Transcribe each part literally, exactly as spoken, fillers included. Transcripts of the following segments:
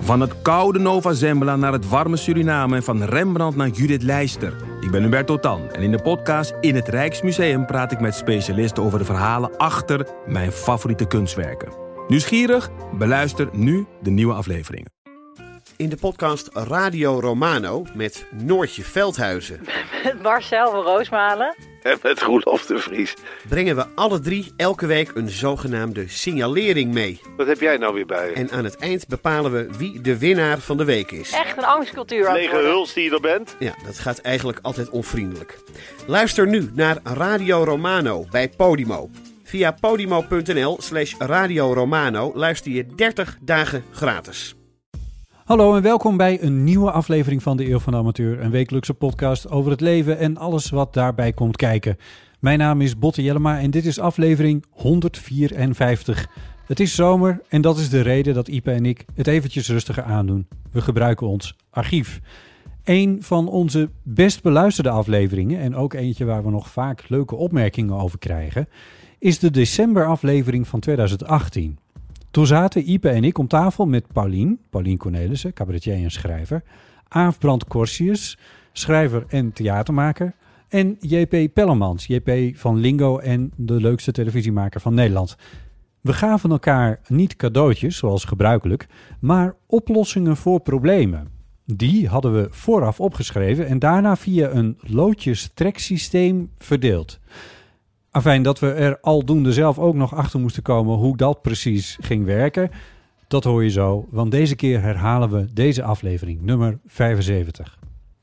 Van het koude Nova Zembla naar het warme Suriname en van Rembrandt naar Judith Leister. Ik ben Hubert Totan en in de podcast In het Rijksmuseum praat ik met specialisten over de verhalen achter mijn favoriete kunstwerken. Nieuwsgierig? Beluister nu de nieuwe afleveringen. In de podcast Radio Romano met Noortje Veldhuizen. Met Marcel van Roosmalen. En met Roelof de Vries. Brengen we alle drie elke week een zogenaamde signalering mee. Wat heb jij nou weer bij je? En aan het eind bepalen we wie de winnaar van de week is. Echt een angstcultuur. Lege huls die je er bent? Ja, dat gaat eigenlijk altijd onvriendelijk. Luister nu naar Radio Romano bij Podimo. Via podimo.nl slash Radio Romano luister je dertig dagen gratis. Hallo en welkom bij een nieuwe aflevering van de Eeuw van de Amateur. Een wekelijkse podcast over het leven en alles wat daarbij komt kijken. Mijn naam is Botte Jellema en dit is aflevering honderdvierenvijftig. Het is zomer en dat is de reden dat Ipe en ik het eventjes rustiger aandoen. We gebruiken ons archief. Een van onze best beluisterde afleveringen, en ook eentje waar we nog vaak leuke opmerkingen over krijgen, is de decemberaflevering van tweeduizend achttien. Toen zaten Ipe en ik om tafel met Paulien, Paulien Cornelissen, cabaretier en schrijver, Aaf Brand Corsius, schrijver en theatermaker, en J P Pellemans, J P van Lingo en de leukste televisiemaker van Nederland. We gaven elkaar niet cadeautjes, zoals gebruikelijk, maar oplossingen voor problemen. Die hadden we vooraf opgeschreven en daarna via een loodjes-treksysteem verdeeld. Afijn, dat we er aldoende zelf ook nog achter moesten komen hoe dat precies ging werken, dat hoor je zo, want deze keer herhalen we deze aflevering, nummer vijfenzeventig.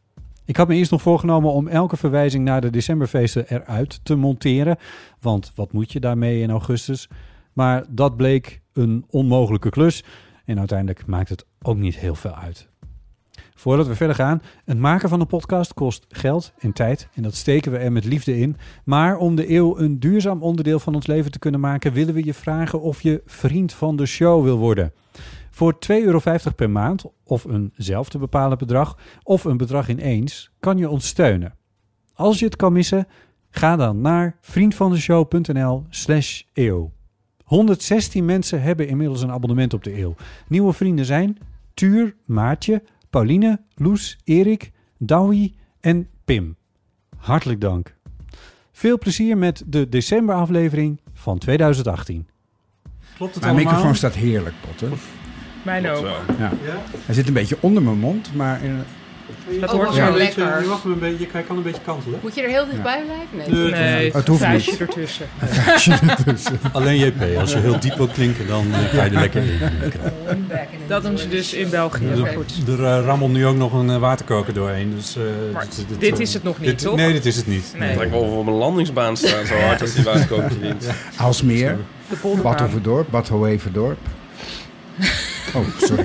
Ik had me eerst nog voorgenomen om elke verwijzing naar de decemberfeesten eruit te monteren, want wat moet je daarmee in augustus? Maar dat bleek een onmogelijke klus en uiteindelijk maakt het ook niet heel veel uit. Voordat we verder gaan, het maken van een podcast kost geld en tijd en dat steken we er met liefde in. Maar om de eeuw een duurzaam onderdeel van ons leven te kunnen maken, willen we je vragen of je vriend van de show wil worden. Voor twee euro vijftig per maand, of een zelf te bepalen bedrag, of een bedrag ineens, kan je ons steunen. Als je het kan missen, ga dan naar vriendvandeshow.nl slash eeuw. honderdzestien mensen hebben inmiddels een abonnement op de eeuw. Nieuwe vrienden zijn Tuur, Maartje, Pauline, Loes, Erik, Douwie en Pim. Hartelijk dank. Veel plezier met de decemberaflevering van tweeduizend achttien. Klopt het mijn allemaal? microfoon staat heerlijk, Botte. Mijn ook. Ja. Ja? Hij zit een beetje onder mijn mond, maar... In... Dat oh, hoort zo zo. lekker. Je, mag me een beetje, je kan een beetje kantelen. Moet je er heel dichtbij blijven? Nee, Nee, nee het hoeft vuistje niet. ertussen. ertussen. Alleen J P, als je heel diep wil klinken, dan ga je er lekker in. Dat doen ze dus in België. Er, Maar goed. er uh, rammelt nu ook nog een uh, waterkoker doorheen. Dus, uh, Maar dit, dit, dit uh, is het nog niet, dit, toch? Nee, dit is het niet. Nee. Het lijkt wel of we op een landingsbaan staan, zo hard als die waterkoker wint. Aalsmeer, De polderbaan. Bad Overdorp, Bad Hoeverdorp. Oh, sorry.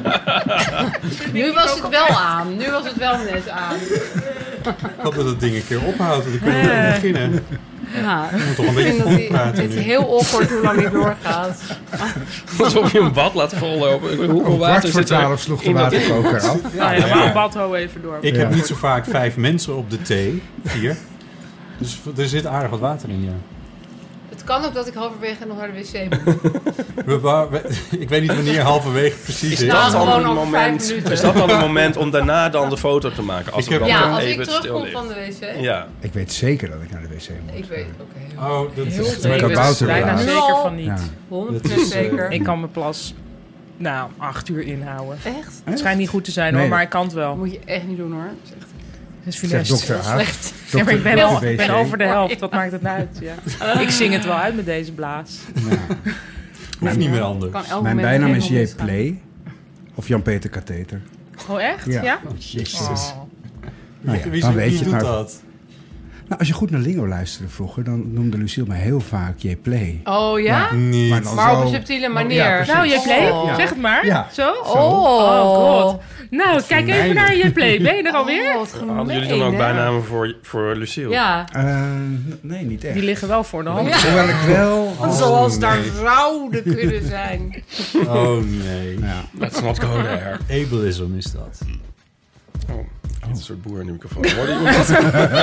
Nu was het wel aan. Nu was het wel net aan. Ik hoop dat het ding een keer ophoudt. Dan kunnen we Nee. weer beginnen. Ja, We moeten toch een ik beetje vind dat die, voortpraten het is nu. heel awkward hoe lang dit doorgaat. Alsof je een bad laat vollopen. Hoeveel Om kwart water voor zit er twaalf sloeg de in dat- waterkoker af. Ja, ja, maar Badho even door. Ik Ja. heb niet zo vaak vijf mensen op de thee. Vier. Dus er zit aardig wat water in, ja. Het kan ook dat ik halverwege nog naar de wc moet. We, wa- we- ik weet niet wanneer halverwege precies Is is. Nou, dat dan gewoon een over vijf moment? minuten. Is dat dan een moment om daarna dan de foto te maken? Als Ik het heb- dan Ja, gewoon als ik even stil terugkom ligt? van de wc. Ja. Ik weet zeker dat ik naar de wc moet. Ik weet, oké. Oh, dat Heel is... zeker. Een kabouter. Bijna Ja. zeker van niet. Ja. honderd Dat is, procent eh, zeker. Ik kan mijn plas, nou, acht uur inhouden. Echt? Het schijnt niet goed te zijn Nee. hoor, maar ik kan het wel. Dat moet je echt niet doen hoor. Dat is echt Het is Zegt funest. dokter heel Aaf. slecht. Ja, maar ik ben, Dokter al, ik ben W C. over de helft, wat maakt het nou uit? Ja. Ik zing het wel uit met deze blaas. Ja. Hoeft niet meer anders. Kan elk Mijn moment bijnaam is helemaal J. misgaan. Play. Of Jan-Peter Katheter. Oh echt? Ja. Ja? Oh, jezus. Oh. Nou ja, Wie, dan wie weet je doet het maar. dat? Nou, als je goed naar Lingo luisterde vroeger, dan noemde Lucille mij heel vaak J. Play. Oh ja? Niet. Maar dan Maar op zo- een subtiele Ja, manier. precies. Nou, je play, Oh. zeg het maar. Ja. Zo? Oh. Oh god. Nou, kijk even vermijden. naar je play. Ben je er alweer? Oh, wat gemeen, Hadden jullie dan ook hè? bijnamen voor, voor Lucille? Ja. Eh, nee, niet echt. Die liggen wel voor de hand. Ja. Hoewel ik wel... Zoals Oh, daar nee. zouden kunnen zijn. Oh nee. Ja. Let's not go there. Ableism is dat. Oh, een soort boer in de microfoon. Hoorde je dat?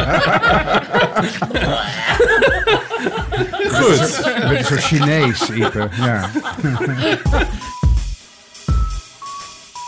Goed. Je bent een soort Chinees, Ipe. Ja.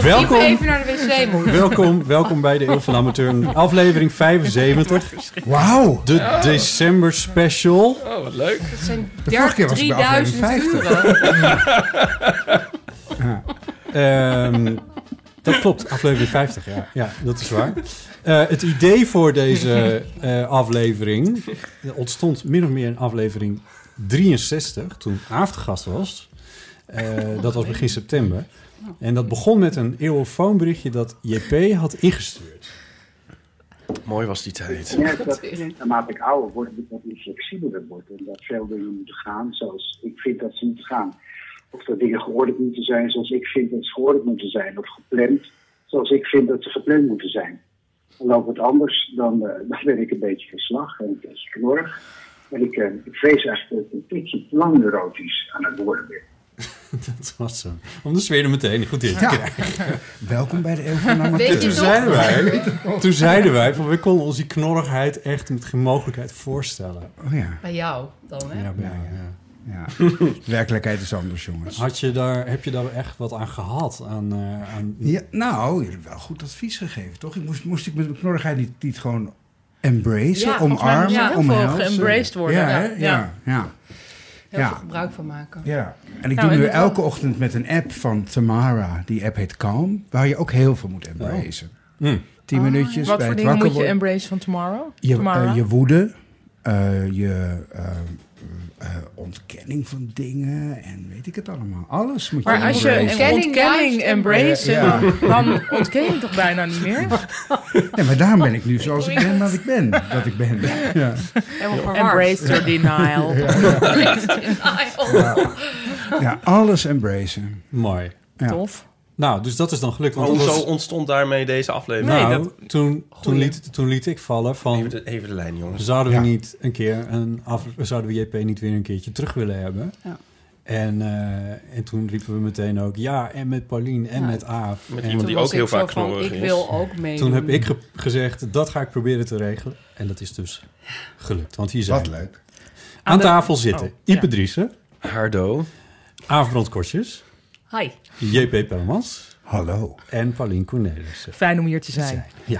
Of welkom. Iep even naar de wc moet. Welkom, welkom bij de Eeuw van de Amateur, aflevering vijfenzeventig. Wauw. De december special. Oh, wat leuk. Dat zijn De vorige keer was het bij drieduizend aflevering uren. Um, dat klopt, aflevering vijftig, ja. Ja, dat is waar. Uh, het idee voor deze uh, aflevering ontstond min of meer in aflevering drieënzestig, toen Aaf de gast was. Uh, dat was begin september. En dat begon met een eeuwofoonberichtje dat J P had ingestuurd. Mooi was die tijd. Ik merk dat naarmate ik ouder word, ik wat meer flexibeler word. En dat veel dingen moeten gaan zoals ik vind dat ze moeten gaan. Of dat dingen geordend moeten zijn zoals ik vind dat ze geordend moeten zijn. Of gepland zoals ik vind dat ze gepland moeten zijn. En loopt het anders, dan, uh, dan ben ik een beetje verslag en een beetje knorrig. En ik, uh, ik vrees eigenlijk dat ik een beetje te lang neurotisch aan het worden ben. Dat was zo. Om de sfeer er meteen goed in te Ja. krijgen. Welkom bij de Eeuw van de Weet je Amateur. Toen nog? zeiden wij, toen zeiden wij van we konden ons die knorrigheid echt met geen mogelijkheid voorstellen. Oh ja. Bij jou dan, hè? Ja, bij jou, ja. Ja, de werkelijkheid is anders, jongens. Had je daar, heb je daar echt wat aan gehad? Aan, uh, aan... Ja, nou, je hebt wel goed advies gegeven, toch? Ik moest, moest ik met mijn knorrigheid niet, niet gewoon embracen, Ja, volgens mij omarmen, moet er heel veel omhelzen? geëmbraced worden. Ja, Ja, hè? ja. ja, ja. Heel Ja. veel gebruik van maken. Ja, en ik Nou, doe nu en- elke ochtend met een app van Tamara. Die app heet Calm, waar je ook heel veel moet embracen. Mm. Tien Oh, minuutjes Wat bij voor het dingen wakker moet je worden. embrace van tomorrow? Je, Tomorrow? eh, je woede, uh, je uh, uh, ontkenning van dingen en weet ik het allemaal. Alles moet je Maar als je embracen. een Ontkenning ontkenning juist embrace, Ja. dan, dan ontken je toch bijna niet meer? Nee, maar daarom ben ik nu zoals ik ben dat ik ben. Dat ik ben. Ja. Helemaal verwarrd. Embrace your denial. Ja. Ja, alles embracen. Mooi. Ja. Tof. Nou, dus dat is dan gelukt. Want Hoezo anders- ontstond daarmee deze aflevering? nou, Nee, dat- toen, toen, liet, toen liet ik vallen van... Even de, even de lijn, jongens. Zouden we Ja. niet een keer een af, zouden we J P niet weer een keertje terug willen hebben? Ja. En, uh, en toen riepen we meteen ook ja, en met Paulien en Ja. met Aaf. Met En iemand Toen die was ook heel ik zo vaak van, knorrig ik is. wil ook meedoen. toen heb ik ge- gezegd, dat ga ik proberen te regelen. En dat is dus gelukt. Want hier zijn Wat we. leuk. Aan Aan de- tafel zitten Oh, Ipe ja. Driessen, Hardo. Aaf Brandkortjes, Hi. J P Pellemans Hallo. en Paulien Cornelissen. Fijn om hier te zijn. Ja,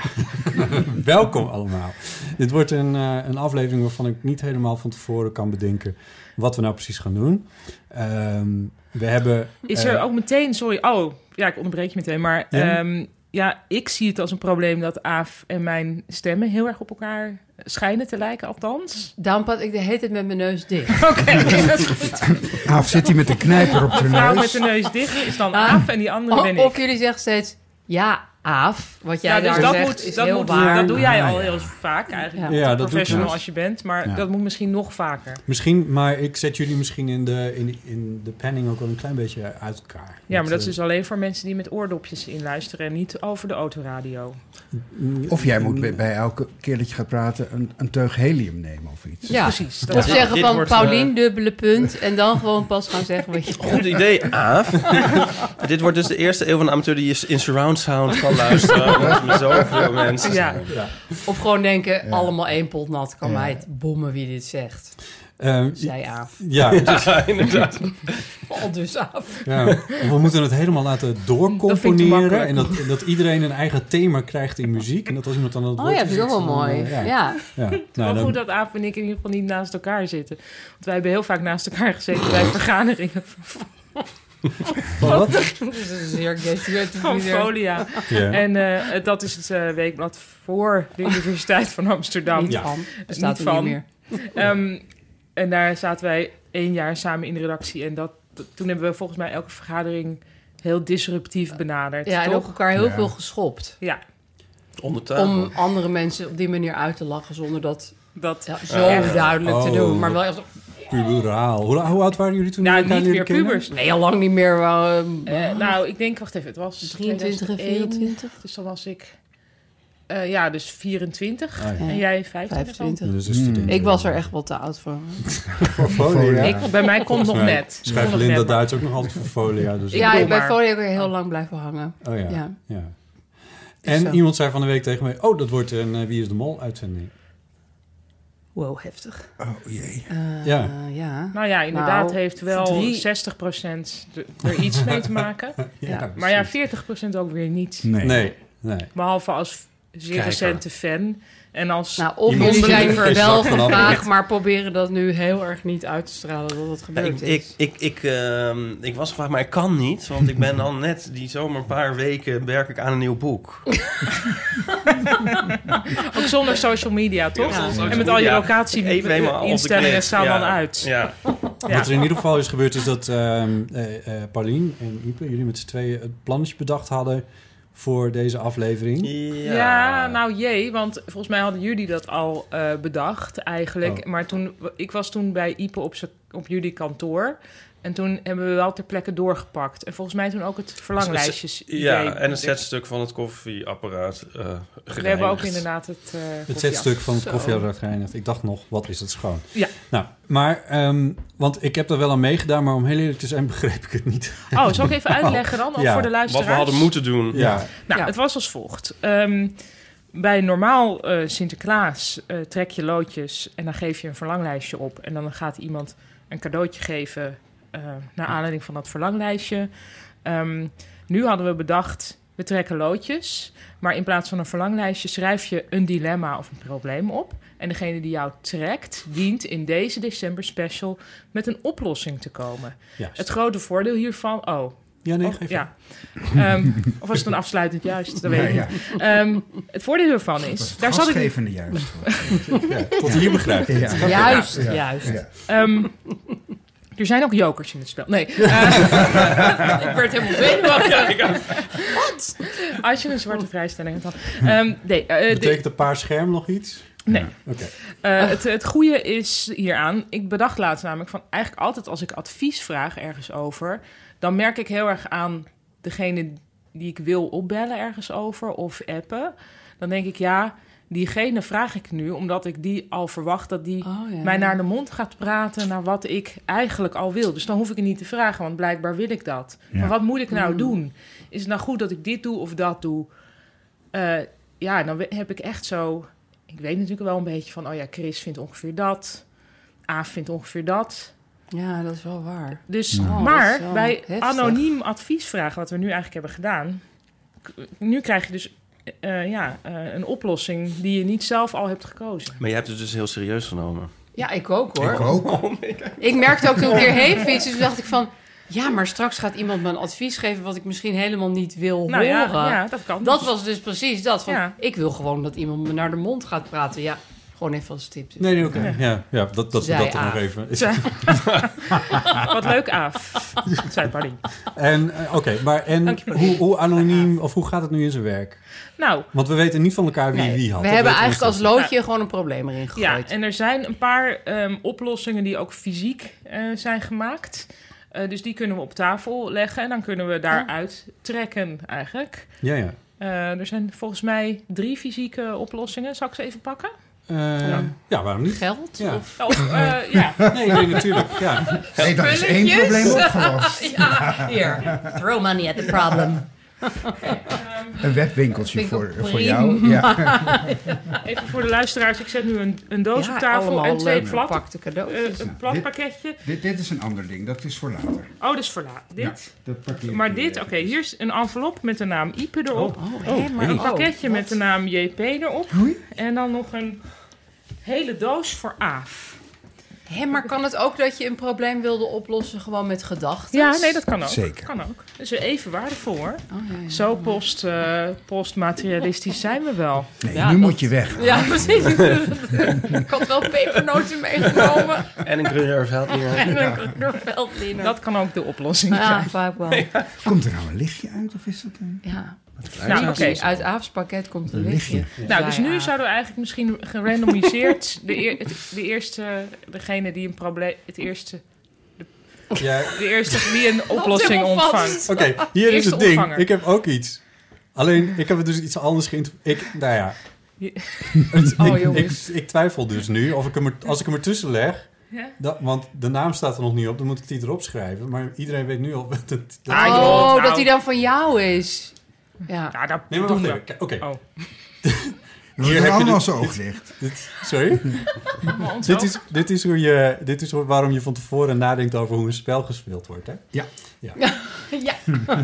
welkom allemaal. Dit wordt een, uh, een aflevering waarvan ik niet helemaal van tevoren kan bedenken wat we nou precies gaan doen. Um, we hebben... Is er uh, ook meteen, sorry, oh, ja, ik onderbreek je meteen, maar Ja? ja, ja ik zie het als een probleem dat Aaf en mijn stemmen heel erg op elkaar schijnen te lijken, althans. Daarom praat ik de hele tijd met mijn neus dicht. Oké, dat is goed. Aaf zit hij met een knijper op De zijn vrouw met neus. de neus dicht is dan Ah. Aaf en die andere ben Of, ik. of jullie zeggen steeds, ja, Aaf. Wat jij Ja, dus daar dat zegt moet, is dat heel moet, waar. dat doe jij Ah, al ja. heel vaak eigenlijk. Ja. Ja, dat doe ik Professional dus. als je bent, maar Ja. dat moet misschien nog vaker. Misschien, maar ik zet jullie misschien in de, in, in de planning ook wel een klein beetje uit elkaar. Ja, maar dat is eh, dus alleen voor mensen die met oordopjes inluisteren en niet over de autoradio. Of jij moet bij, bij elke keer dat je gaat praten een, een teug helium nemen of iets. Ja. Precies. Dat Of is- zeggen dit van wordt, Paulien, eh, dubbele punt. En dan gewoon pas gaan zeggen wat je... Goed idee, Aaf. Dit wordt dus de eerste eeuw van de amateur die je in surround sound kan luisteren. Omdat met zoveel mensen Ja. zijn. Ja. Of gewoon denken, Ja. allemaal één pot nat. Kan Ja. mij het bommen wie dit zegt. Ehm, Zei Aaf. ja, dus, Ja, inderdaad. Al dus Aaf. ja, we moeten het helemaal laten Dat vind ik te doorcomponeren. makkelijk. En dat, en dat iedereen een eigen thema krijgt in muziek. En dat als iemand dan het Oh woord ja, vind ik ook zegt, wel dan, mooi. eh, Ja. ja. Ja. Het is Nou, wel dan- goed dat Aaf en ik in ieder geval niet naast elkaar zitten. Want wij hebben heel vaak naast elkaar gezeten bij vergaderingen van, Wat? Dat is een zeer gay van Folia. Ja. En eh, dat is het eh, weekblad voor de Universiteit van Amsterdam. Niet Ja. van. Er staat Niet er van. niet meer. Ehm, en daar zaten wij één jaar samen in de redactie. En dat, dat- toen hebben we volgens mij elke vergadering heel disruptief benaderd. Ja, en toch? ook elkaar heel Ja. veel geschopt. Ja, Onder tafel. Om andere mensen op die manier uit te lachen zonder dat dat... ja, zo Echt? duidelijk te Oh. doen. Maar wel echt... Puberaal. Hoe, hoe oud waren jullie toen? Nou, jullie elkaar niet leerden meer kennen? pubers. Nee, al lang niet meer. Wel, Eh, nou, ik denk, wacht even, het was drieëntwintig en tweeduizend één. vierentwintig. Dus dan was ik, eh, ja, dus vierentwintig. Ah, ja. En jij vijfentwintig? vijfentwintig. Dus een student. Ik was er echt wel te oud voor. voor Folia. Ik, bij mij komt het nog Volgens mij net. Schrijft Kon nog Linda net, maar- Duits ook nog altijd voor Folia. Dus Ja, bedoel bij maar- Folie heb ik er heel lang blijven hangen. Oh ja. Ja. ja. Is En zo. iemand zei van de week tegen mij... Oh, dat wordt een uh, Wie is de Mol uitzending. Wow, heftig. Oh jee. Uh, Ja. ja. Nou ja, inderdaad Nou, heeft wel drie- zestig procent er iets mee te maken. Ja, Maar ja, veertig procent ook weer niet. Nee. Nee, nee. Behalve als zeer Kijker. recente fan. En als Nou, of Iemand jullie zijn die er geen wel zak vanaf vandaag, weet. maar proberen dat nu heel erg niet uit te stralen dat het Ja, gebeurd ik, is. ik, ik, ik, ehm, ik was gevraagd, maar ik kan niet. Want ik ben al net die zomer een paar weken werk ik aan een nieuw boek. ook zonder social media, toch? Ja. En met al je Ja. locatie Even helemaal als ik instellingen lees. staan Ja. dan uit. Ja. Ja. Wat er in ieder geval is gebeurd is dat ehm eh, eh, Paulien en Ipe, jullie met z'n tweeën het plannetje bedacht hadden voor deze aflevering. Ja. Ja, nou jee, want volgens mij hadden jullie dat al eh, bedacht eigenlijk. Oh. Maar toen, ik was toen bij Ipe op, z'n- op jullie kantoor. En toen hebben we wel ter plekke doorgepakt. En volgens mij toen ook het verlanglijstjes. Ja, en een zetstuk van het koffieapparaat uh, We hebben ook inderdaad het uh, Het zetstuk van het Zo. koffieapparaat gereinigd. Ik dacht nog, wat is het schoon. Ja. Nou, maar, ehm, want ik heb er wel aan meegedaan, maar om heel eerlijk te zijn begreep ik het niet. Oh, zal ik even uitleggen dan? Ook Ja. voor de Wat luisteraars? we hadden moeten doen. Ja. Nou, Ja. het was als volgt. Um, bij normaal uh, Sinterklaas uh, trek je loodjes en dan geef je een verlanglijstje op. En dan gaat iemand een cadeautje geven uh, naar aanleiding van dat verlanglijstje. Um, nu hadden we bedacht, we trekken loodjes. Maar in plaats van een verlanglijstje schrijf je een dilemma of een probleem op. En degene die jou trekt, dient in deze december special met een oplossing te komen. Juist. Het grote voordeel hiervan... Oh, Ja, nee, Of, geef ja. Um, of was het een afsluitend juist? Dat weet ik Ja, niet. Um, het voordeel hiervan is... Daar zat ik, Gasgevende juist. ja, tot hier begrijp ik. Ja. Juist, Ja. juist. Ja. um, er zijn ook jokers in het spel. Nee. Uh, Ik werd helemaal zenuwachtig. Wat? Als je een zwarte vrijstelling hebt dan. Um, nee, uh, de- Betekent een paar scherm nog iets? nee. Oké. Uh, het, het goede is hieraan... Ik bedacht laatst namelijk van... Eigenlijk altijd als ik advies vraag ergens over... dan merk ik heel erg aan degene die ik wil opbellen ergens over... of appen. Dan denk ik, ja, diegene vraag ik nu... omdat ik die al verwacht dat die Oh, ja. mij naar de mond gaat praten... naar wat ik eigenlijk al wil. Dus dan hoef ik het niet te vragen, want blijkbaar wil ik dat. Ja. Maar wat moet ik nou Mm. doen? Is het nou goed dat ik dit doe of dat doe? Uh, ja, dan we- heb ik echt zo... Ik weet natuurlijk wel een beetje van... oh ja, Chris vindt ongeveer dat. Aaf vindt ongeveer dat. Ja, dat is wel waar. Dus, Ja. Oh, dat maar is wel bij heftig. anoniem advies vragen... wat we nu eigenlijk hebben gedaan... k- nu krijg je dus uh, ja, uh, een oplossing... die je niet zelf al hebt gekozen. Maar je hebt het dus heel serieus genomen. Ja, ik ook hoor. Ik ook. Ik merkte ook toen ik hierheen fietste, toen dacht ik van... Ja, maar straks gaat iemand me een advies geven... wat ik misschien helemaal niet wil Nou ja, horen. ja, dat kan. Dat was dus precies dat. Van, Ja. Ik wil gewoon dat iemand me naar de mond gaat praten. Ja, gewoon even als tip. Dus. Nee, nee, oké. Ja. Ja, ja, dat, dat, Zij dat er nog Aaf. even is. Zo. Wat leuk, Aaf. Zei Paulien. En, eh, oké, maar en Dank je, Paulien. hoe, hoe anoniem, of hoe gaat het nu in zijn werk? Nou, Want we weten niet van elkaar wie Nee, wie had. we Dat hebben weten eigenlijk als niet. loodje gewoon een probleem erin ja, gegooid. en er zijn een paar um, oplossingen... die ook fysiek uh, zijn gemaakt... Uh, dus die kunnen we op tafel leggen en dan kunnen we daaruit trekken eigenlijk. Ja, ja. Uh, er zijn volgens mij drie fysieke oplossingen. Zal ik ze even pakken? Uh, ja. ja, waarom niet? Geld? Ja. Of Oh, uh, ja. Nee, nee, natuurlijk. Ja. Nee, dat is één spulletjes? probleem opgelost. Ja, hier. Throw money at the problem. Een webwinkeltje Vind ik voor, ook voor prima. jou. Ja. Even voor de luisteraars. Ik zet nu een, een doos Ja, op tafel allemaal en twee leuk plat, verpakte uh, cadeautjes. een plat Dit- pakketje. Dit, dit is een ander ding, dat is voor later. Oh, dus voor la- dit. Ja, dat parkeer Maar ik dit, hier oké, even. hier is een envelop met de naam Ipe erop. Oh, hé, maar Een oh, pakketje wat? met de naam J P erop. Oei. En dan nog een hele doos voor Aaf. Hé, maar kan het ook dat je een probleem wilde oplossen gewoon met gedachten? Ja, nee, dat kan ook. Zeker. Kan ook. Dat is weer even waardevol hoor. Oh, ja, ja. Zo post, uh, postmaterialistisch zijn we wel. Nee, Ja, nu dat- moet je weg. Ja, precies. Ik had wel pepernoten meegenomen. En een Gruyère Veltliner. En een Veldliner. Dat kan ook de oplossing ja, zijn. vaak wel. Komt er nou een lichtje uit of is dat een... Ja. Nou, oké. Oké, uit Aafs pakket komt een Een lichtje. lichtje. Nou, dus Zij nu Aaf. zouden we eigenlijk misschien gerandomiseerd de, eer, het, de eerste, degene die een probleem, het eerste, Ja. de eerste die een oplossing helemaal vast. ontvangt. Oké, hier is Eerste het ding. ontvanger. Ik heb ook iets. Alleen, ik heb het dus iets anders geïnterpreteerd. Ik, nou ja. Je- Het- Oh, ik, ik, jongens. ik twijfel dus nu of ik hem er, als ik hem ertussen leg. Ja? Dat, want de naam staat er nog niet op, dan moet ik die erop schrijven. Maar iedereen weet nu al dat het... dat- Ah, joh, Oh, nou. dat die dan van jou is. Ja. Ja, dat Nee, maar doen wacht we. even. Oké. Oh. Dan Hier doen heb je allemaal de- zijn oog dicht. Dit- Sorry? dit, is, dit, is hoe je, dit is hoe- waarom je van tevoren nadenkt over hoe een spel gespeeld wordt, hè? Ja. Ja. Ja.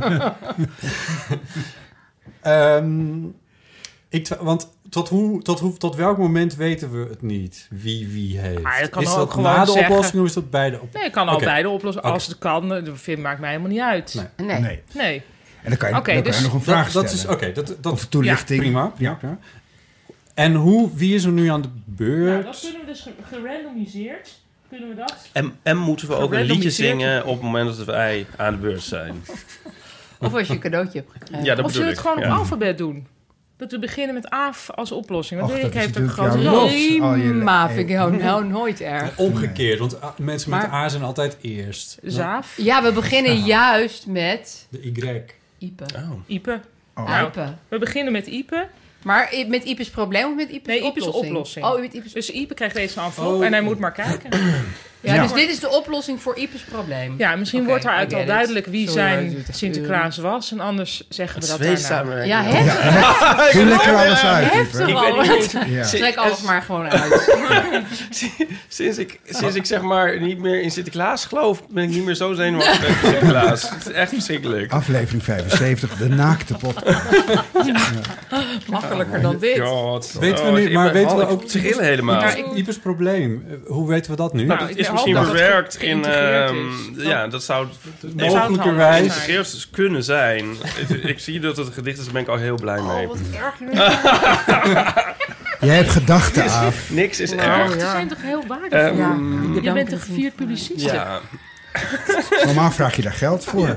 Ehm, ik, twa- want tot, hoe, tot, hoe, tot welk moment weten we het niet wie wie heeft? Maar je kan is ook dat gewoon na de zeggen- oplossing of is dat bij de oplossing? Nee, je kan al Oké. beide oplossen. Oké. Als het kan, dat vind, maakt mij helemaal niet uit. Nee. Nee. Nee. Nee. En dan kan je, Oké, dan kan je dus nog een vraag dat, dat stellen. is, oké, dat, dat, Of toelichting. prima. prima, prima. En hoe, wie is er nu aan de beurt? Nou, dat kunnen we dus ge- gerandomiseerd. Kunnen we dat? En, en moeten we ook een liedje Gerandomiseerd. zingen op het moment dat wij aan de beurt zijn? Of als je een cadeautje hebt gegeven. Ja, dat Of zullen bedoel we het ik. gewoon op Ja. alfabet doen? Dat we beginnen met A als oplossing. Want Och, Erik dat is heeft een natuurlijk grote jouw rol. lot. Al je- Maar vind ik nou, nou nooit erg. Omgekeerd, want ah, mensen met Maar- A zijn altijd eerst. Zaaf, Ja, we beginnen juist met De Y. Ipe. Oh. Ipe. Oh. Ipe. We beginnen met Ipe. Maar i- met Ipe's probleem of met Ipe's Nee, Ipe's oplossing? oplossing. Oh, met Ipe's... Dus Ipe krijgt deze envelop Oh. en hij moet maar kijken. Ja, Ja. dus dit is de oplossing voor Ipe's probleem. Ja, misschien Oké, wordt I daaruit get al it. duidelijk wie Sorry, maar het zijn duurt echt Sinterklaas was. En anders zeggen we dat daarna. Zweetsamenwerking. Ja, hè? Doe lekker alles uit, Heftig Ipe. Ik al. weet niet. Ja. Trek alles maar gewoon uit. Sinds ik, sinds ik zeg maar niet meer in Sinterklaas geloof, ben ik niet meer zo zenuwachtig voor Sinterklaas. Het is echt verschrikkelijk. Aflevering vijfenzeventig, de naakte podcast. Makkelijker dan dit. God. Weten we Oh, nu- ik maar ben- weten we oh, ook- ik trillen helemaal. Maar ik- Ipe's probleem. Eh, Hoe weten we dat nu? Nou, Nou, dat ik is hoop misschien dat het verwerkt in... geïntegreerd ehm, is. ja, dat zou Mogelijkerwijs. geïntegreerd kunnen zijn. ik, ik zie dat het een gedicht is, daar ben ik al heel blij mee. Oh, wat erg nu. Jij hebt gedachten af. Niks is Nou, erg. Gedachten ja. zijn toch heel waardevol? Ehm, Ja. Je Bedankt bent een voor- gevierd publicist. Ja. Normaal vraag je daar geld voor.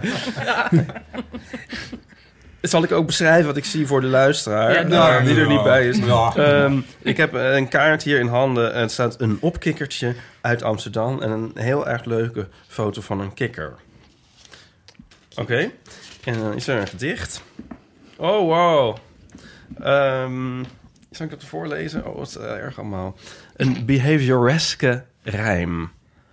Zal ik ook beschrijven wat ik zie voor de luisteraar, Ja, nou, nou, die er nou. niet bij is? Ja. Ehm, ik heb een kaart hier in handen en het staat een opkikkertje uit Amsterdam en een heel erg leuke foto van een kikker. Oké, en dan is er een gedicht. Oh, wow. Ehm, zal ik dat voorlezen? Oh, wat is uh, erg allemaal. Een behavioreske rijm.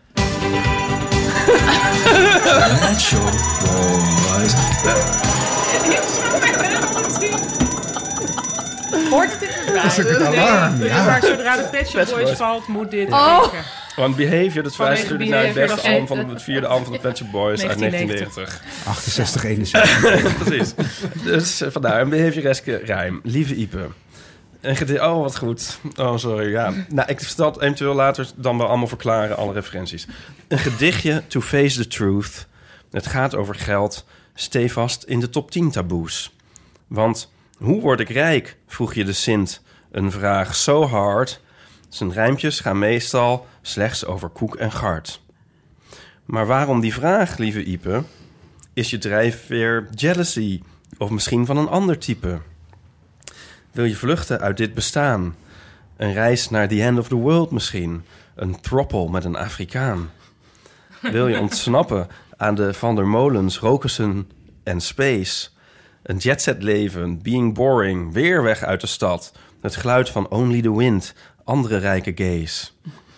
Hoort het erbij? Dat is ook het alarm, ja. Maar zodra de Pet Shop Pet Shop Boys Boys. valt, moet dit Oh. werken. Want behavior, dat verwijst Vanwege natuurlijk naar het Behavior, beste dat- album van het vierde album van de Pet Shop Boys uit negentien negentig. achtenzestig, eenenzeventig. Precies. Dus eh, vandaar een behavioreske rijm. Lieve Ipe. Een gedicht... Oh, wat goed. Oh, sorry. Ja. Nou, ik zal het eventueel later dan wel allemaal verklaren, alle referenties. Een gedichtje to face the truth. Het gaat over geld. Stevast in de top tien taboes. Want hoe word ik rijk? Vroeg je de Sint. Een vraag zo hard. Zijn rijmpjes gaan meestal slechts over koek en gart. Maar waarom die vraag, lieve Ipe? Is je drijfveer jealousy of misschien van een ander type? Wil je vluchten uit dit bestaan? Een reis naar the end of the world misschien? Een troppel met een Afrikaan? Wil je ontsnappen aan de Van der Molens, Rokussen en Space? Een jetset leven, being boring, weer weg uit de stad. Het geluid van Only the Wind, andere rijke gays.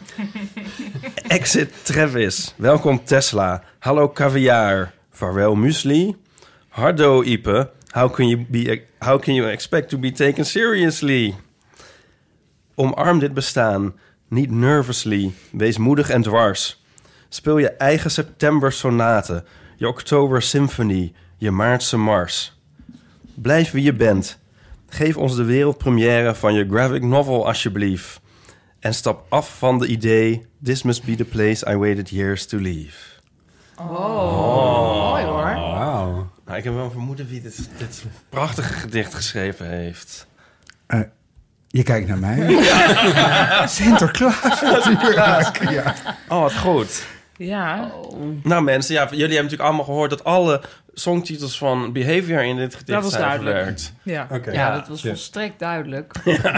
Exit Travis, welkom Tesla. Hallo caviar, vaarwel muesli. Hardo Ipe, how can you be, how can you expect to be taken seriously? Omarm dit bestaan, niet nervously. Wees moedig en dwars. Speel je eigen september sonate, je oktober symphony, je maartse mars. Blijf wie je bent. Geef ons de wereldpremière van je graphic novel alsjeblieft. En stap af van de idee... This must be the place I waited years to leave. Oh, mooi hoor. Wauw. Nou, ik heb wel vermoeden wie dit, dit prachtige gedicht geschreven heeft. Eh, je kijkt naar mij. Sinterklaas natuurlijk. Ja. Oh, wat goed. Ja. Nou mensen, ja, jullie hebben natuurlijk allemaal gehoord... dat alle songtitels van Behavior in dit Dat gedicht was zijn duidelijk. verwerkt. Ja. Oké. Ja, dat was Ja. volstrekt duidelijk.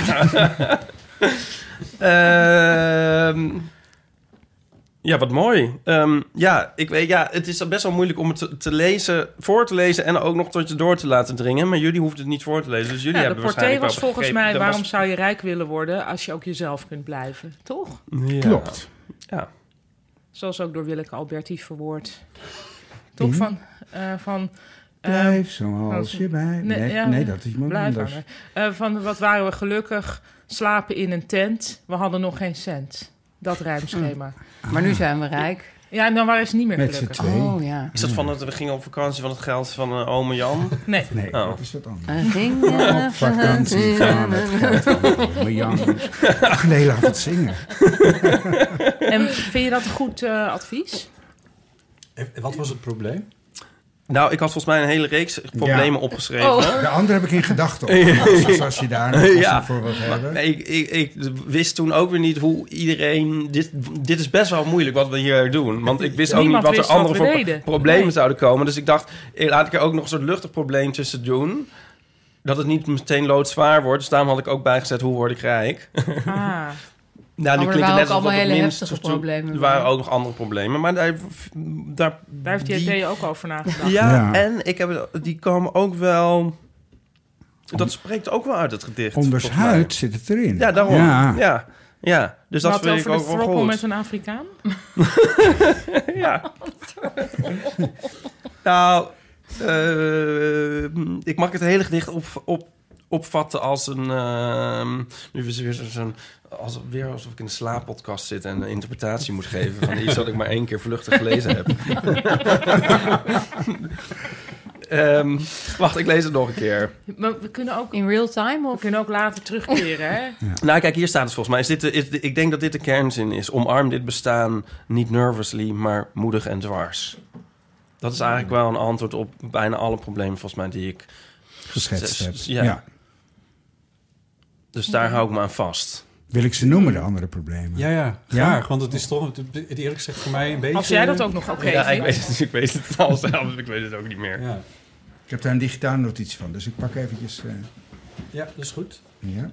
Ehm, ja, wat mooi. Ehm, ja, ik weet, ja, het is best wel moeilijk om het te, te lezen, voor te lezen... en ook nog tot je door te laten dringen. Maar jullie hoefden het niet voor te lezen. Dus jullie Ja, de hebben porté waarschijnlijk was wel volgens begrepen- mij... dat waarom was- zou je rijk willen worden als je ook jezelf kunt blijven? Toch? Ja. Klopt. Ja. Zoals ook door Willeke Alberti verwoord. Toch Mhm. van... eh, van Blijf Uh, zoals je bij... Nee, nee, ja, nee, dat is iemand blijf anders. hangen. Uh, van wat waren we gelukkig, slapen in een tent. We hadden nog geen cent. Dat rijmschema. Mm. Maar nu zijn we rijk. Ja, en dan waren ze niet meer Met gelukkig. z'n twee. Oh ja. Is dat van het, we gingen op vakantie van het geld van uh, ome Jan? Nee. Nee, Oh. dat is wat anders. En ging je Op vakantie van het geld van ome Jan. Ach nee, laat het zingen. En vind je dat een goed uh, advies? En wat was het probleem? Nou, ik had volgens mij een hele reeks problemen Ja. opgeschreven. Oh. De andere heb ik in gedachten opgemaakt. Dus als je daar nog Ja. voor wilt hebben. Maar ik, ik, ik wist toen ook weer niet hoe iedereen... Dit, dit is best wel moeilijk wat we hier doen. Want ik wist ook Niemand niet wat wist er wat andere we voor deden. problemen Nee. zouden komen. Dus ik dacht, eh, laat ik er ook nog een soort luchtig probleem tussen doen. Dat het niet meteen loodzwaar wordt. Dus daarom had ik ook bijgezet, hoe word ik rijk? Ah. Nou, nu er klinkt het waren net ook alsof allemaal het hele minst... heftige toen- problemen Er bij. waren ook nog andere problemen. Maar daar... daar, Daar heeft die die- E T ook over nagedacht. Ja, Ja. en ik heb, die komen ook wel... Dat spreekt ook wel uit het gedicht. volgens mij. Ondershuid zit het erin. Ja, daarom. Ja, ja. ja. Dus dat Wat vind ik over ook de wel throppel goed. met een Afrikaan? Ja. Nou, uh, ik mag het hele gedicht op, op, opvatten als een... Uh, nu is het weer zo'n... Als, weer alsof ik in een slaappodcast zit en een interpretatie moet geven van iets dat ik maar één keer vluchtig gelezen heb. um, wacht, ik lees het nog een keer. Maar we kunnen ook in real time we of kunnen ook later terugkeren, hè? Ja. Nou, kijk, hier staat het volgens mij. Is dit de, is de, ik denk dat dit de kernzin is. Omarm dit bestaan niet nervously, maar moedig en dwars. Dat is eigenlijk wel een antwoord op bijna alle problemen volgens mij die ik Geschetst heb. Ja. Ja. Dus daar hou ik me aan vast. Wil ik ze noemen, de andere problemen? Ja, ja, graag. Want het is toch, het, het eerlijk gezegd voor mij een beetje... Als jij dat ook nog oké Ja, vindt. ik weet het, ik weet het al zelf, ik weet het ook niet meer. Ja, Ik heb daar een digitale notitie van, dus ik pak eventjes... Uh, ja, dat is goed. ja.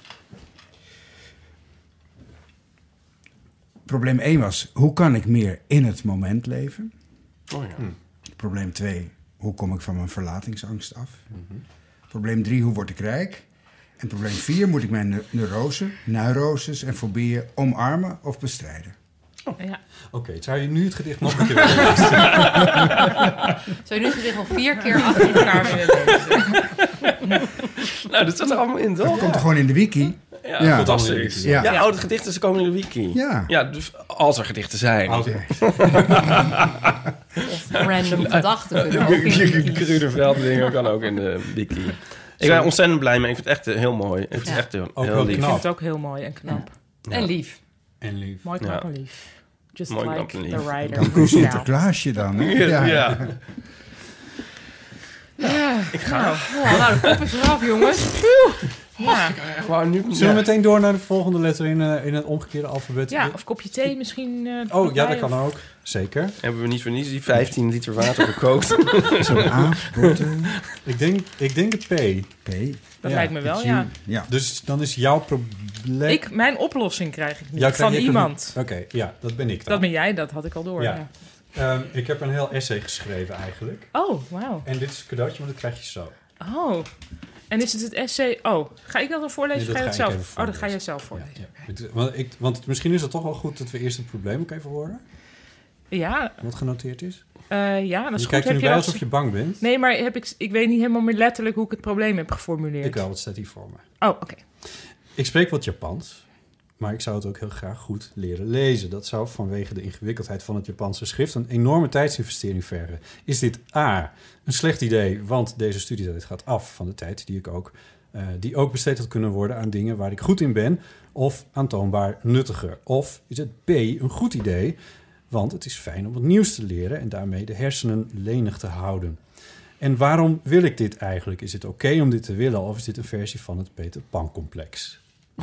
Probleem één was, hoe kan ik meer in het moment leven? Oh ja. Hm. Probleem twee, hoe kom ik van mijn verlatingsangst af? Mm-hmm. Probleem drie, hoe word ik rijk? En probleem vier, moet ik mijn ne- neurose, neuroses en fobieën omarmen of bestrijden? Oh. Ja. Oké, okay, zou je nu het gedicht nog een keer willen lezen? Zou je nu het gedicht al vier keer achter elkaar willen lezen? Nou, dat zit er allemaal in, toch? Dat komt er gewoon in de wiki. Ja, Ja. fantastisch. Ja. Ja, oude gedichten, ze komen in de wiki. Ja. Ja, dus als er gedichten zijn. Als- Of random gedachten kunnen ook in de wiki. Kruderveld dingen kan ook in de wiki. Ik ben ontzettend blij mee. Ik vind het echt heel mooi. Ik vind het Ja. echt heel, Ook heel wel lief. Ik knap. vind het ook heel mooi en knap. Ja. En lief. En lief. Mooi, knap Ja. en lief. Just Mooi, knap like en the lief. writer. Dan komt Sinterklaasje dan, hè? Ja. ja. Ja, Ik ga. nou, nou, de kop is eraf, jongens. Ja. Gewoon nu. Zullen we meteen door naar de volgende letter in, uh, in het omgekeerde alfabet? ja, of kopje thee misschien. Uh, Oh, ja, erbij, dat kan of- ook. Zeker. Hebben we niet voor niets die vijftien liter water gekookt? Zo'n A, botte, Ik denk, ik denk het P. P. Dat Ja, lijkt me wel, Q. ja. Ja. Dus dan is jouw probleem... Ik, mijn oplossing krijg ik nu Ja, krijg van je ook iemand. een- Oké, ja, dat ben ik dan. Dat ben jij, dat had ik al door. Ja. Ja. Ehm, ik heb een heel essay geschreven eigenlijk. Oh, wauw. En dit is een cadeautje, maar dat krijg je zo. Oh. En is het het essay... Oh, ga ik dat dan voorlezen Nee, of dat ga je ga het ik zelf... even Oh, dan ga je voorlezen. zelf voorlezen. Ja, ja. Het- Want, ik, want misschien is het toch wel goed dat we eerst het probleem ook even horen. Ja, Wat genoteerd is. uh, ja dat is je goed. kijkt er Heb nu je bij dat- alsof je bang bent. Nee, maar heb ik, ik weet niet helemaal meer letterlijk hoe ik het probleem heb geformuleerd. Ik wel, het staat hier voor me. Oh, oké. Ik spreek wat Japans, maar ik zou het ook heel graag goed leren lezen. Dat zou vanwege de ingewikkeldheid van het Japanse schrift een enorme tijdsinvestering vergen. Is dit A, een slecht idee, want deze studietijd gaat af van de tijd die ik ook, uh, die ook besteed had kunnen worden aan dingen waar ik goed in ben, of aantoonbaar nuttiger? Of is het B, een goed idee, want het is fijn om wat nieuws te leren en daarmee de hersenen lenig te houden? En waarom wil ik dit eigenlijk? Is het oké om dit te willen of is dit een versie van het Peter Pan-complex?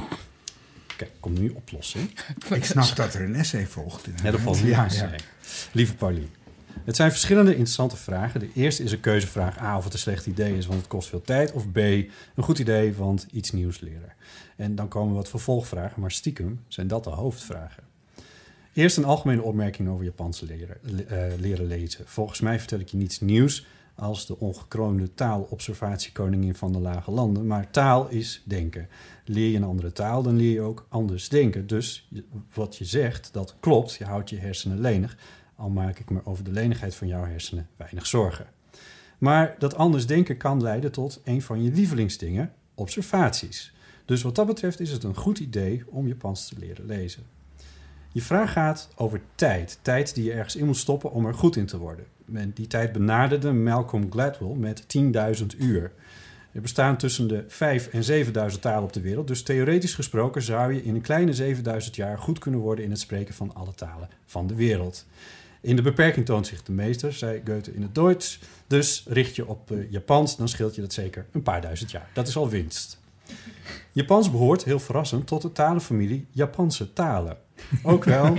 Kijk, komt nu oplossing. Ik snap dat er een essay volgt. Ja, dat valt niet. Ja, Ja, ja. Lieve Paulien, het zijn verschillende interessante vragen. De eerste is een keuzevraag A, of het een slecht idee is, want het kost veel tijd. Of B, een goed idee, want iets nieuws leren. En dan komen wat vervolgvragen, maar stiekem zijn dat de hoofdvragen. Eerst een algemene opmerking over Japanse leren, uh, leren lezen. Volgens mij vertel ik je niets nieuws als de ongekroonde taalobservatiekoningin van de lage landen. Maar taal is denken. Leer je een andere taal, dan leer je ook anders denken. Dus je, wat je zegt, dat klopt. Je houdt je hersenen lenig. Al maak ik me over de lenigheid van jouw hersenen weinig zorgen. Maar dat anders denken kan leiden tot een van je lievelingsdingen, observaties. Dus wat dat betreft is het een goed idee om Japans te leren lezen. Je vraag gaat over tijd. Tijd die je ergens in moet stoppen om er goed in te worden. En die tijd benaderde Malcolm Gladwell met tienduizend uur. Er bestaan tussen de vijfduizend en zevenduizend talen op de wereld. Dus theoretisch gesproken zou je in een kleine zevenduizend jaar goed kunnen worden in het spreken van alle talen van de wereld. In de beperking toont zich de meester, zei Goethe in het Duits. Dus richt je op uh, Japans, dan scheelt je dat zeker een paar duizend jaar. Dat is al winst. Japans behoort, heel verrassend, tot de talenfamilie Japanse talen. Ook wel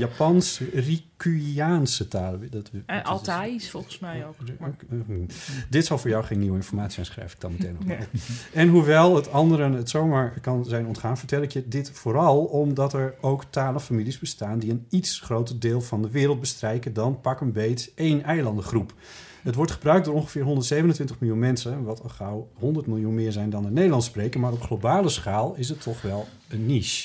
Japans-Rikuiaanse talen. Dat, dat en Altaïs volgens mij ook. Maar... Dit zal voor jou geen nieuwe informatie zijn, schrijf ik dan meteen nog. Ja. En hoewel het anderen het zomaar kan zijn ontgaan, vertel ik je dit vooral omdat er ook talenfamilies bestaan die een iets groter deel van de wereld bestrijken dan pak een beet één eilandengroep. Het wordt gebruikt door ongeveer honderdzevenentwintig miljoen mensen, wat al gauw honderd miljoen meer zijn dan het Nederlands spreken, maar op globale schaal is het toch wel een niche.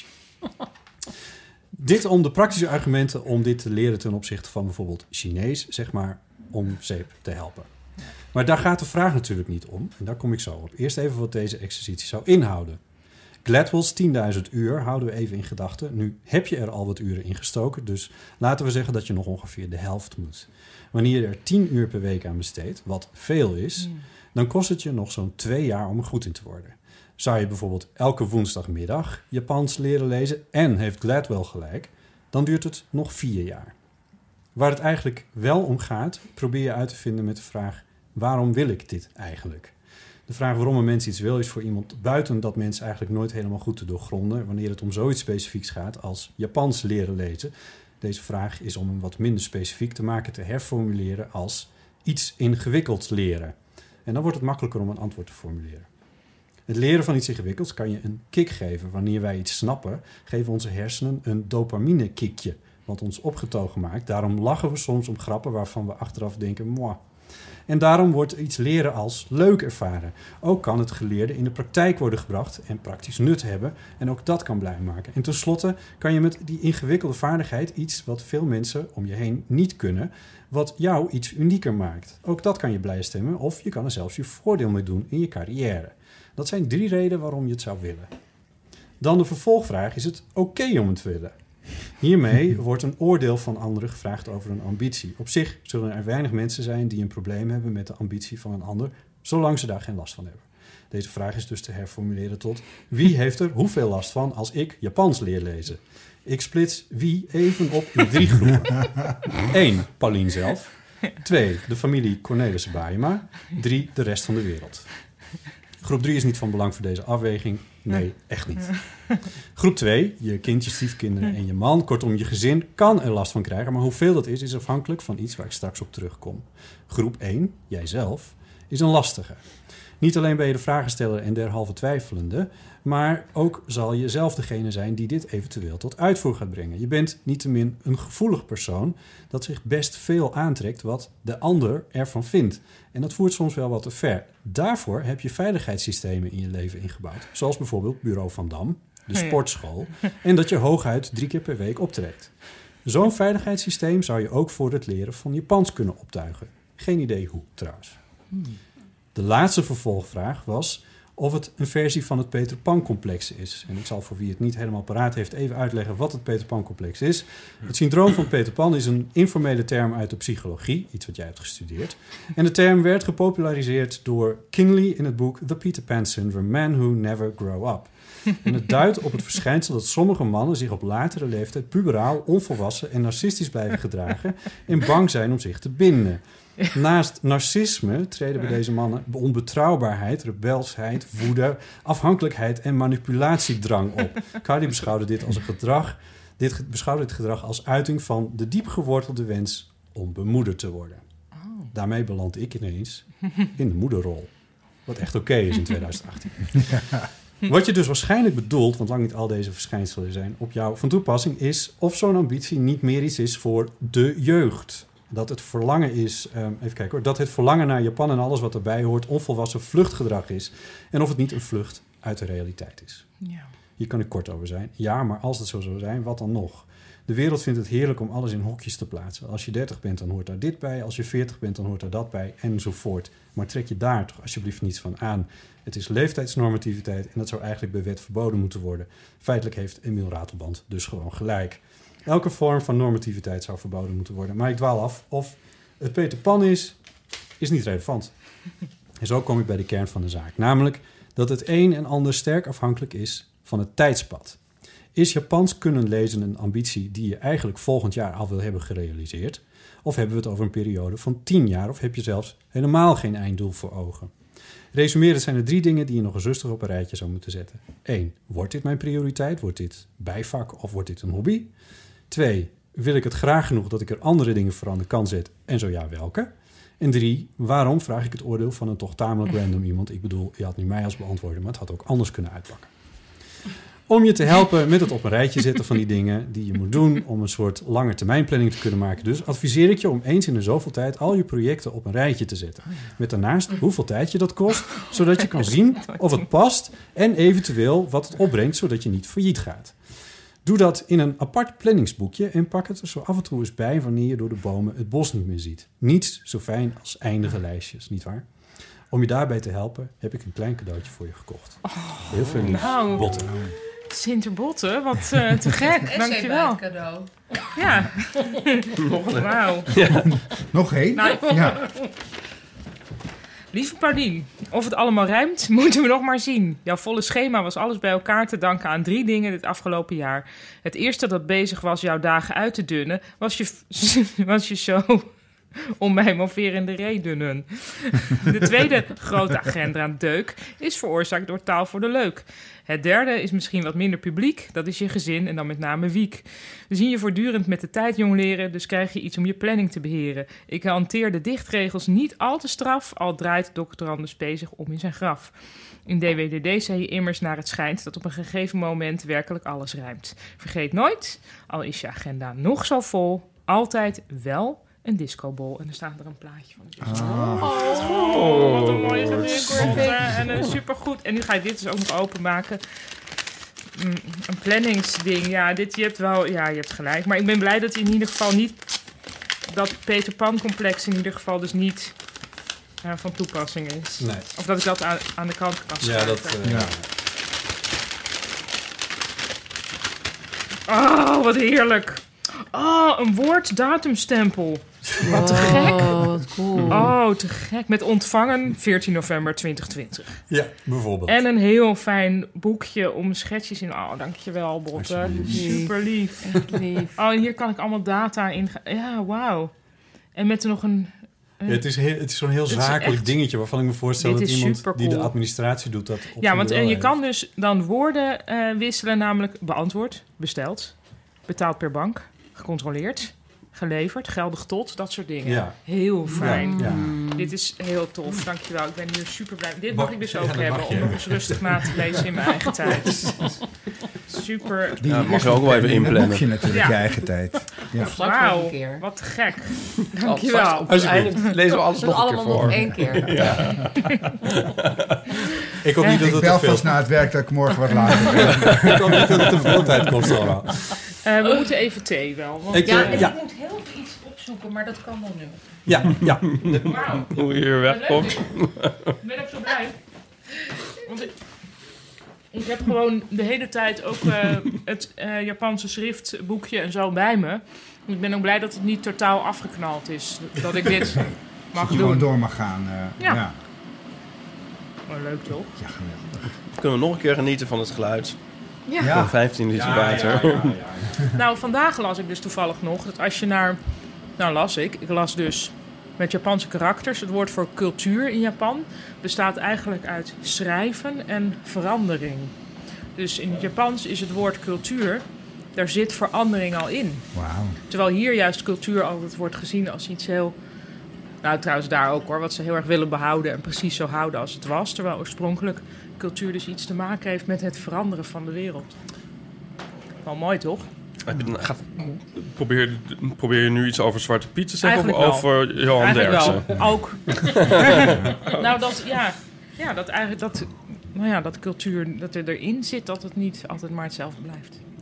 Dit om de praktische argumenten om dit te leren ten opzichte van bijvoorbeeld Chinees, zeg maar, om zeep te helpen. Maar daar gaat de vraag natuurlijk niet om, en daar kom ik zo op. Eerst even wat deze exercitie zou inhouden. Gladwell's tienduizend uur houden we even in gedachten. Nu heb je er al wat uren in gestoken, dus laten we zeggen dat je nog ongeveer de helft moet. Wanneer je er tien uur per week aan besteedt, wat veel is, mm. dan kost het je nog zo'n twee jaar om er goed in te worden. Zou je bijvoorbeeld elke woensdagmiddag Japans leren lezen en heeft Gladwell gelijk, dan duurt het nog vier jaar. Waar het eigenlijk wel om gaat, probeer je uit te vinden met de vraag, waarom wil ik dit eigenlijk? De vraag waarom een mens iets wil is voor iemand buiten dat mens eigenlijk nooit helemaal goed te doorgronden wanneer het om zoiets specifieks gaat als Japans leren lezen. Deze vraag is om hem wat minder specifiek te maken te herformuleren als iets ingewikkelds leren. En dan wordt het makkelijker om een antwoord te formuleren. Het leren van iets ingewikkelds kan je een kick geven. Wanneer wij iets snappen, geven onze hersenen een dopamine-kickje, wat ons opgetogen maakt. Daarom lachen we soms om grappen waarvan we achteraf denken, moi. En daarom wordt iets leren als leuk ervaren. Ook kan het geleerde in de praktijk worden gebracht en praktisch nut hebben. En ook dat kan blij maken. En tenslotte kan je met die ingewikkelde vaardigheid iets wat veel mensen om je heen niet kunnen, wat jou iets unieker maakt. Ook dat kan je blij stemmen of je kan er zelfs je voordeel mee doen in je carrière. Dat zijn drie redenen waarom je het zou willen. Dan de vervolgvraag, is het oké okay om het te willen? Hiermee wordt een oordeel van anderen gevraagd over een ambitie. Op zich zullen er weinig mensen zijn die een probleem hebben met de ambitie van een ander, zolang ze daar geen last van hebben. Deze vraag is dus te herformuleren tot, wie heeft er hoeveel last van als ik Japans leer lezen? Ik splits wie even op in drie groepen. Eén, Paulien zelf. Twee, de familie Cornelissen Baayema. Drie, de rest van de wereld. Groep drie is niet van belang voor deze afweging. Nee, echt niet. Groep twee, je kindje, stiefkinderen en je man. Kortom, je gezin kan er last van krijgen. Maar hoeveel dat is, is afhankelijk van iets waar ik straks op terugkom. Groep één, jijzelf, is een lastige. Niet alleen ben je de vragensteller en derhalve twijfelende, maar ook zal je zelf degene zijn die dit eventueel tot uitvoer gaat brengen. Je bent niettemin een gevoelig persoon dat zich best veel aantrekt wat de ander ervan vindt. En dat voert soms wel wat te ver. Daarvoor heb je veiligheidssystemen in je leven ingebouwd. Zoals bijvoorbeeld Bureau van Dam, de sportschool, en dat je hooguit drie keer per week optrekt. Zo'n veiligheidssysteem zou je ook voor het leren van Japans kunnen optuigen. Geen idee hoe, trouwens. De laatste vervolgvraag was of het een versie van het Peter Pan-complex is. En ik zal voor wie het niet helemaal paraat heeft even uitleggen wat het Peter Pan-complex is. Het syndroom van Peter Pan is een informele term uit de psychologie, iets wat jij hebt gestudeerd. En de term werd gepopulariseerd door Kinley in het boek The Peter Pan Syndrome, Man Who Never Grow Up. En het duidt op het verschijnsel dat sommige mannen zich op latere leeftijd puberaal, onvolwassen en narcistisch blijven gedragen en bang zijn om zich te binden. Naast narcisme treden bij deze mannen onbetrouwbaarheid, rebelsheid, woede, afhankelijkheid en manipulatiedrang op. Cardi beschouwde dit als een gedrag, dit beschouwde dit gedrag als uiting van de diep gewortelde wens om bemoederd te worden. Oh. Daarmee beland ik ineens in de moederrol. Wat echt oké is in twintig achttien. Wat je dus waarschijnlijk bedoelt, want lang niet al deze verschijnselen zijn op jou van toepassing, is of zo'n ambitie niet meer iets is voor de jeugd. Dat het verlangen is, um, even kijken hoor, dat het verlangen naar Japan en alles wat erbij hoort onvolwassen vluchtgedrag is. En of het niet een vlucht uit de realiteit is. Ja. Hier kan ik kort over zijn. Ja, maar als het zo zou zijn, wat dan nog? De wereld vindt het heerlijk om alles in hokjes te plaatsen. Als je dertig bent, dan hoort daar dit bij. Als je veertig bent, dan hoort daar dat bij. Enzovoort. Maar trek je daar toch alsjeblieft niets van aan. Het is leeftijdsnormativiteit en dat zou eigenlijk bij wet verboden moeten worden. Feitelijk heeft Emiel Ratelband dus gewoon gelijk. Elke vorm van normativiteit zou verboden moeten worden. Maar ik dwaal af. Of het Peter Pan is, is niet relevant. En zo kom ik bij de kern van de zaak. Namelijk dat het een en ander sterk afhankelijk is van het tijdspad. Is Japans kunnen lezen een ambitie die je eigenlijk volgend jaar al wil hebben gerealiseerd? Of hebben we het over een periode van tien jaar? Of heb je zelfs helemaal geen einddoel voor ogen? Resumerend zijn er drie dingen die je nog eens rustig op een rijtje zou moeten zetten. Eén, wordt dit mijn prioriteit? Wordt dit bijvak of wordt dit een hobby? Twee, wil ik het graag genoeg dat ik er andere dingen voor aan de kant zet? En zo ja, welke? En drie, waarom vraag ik het oordeel van een toch tamelijk random iemand? Ik bedoel, je had nu mij als beantwoorder, maar het had ook anders kunnen uitpakken. Om je te helpen met het op een rijtje zetten van die dingen die je moet doen om een soort lange termijn planning te kunnen maken. Dus adviseer ik je om eens in de zoveel tijd al je projecten op een rijtje te zetten. Met daarnaast hoeveel tijd je dat kost, zodat je kan zien of het past en eventueel wat het opbrengt, zodat je niet failliet gaat. Doe dat in een apart planningsboekje en pak het er zo af en toe eens bij wanneer je door de bomen het bos niet meer ziet. Niets zo fijn als eindige lijstjes, nietwaar? Om je daarbij te helpen heb ik een klein cadeautje voor je gekocht. Heel veel liefs. Nou, Botte. Sinterbotte, wat uh, te gek. Dankjewel. Cadeau. Ja. Nog een. Wauw. Ja. Nog één? Nou, Ja. Lieve Paulien, of het allemaal rijmt, moeten we nog maar zien. Jouw volle schema was alles bij elkaar te danken aan drie dingen dit afgelopen jaar. Het eerste dat bezig was jouw dagen uit te dunnen, was je, was je show om mij moverende redenen. De tweede grote agenda deuk is veroorzaakt door Taal voor de Leuk. Het derde is misschien wat minder publiek, dat is je gezin en dan met name Wiek. We zien je voortdurend met de tijd jongleren, dus krijg je iets om je planning te beheren. Ik hanteer de dichtregels niet al te straf, al draait dokter Anders bezig om in zijn graf. In D W D D zei je immers naar het schijnt dat op een gegeven moment werkelijk alles rijmt. Vergeet nooit, al is je agenda nog zo vol, altijd wel een discobol. En er staat er een plaatje van. Ah. Oh, oh, wat een mooie gedicht. En een supergoed. En nu ga je dit dus ook nog openmaken. Mm, een planningsding. Ja, dit, je hebt wel, ja, je hebt gelijk. Maar ik ben blij dat hij in ieder geval niet, dat Peter Pan complex in ieder geval dus niet uh, van toepassing is. Nee. Of dat ik dat aan, aan de kant kan schrijven. Ja, dat... Uh, Ja. Oh, wat heerlijk. Oh, een woorddatumstempel. Wat te gek. Oh, wat cool. Oh, te gek. Met ontvangen veertien november tweeduizend twintig. Ja, bijvoorbeeld. En een heel fijn boekje om schetsjes in. Oh, dankjewel, Botte. Super lief. Echt lief. Oh, en hier kan ik allemaal data in. Ja, wauw. En met er nog een... een Ja, het is, heel, het is zo'n heel Het is zakelijk echt- dingetje waarvan ik me voorstel Dit dat is iemand supercool. die de administratie doet dat op ja, zijn want en bureau je heeft. kan dus dan woorden uh, wisselen, namelijk beantwoord, besteld, betaald per bank, gecontroleerd, geleverd, geldig tot, dat soort dingen. Ja. Heel fijn. Ja. Dit is heel tof, dankjewel. Ik ben hier super blij. Dit Mag- mag ik dus ja, ook dat hebben, mag je om nog hebben. eens rustig na te lezen in mijn eigen tijd. Super. Die Ja, mag eerste je ook wel even planning, inplannen. Dat mocht je natuurlijk, Ja. je eigen tijd. Ja. Straks nog een Wauw, keer. wat te gek. Straks Dankjewel. op het einde lezen we alles Doe nog een keer allemaal nog voor. één keer. Ik hoop niet dat Ik het bel te veel... vast naar het werk dat ik morgen wat later ben. Ik hoop niet dat het te veel tijd kost allemaal. Uh, we moeten even thee wel. Want, Ik, Ja, eh, en ja. ik moet heel veel iets opzoeken, maar dat kan dan nu. Ja, ja. wauw. Hoe je hier wegkomt. Ik ben ook zo blij. Want ik, ik heb gewoon de hele tijd ook uh, het uh, Japanse schriftboekje en zo bij me. Ik ben ook blij dat het niet totaal afgeknald is. Dat ik dit mag Dat je gewoon doen. door mag gaan. eh, Ja. ja. Oh, leuk toch? Ja, geweldig. Kunnen we nog een keer genieten van het geluid Ja. Ja. van vijftien liter water. Nou, vandaag las ik dus toevallig nog dat als je naar... Nou, las ik. Ik las dus met Japanse karakters. Het woord voor cultuur in Japan bestaat eigenlijk uit schrijven en verandering. Dus in het Japans is het woord cultuur, daar zit verandering al in. Wauw. Terwijl hier juist cultuur altijd wordt gezien als iets heel... Nou, trouwens daar ook hoor, wat ze heel erg willen behouden en precies zo houden als het was. Terwijl oorspronkelijk cultuur dus iets te maken heeft met het veranderen van de wereld. Wel mooi, toch? Heb je- gaat- Probeer, probeer je nu iets over Zwarte Piet te zeggen of Eigenlijk wel. over Johan Eigenlijk Derksen? wel, ook. Nou, dat, ja, ja, dat eigenlijk dat, nou ja, dat cultuur, dat er erin zit, dat het niet altijd maar hetzelfde blijft.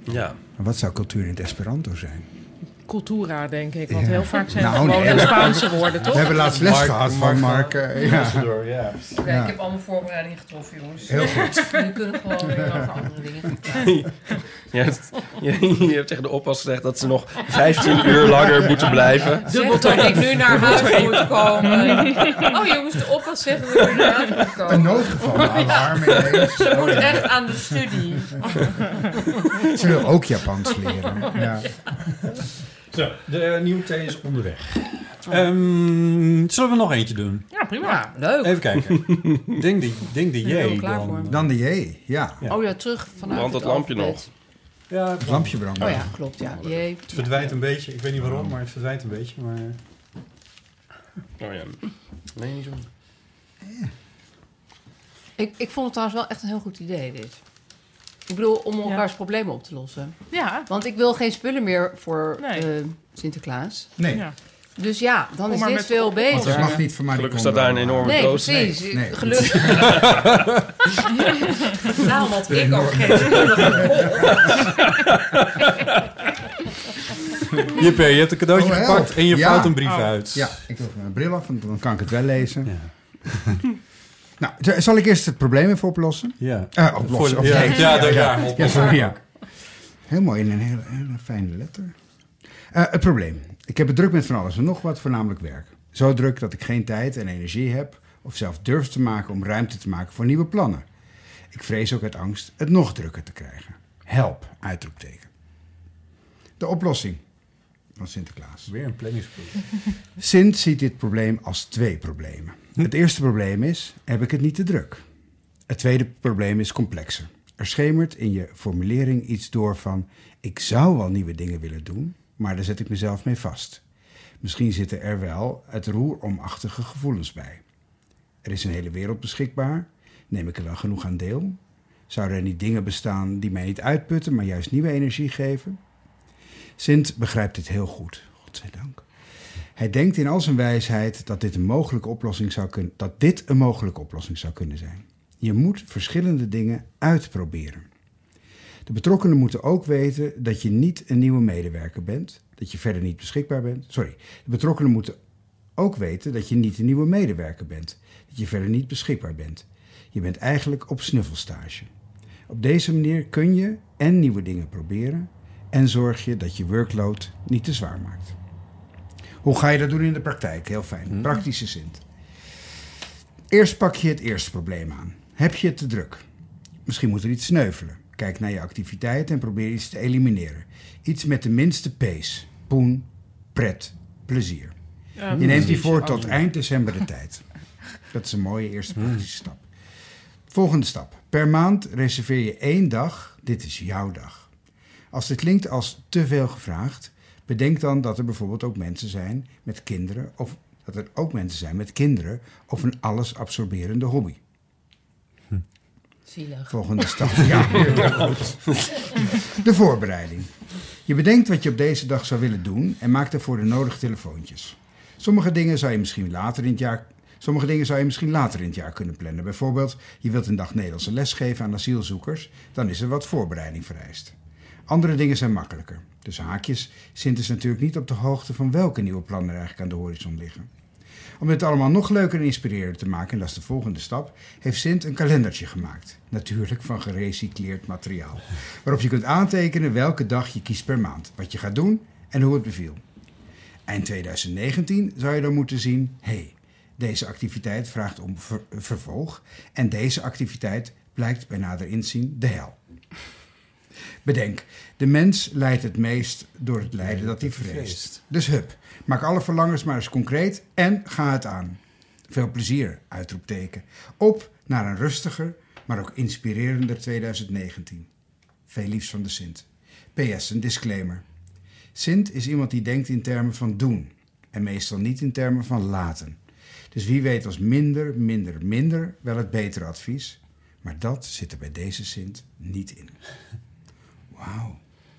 Ja. Maar wat zou cultuur in het Esperanto zijn? Cultura, denk ik. Want Ja. heel vaak zijn Nou, het gewoon nee, de we- Spaanse woorden, toch? We hebben laatst les Mark- gehad van Mark. Mark- eh, ja. Door, ja. Oké, Ja. ik heb allemaal voorbereidingen getroffen, jongens. Heel goed. Nu kunnen we gewoon weer over andere dingen gaan. Je hebt, je, je hebt tegen de oppas gezegd dat ze nog vijftien uur langer moeten blijven. Zeg dat ik nu naar huis moet komen. Oh jongens, de oppas zegt dat ik nu naar huis moet komen. Een noodgeval, alarm ineens. Ze moet Oh, ja. echt aan de studie. Ze wil ook Japans leren. Ja. Zo, de nieuwe thee is onderweg. Um, zullen we nog eentje doen? Ja, prima. Ja, leuk. Even kijken. Ding de, ding de Ben je er J. wel klaar Dan, voor? Dan de J, ja. Ja. Oh ja, terug vanuit Want het dat lampje alfabet. Ja, Het lampje brandt. Oh ja, klopt, ja. Jee. het verdwijnt een beetje. Ik weet niet waarom, maar het verdwijnt een beetje. Maar... Oh ja. Nee, niet zo. Ik, ik vond het trouwens wel echt een heel goed idee, dit. Ik bedoel, om elkaars problemen op te lossen. Ja. Want ik wil geen spullen meer voor Nee. eh, Sinterklaas. Nee, Ja. Dus ja, dan Kom is maar dit met veel op- want beter. dat mag niet van Marie Gelukkig Kondo. staat daar een enorme Nee, doos. precies. Nee, nee. Gelukkig. Daarom had ik ook geen spullen Jippe, je hebt een cadeautje Oh, help. gepakt en je Ja. vouwt een brief Oh. uit. Ja, ik doe even mijn bril af, want dan kan ik het wel lezen. Ja. Nou, z- zal ik eerst het probleem even oplossen? Ja. Eh, oplossen. Voor- of ja, nee. ja, ja, ja, Ja, oplossen. sorry, ja. Heel mooi, in een hele, hele fijne letter. Eh, het probleem. Ik heb het druk met van alles en nog wat, voornamelijk werk. Zo druk dat ik geen tijd en energie heb of zelf durf te maken om ruimte te maken voor nieuwe plannen. Ik vrees ook uit angst het nog drukker te krijgen. Help, uitroepteken. De oplossing van Sinterklaas. Weer een planningsproef. Sint ziet dit probleem als twee problemen. Het eerste probleem is, heb ik het niet te druk? Het tweede probleem is complexer. Er schemert in je formulering iets door van, ik zou wel nieuwe dingen willen doen, maar daar zet ik mezelf mee vast. Misschien zitten er wel het roeromachtige gevoelens bij. Er is een hele wereld beschikbaar. Neem ik er wel genoeg aan deel? Zouden er niet dingen bestaan die mij niet uitputten, maar juist nieuwe energie geven? Sint begrijpt dit heel goed, godzijdank. Hij denkt in al zijn wijsheid dat dit een mogelijke oplossing zou kunnen, dat dit een mogelijke oplossing zou kunnen zijn. Je moet verschillende dingen uitproberen. De betrokkenen moeten ook weten dat je niet een nieuwe medewerker bent, dat je verder niet beschikbaar bent. Sorry, de betrokkenen moeten ook weten dat je niet een nieuwe medewerker bent, dat je verder niet beschikbaar bent. Je bent eigenlijk op snuffelstage. Op deze manier kun je en nieuwe dingen proberen en zorg je dat je workload niet te zwaar maakt. Hoe ga je dat doen in de praktijk? Heel fijn. Praktische Sint. Eerst pak je het eerste probleem aan. Heb je het te druk? Misschien moet er iets sneuvelen. Kijk naar je activiteit en probeer iets te elimineren. Iets met de minste pace. Poen, pret, plezier. Ja, Je neemt precies. hiervoor tot eind december de tijd. Dat is een mooie eerste praktische stap. Volgende stap. Per maand reserveer je één dag. Dit is jouw dag. Als dit klinkt als te veel gevraagd, bedenk dan dat er bijvoorbeeld ook mensen zijn met kinderen of dat er ook mensen zijn met kinderen of een alles absorberende hobby. Zielig. Volgende stap. Ja, heel goed. De voorbereiding. Je bedenkt wat je op deze dag zou willen doen en maakt daarvoor de nodige telefoontjes. Sommige dingen zou je misschien later in het jaar, sommige dingen zou je misschien later in het jaar kunnen plannen. Bijvoorbeeld, je wilt een dag Nederlandse les geven aan asielzoekers, dan is er wat voorbereiding vereist. Andere dingen zijn makkelijker. Dus haakjes, Sint is natuurlijk niet op de hoogte van welke nieuwe plannen er eigenlijk aan de horizon liggen. Om dit allemaal nog leuker en inspirerender te maken, en dat is de volgende stap, heeft Sint een kalendertje gemaakt. Natuurlijk van gerecycleerd materiaal. Waarop je kunt aantekenen welke dag je kiest per maand, wat je gaat doen en hoe het beviel. Eind twintig negentien zou je dan moeten zien, hé, hey, deze activiteit vraagt om ver- vervolg en deze activiteit blijkt bij nader inzien de hel. Bedenk, de mens lijdt het meest door het lijden dat hij vreest. Dus hup, maak alle verlangens maar eens concreet en ga het aan. Veel plezier, uitroepteken. Op naar een rustiger, maar ook inspirerender twintig negentien. Veel liefs van de Sint. P S, een disclaimer. Sint is iemand die denkt in termen van doen en meestal niet in termen van laten. Dus wie weet was minder, minder, minder wel het betere advies. Maar dat zit er bij deze Sint niet in. Wauw.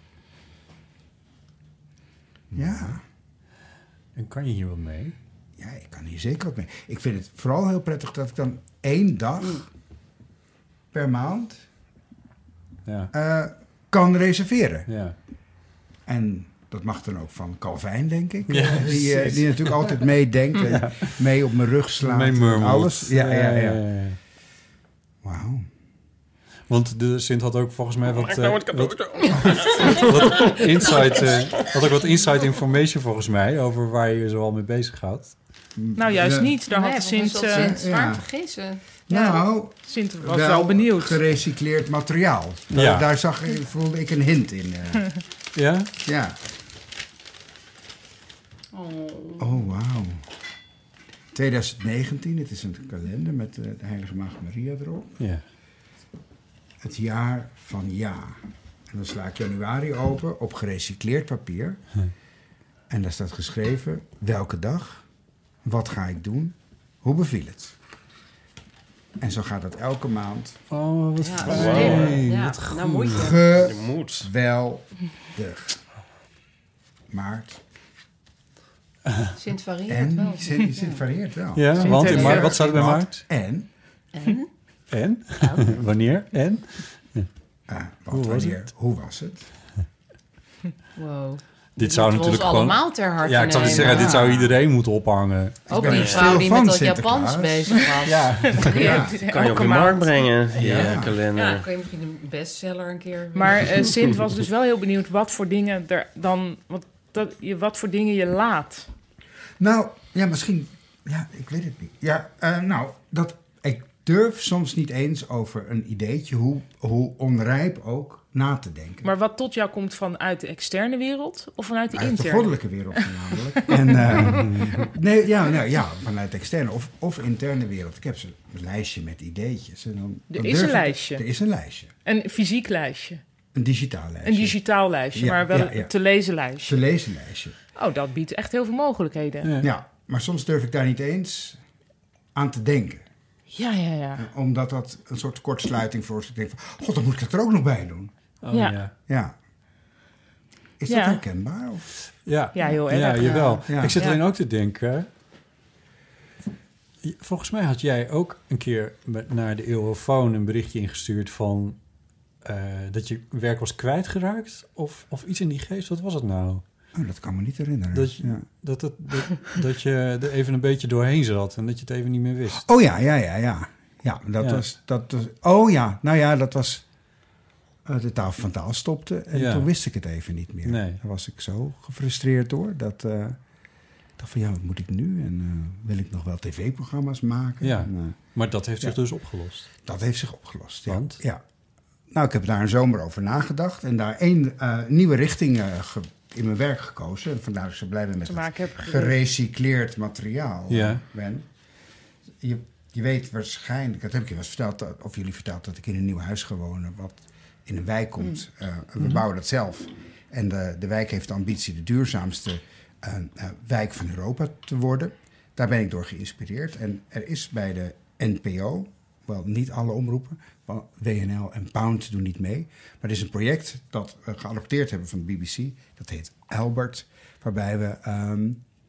Ja. En kan je hier wat mee? Ja, ik kan hier zeker wat mee. Ik vind het vooral heel prettig dat ik dan één dag per maand Ja. uh, kan reserveren. Ja. En dat mag dan ook van Calvijn, denk ik. Ja, uh, die, uh, die natuurlijk altijd meedenkt en Ja. mee op mijn rug slaat. Mee murmelt. Alles. Ja, ja, ja. ja, ja. Wauw. Want de Sint had ook volgens mij wat, Maak uh, nou het wat, cadeautje. wat insight, uh, had ook wat inside information volgens mij over waar je je zoal mee bezig gaat. Nou, juist Ja. niet. Daar Nee, had de volgens Sint... mij eh, zat Sint ja. zwaar te gissen. Nou, Sint was wel, benieuwd. gerecycleerd materiaal. Ja. Daar, daar zag, ik- voelde ik een hint in. uh. Ja? ja. Oh. Oh, wauw. twintig negentien, het is een kalender met uh, de Heilige Maagd Maria erop. Ja. Het jaar van ja. En dan sla ik januari open op gerecycleerd papier. Hm. En daar staat geschreven welke dag, wat ga ik doen, hoe beviel het. En zo gaat dat elke maand. Oh, wat Ja, fijn. ja. Wat goed. Nou moet je. Je moet. Geweldig. Maart. Sint varieert En wel. Sint, Sint varieert wel. Ja, Sint want in heeft maart, er- wat staat er bij Wat? maart? En, En? En? Wanneer? En? ah, wat, Hoe was wanneer, het? hoe was het? Wow. Dit zou moeten we natuurlijk ons gewoon... allemaal ter harte Ja, ik zou nemen. zeggen, dit zou Ja. iedereen moeten ophangen. Ook ben die er vrouw stil die van, met dat Sinterklaas. Japans bezig was. Ja. Ja. Kan je op de markt brengen, je Ja. kalender. Ja, kun je misschien een bestseller een keer... Maar eh, Sint was dus wel heel benieuwd wat voor dingen er dan... Wat, dat, je, wat voor dingen je laat. Nou, ja, misschien... Ja, ik weet het niet. Ja, eh, nou, dat, ik durf soms niet eens over een ideetje, hoe, hoe onrijp ook, na te denken. Maar wat tot jou komt vanuit de externe wereld of vanuit de Uit de interne? goddelijke wereld namelijk. En, eh, nee, ja, nou, ja, vanuit de externe of, of interne wereld. Ik heb zo'n lijstje met ideetjes. En dan, Er dan is durf een ik- lijstje. Er is een lijstje. Een fysiek lijstje. Een digitaal lijstje. Een digitaal lijstje, Ja, maar wel ja, ja. een te lezen lijstje. Te lezen lijstje. Oh, dat biedt echt heel veel mogelijkheden. Ja, Ja. Ja, maar soms durf ik daar niet eens aan te denken. ja, ja. Omdat dat een soort kortsluiting voor is. Ik denk van, god, dan moet ik dat er ook nog bij doen. Oh, Ja. ja. Ja. Is Ja. dat herkenbaar? Of? Ja, Ja, heel erg. Ja, jawel. Ja. Ik zit Ja. alleen ook te denken... Volgens mij had jij ook een keer met- naar de Eeuwofoon een berichtje ingestuurd van... eh, dat je werk was kwijtgeraakt? Of, of iets in die geest? Wat was het nou? Oh, dat kan me niet herinneren. Dat je, Ja. dat, het, dat, dat je er even een beetje doorheen zat en dat je het even niet meer wist. Oh ja, ja, ja, ja. Ja, dat, Ja. Was, dat was... Oh ja, nou ja, dat was... eh, de tafel van taal stopte en Ja. toen wist ik het even niet meer. Nee. Daar was ik zo gefrustreerd door. Dat eh, ik dacht van, ja, wat moet ik nu? En eh, wil ik nog wel tv-programma's maken? Ja. En, eh, Maar dat heeft zich Ja. dus opgelost. dat heeft zich opgelost, ja. Want? Ja. Nou, ik heb daar een zomer over nagedacht en daar één eh, nieuwe richting eh, ge- in mijn werk gekozen. En vandaar dat ik zo blij ben met Te het maken heb gerecycleerd materiaal Ja. eh, ben. Je, je weet waarschijnlijk, dat heb ik je wel eens verteld, dat- of jullie verteld, dat ik in een nieuw huis ga wonen, wat in een wijk komt. Mm. Eh, we bouwen dat zelf. En de, de wijk heeft de ambitie de duurzaamste eh, eh, wijk van Europa te worden. Daar ben ik door geïnspireerd. En er is bij de N P O, wel niet alle omroepen, want W N L en Pound doen niet mee. Maar er is een project dat we geadopteerd hebben van de B B C. Dat heet Albert, waarbij we ehm,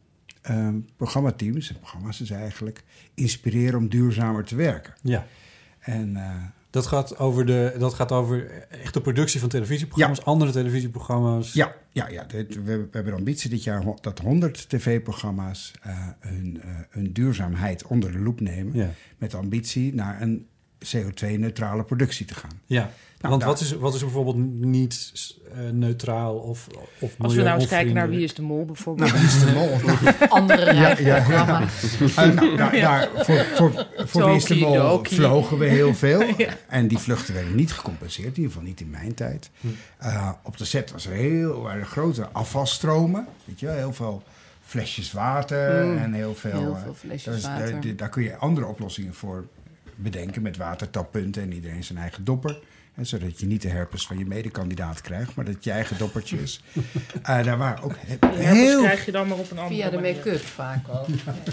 ehm, programmateams, en programma's dus eigenlijk, inspireren om duurzamer te werken. Ja. En eh, Dat gaat over de, dat gaat over echt de productie van televisieprogramma's, andere televisieprogramma's. ja, ja, ja dit- we, we hebben de ambitie dit jaar ho- dat honderd tv-programma's eh, hun, eh, hun duurzaamheid onder de loep nemen. Ja. Met de ambitie naar een C O twee neutrale productie te gaan. Ja. Nou, Want daar- wat is, wat is er bijvoorbeeld niet eh, neutraal of, of Als we nou eens kijken naar Wie milieuonvriendelijk? is de Mol bijvoorbeeld. Nou, Wie is de Mol? Andere rijprogramma. Uh, nou, daar, daar, voor voor, voor Wie is de Toki, Mol Doki. vlogen we heel veel. Ja. En die vluchten werden niet gecompenseerd. In ieder geval niet in mijn tijd. Uh, op de set was er heel waren grote afvalstromen. Weet je wel, heel veel flesjes water Mm. en heel veel... Heel eh, veel flesjes daar is- water. Daar, daar kun je andere oplossingen voor bedenken met watertappunten en iedereen zijn eigen dopper. Hè, zodat je niet de herpes van je medekandidaat krijgt, maar dat het je eigen doppertje is. Uh, daar waren ook he- Die herpes heel, krijg je dan maar op een andere Via de manier. make-up vaak wel.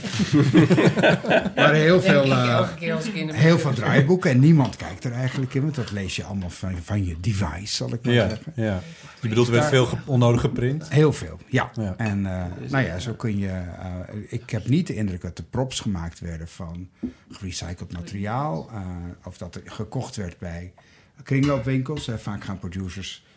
waren heel veel, Denk ik uh, elke keer als ik in de heel veel draaiboeken en niemand kijkt er eigenlijk in, want dat lees je allemaal van, van je device, zal ik maar Ja, zeggen. ja. Je bedoelt, er werd veel ge- onnodig geprint? Heel veel, ja. Ja. En uh, nou ja, zo kun je... Uh, ik heb niet de indruk dat er props gemaakt werden van gerecycled materiaal. Uh, of dat er gekocht werd bij kringloopwinkels. Uh, vaak gaan producers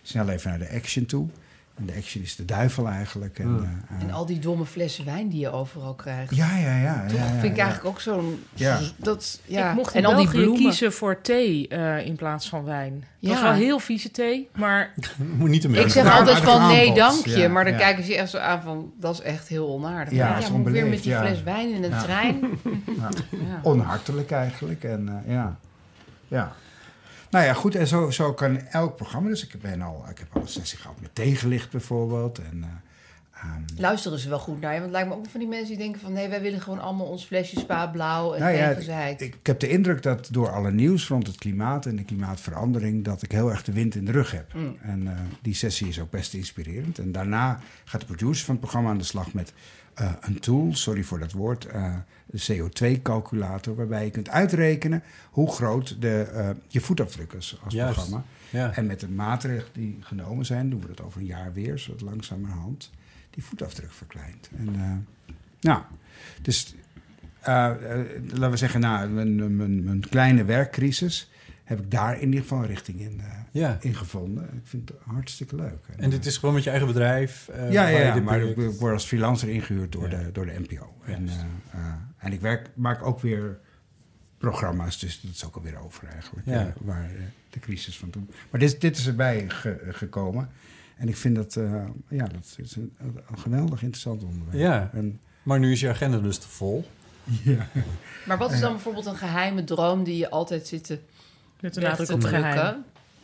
snel even naar de Action toe. En de Action is de duivel eigenlijk. En, Mm. uh, uh, En al die domme flessen wijn die je overal krijgt. ja, ja, ja. Toch ja, ja, vind ik ja. eigenlijk ook zo'n... Ja. Dat, ja. Ik mocht in en al die België bloemen. kiezen voor thee uh, in plaats van wijn. Dat Ja. was wel heel vieze thee, maar... Moet niet te Ik merken. zeg Ja, altijd uit van het nee, aanbod. dank je. Ja, Maar dan ja. kijken ze je echt zo aan van... dat is echt heel onaardig. Ja, Ja, dat is ja moet weer onbeleefd, met die ja. fles wijn in een Ja. trein. Ja. Ja. Onhartelijk eigenlijk. En uh, ja. ja. Nou ja, goed. En zo, zo kan elk programma. Dus ik, ben al, ik heb al een sessie gehad met tegenlicht bijvoorbeeld. En, uh, um, Luisteren ze wel goed naar je? Want het lijkt me ook van die mensen die denken van... nee, wij willen gewoon allemaal ons flesje Spa Blauw en nou geen ja, gezeik. ik, ik heb de indruk dat door alle nieuws rond het klimaat en de klimaatverandering... dat ik heel erg de wind in de rug heb. Mm. En uh, die sessie is ook best inspirerend. En daarna gaat de producer van het programma aan de slag met uh, een tool... sorry voor dat woord, uh, de C O twee calculator... waarbij je kunt uitrekenen hoe groot de, uh, je voetafdruk is als Juist. programma. Ja. En met de maatregelen die genomen zijn... doen we dat over een jaar weer, zodat langzamerhand die voetafdruk verkleint. En, uh, nou, dus uh, uh, laten we zeggen, na mijn, mijn, mijn kleine werkcrisis... heb ik daar in ieder geval een richting in, uh, Ja. in gevonden. Ik vind het hartstikke leuk. En dit is gewoon met je eigen bedrijf? Uh, ja, waar ja, je ja dit maar project- ik word als freelancer ingehuurd door, Ja. de, door de N P O. En, Juist. uh, uh, en ik werk, maak ook weer programma's, dus dat is ook alweer over eigenlijk. Ja. uh, waar uh, de crisis van toen. Maar dit, dit is erbij ge, gekomen. En ik vind dat, uh, ja, dat is een, een geweldig interessant onderwerp. Ja. En, Maar nu is je agenda dus te vol. ja. Maar wat is dan bijvoorbeeld een geheime droom... die je altijd zit te, Met de weg nadruk te op drukken? geheim.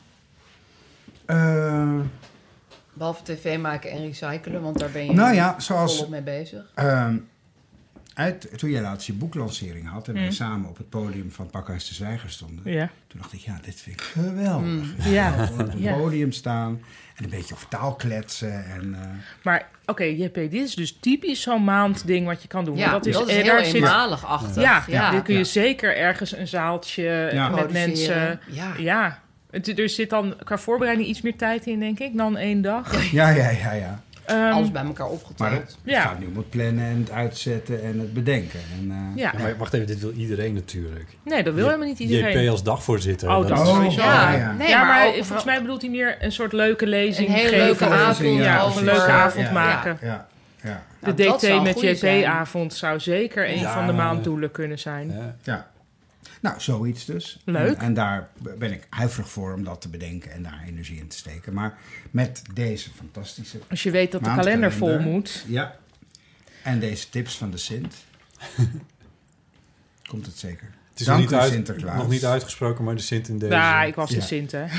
Uh, Behalve tv maken en recyclen, want daar ben je Nou ja, zoals- volop mee bezig. Um, uit, toen jij laatst je boeklancering had... en Mm. we samen op het podium van Pakhuis de Zwijger stonden... Ja. toen dacht ik, ja, dit vind ik geweldig. Mm. Ja. Gewoon op het Ja. podium staan en een beetje over taal kletsen. En, uh, Maar oké, okay, J P, dit is dus typisch zo'n maandding wat je kan doen. Ja, Want dat is eh, heel daar zit- eenmalig-achtig. Ja, Ja. dit kun je Ja. zeker ergens een zaaltje Ja. met Produceren. mensen... Ja. Ja, het, er zit dan qua voorbereiding iets meer tijd in, denk ik, dan één dag. ja, ja, ja, ja. Ehm, Alles bij elkaar opgeteld. Maar het, het Ja. gaat nu om het plannen en het uitzetten en het bedenken. En, uh, ja. Ja, maar wacht even, dit wil iedereen natuurlijk. Nee, dat wil helemaal niet iedereen. J P als dagvoorzitter. Oh, dat is- sowieso. ja, Ja, ja. nee, ja, maar, maar ook volgens mij bedoelt hij meer een soort leuke lezing Een hele geven. leuke Of- avond Ja, of over- een leuke Ja, avond ja, maken. Ja, ja, Nou, De dat zou D een T met goeie zijn. J P-avond zou zeker een Ja. van de maanddoelen kunnen zijn. Ja. ja. Nou, zoiets dus. Leuk. En, en daar ben ik huiverig voor om dat te bedenken en daar energie in te steken. Maar met deze fantastische... Als je weet dat de maandkalender, kalender vol moet. Ja. En deze tips van de Sint. Komt het zeker. Het is Dank nog niet, u, uit, Sinterklaas. nog niet uitgesproken, maar de Sint in deze. Nou, ik was de Ja. Sint, hè.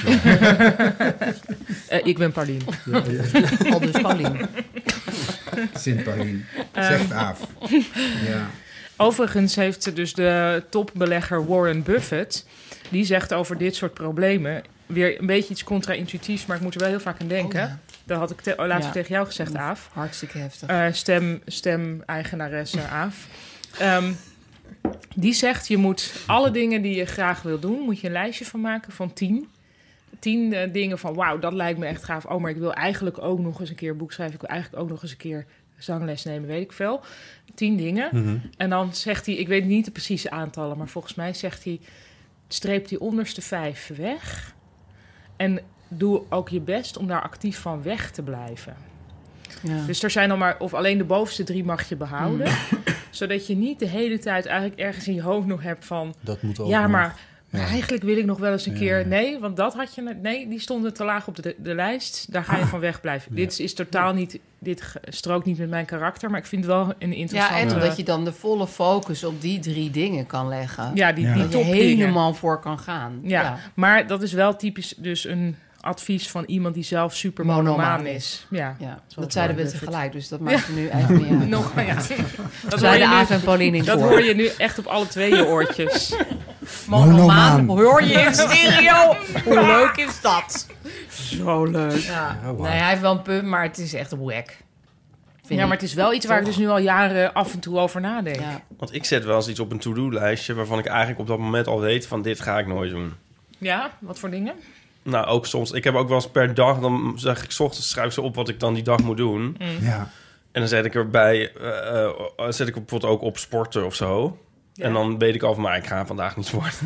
Eh, ik ben Paulien. Al dus Paulien. Sint Paulien. Ehm. Zegt af. Ja. Overigens heeft dus de topbelegger Warren Buffett... die zegt over dit soort problemen... weer een beetje iets contra-intuïtiefs... maar ik moet er wel heel vaak aan denken. Oh, ja. Dat had ik te- oh, laatst Ja. tegen jou gezegd, Aaf. Hartstikke heftig. Uh, stem, stem-eigenaresse Aaf. Um, die zegt, je moet alle dingen die je graag wil doen... moet je een lijstje van maken van tien. Tien uh, dingen van, wauw, dat lijkt me echt gaaf. Oh, maar ik wil eigenlijk ook nog eens een keer boek schrijven. Ik wil eigenlijk ook nog eens een keer zangles nemen, weet ik veel. Tien dingen. Mhm. En dan zegt hij, ik weet niet de precieze aantallen... maar volgens mij zegt hij, streep die onderste vijf weg... en doe ook je best om daar actief van weg te blijven. Ja. Dus er zijn dan maar... of alleen de bovenste drie mag je behouden... Mm. zodat je niet de hele tijd eigenlijk ergens in je hoofd nog hebt van... Dat moet ook ja, nog. maar, maar Ja. eigenlijk wil ik nog wel eens een Ja. keer... nee, want dat had je... net- nee, die stonden te laag op de, de lijst. Daar ga je van wegblijven. Ja. Dit is, is totaal niet... dit ge- strookt niet met mijn karakter... maar ik vind het wel een Ja, interessante... en omdat je dan de volle focus op die drie dingen kan leggen. Ja, die, Ja. die Dat je topdingen. helemaal voor kan gaan. Ja, maar dat is wel typisch dus een advies van iemand die zelf super monomaan Monomaan is. Ja, Ja, Zoals dat zeiden we Warren Buffett. tegelijk, dus dat maakt er nu eigenlijk niet uit. Nog, ja. Dat, hoor Zeiden je Aaf nu, en Paulien in dat koor. hoor je nu echt op alle twee je oortjes. Monomaan hoor je in stereo. Hoe leuk is dat? Zo leuk. Ja. Ja, wauw. Nee, hij heeft wel een punt, maar het is echt wack. Vind Ja, maar ik. het is wel iets waar ik Toch? dus nu al jaren af en toe over nadenk. Ja. Want ik zet wel eens iets op een to-do-lijstje... waarvan ik eigenlijk op dat moment al weet van dit ga ik nooit doen. Ja, wat voor dingen? Nou, ook soms. Ik heb ook wel eens per dag... dan zeg ik 's ochtends schrijf ik zo op wat ik dan die dag moet doen. Mm. Ja. En dan zet ik erbij... eh, eh, zet ik bijvoorbeeld ook op sporten of zo. Ja. En dan weet ik al van, maar ik ga vandaag niet sporten.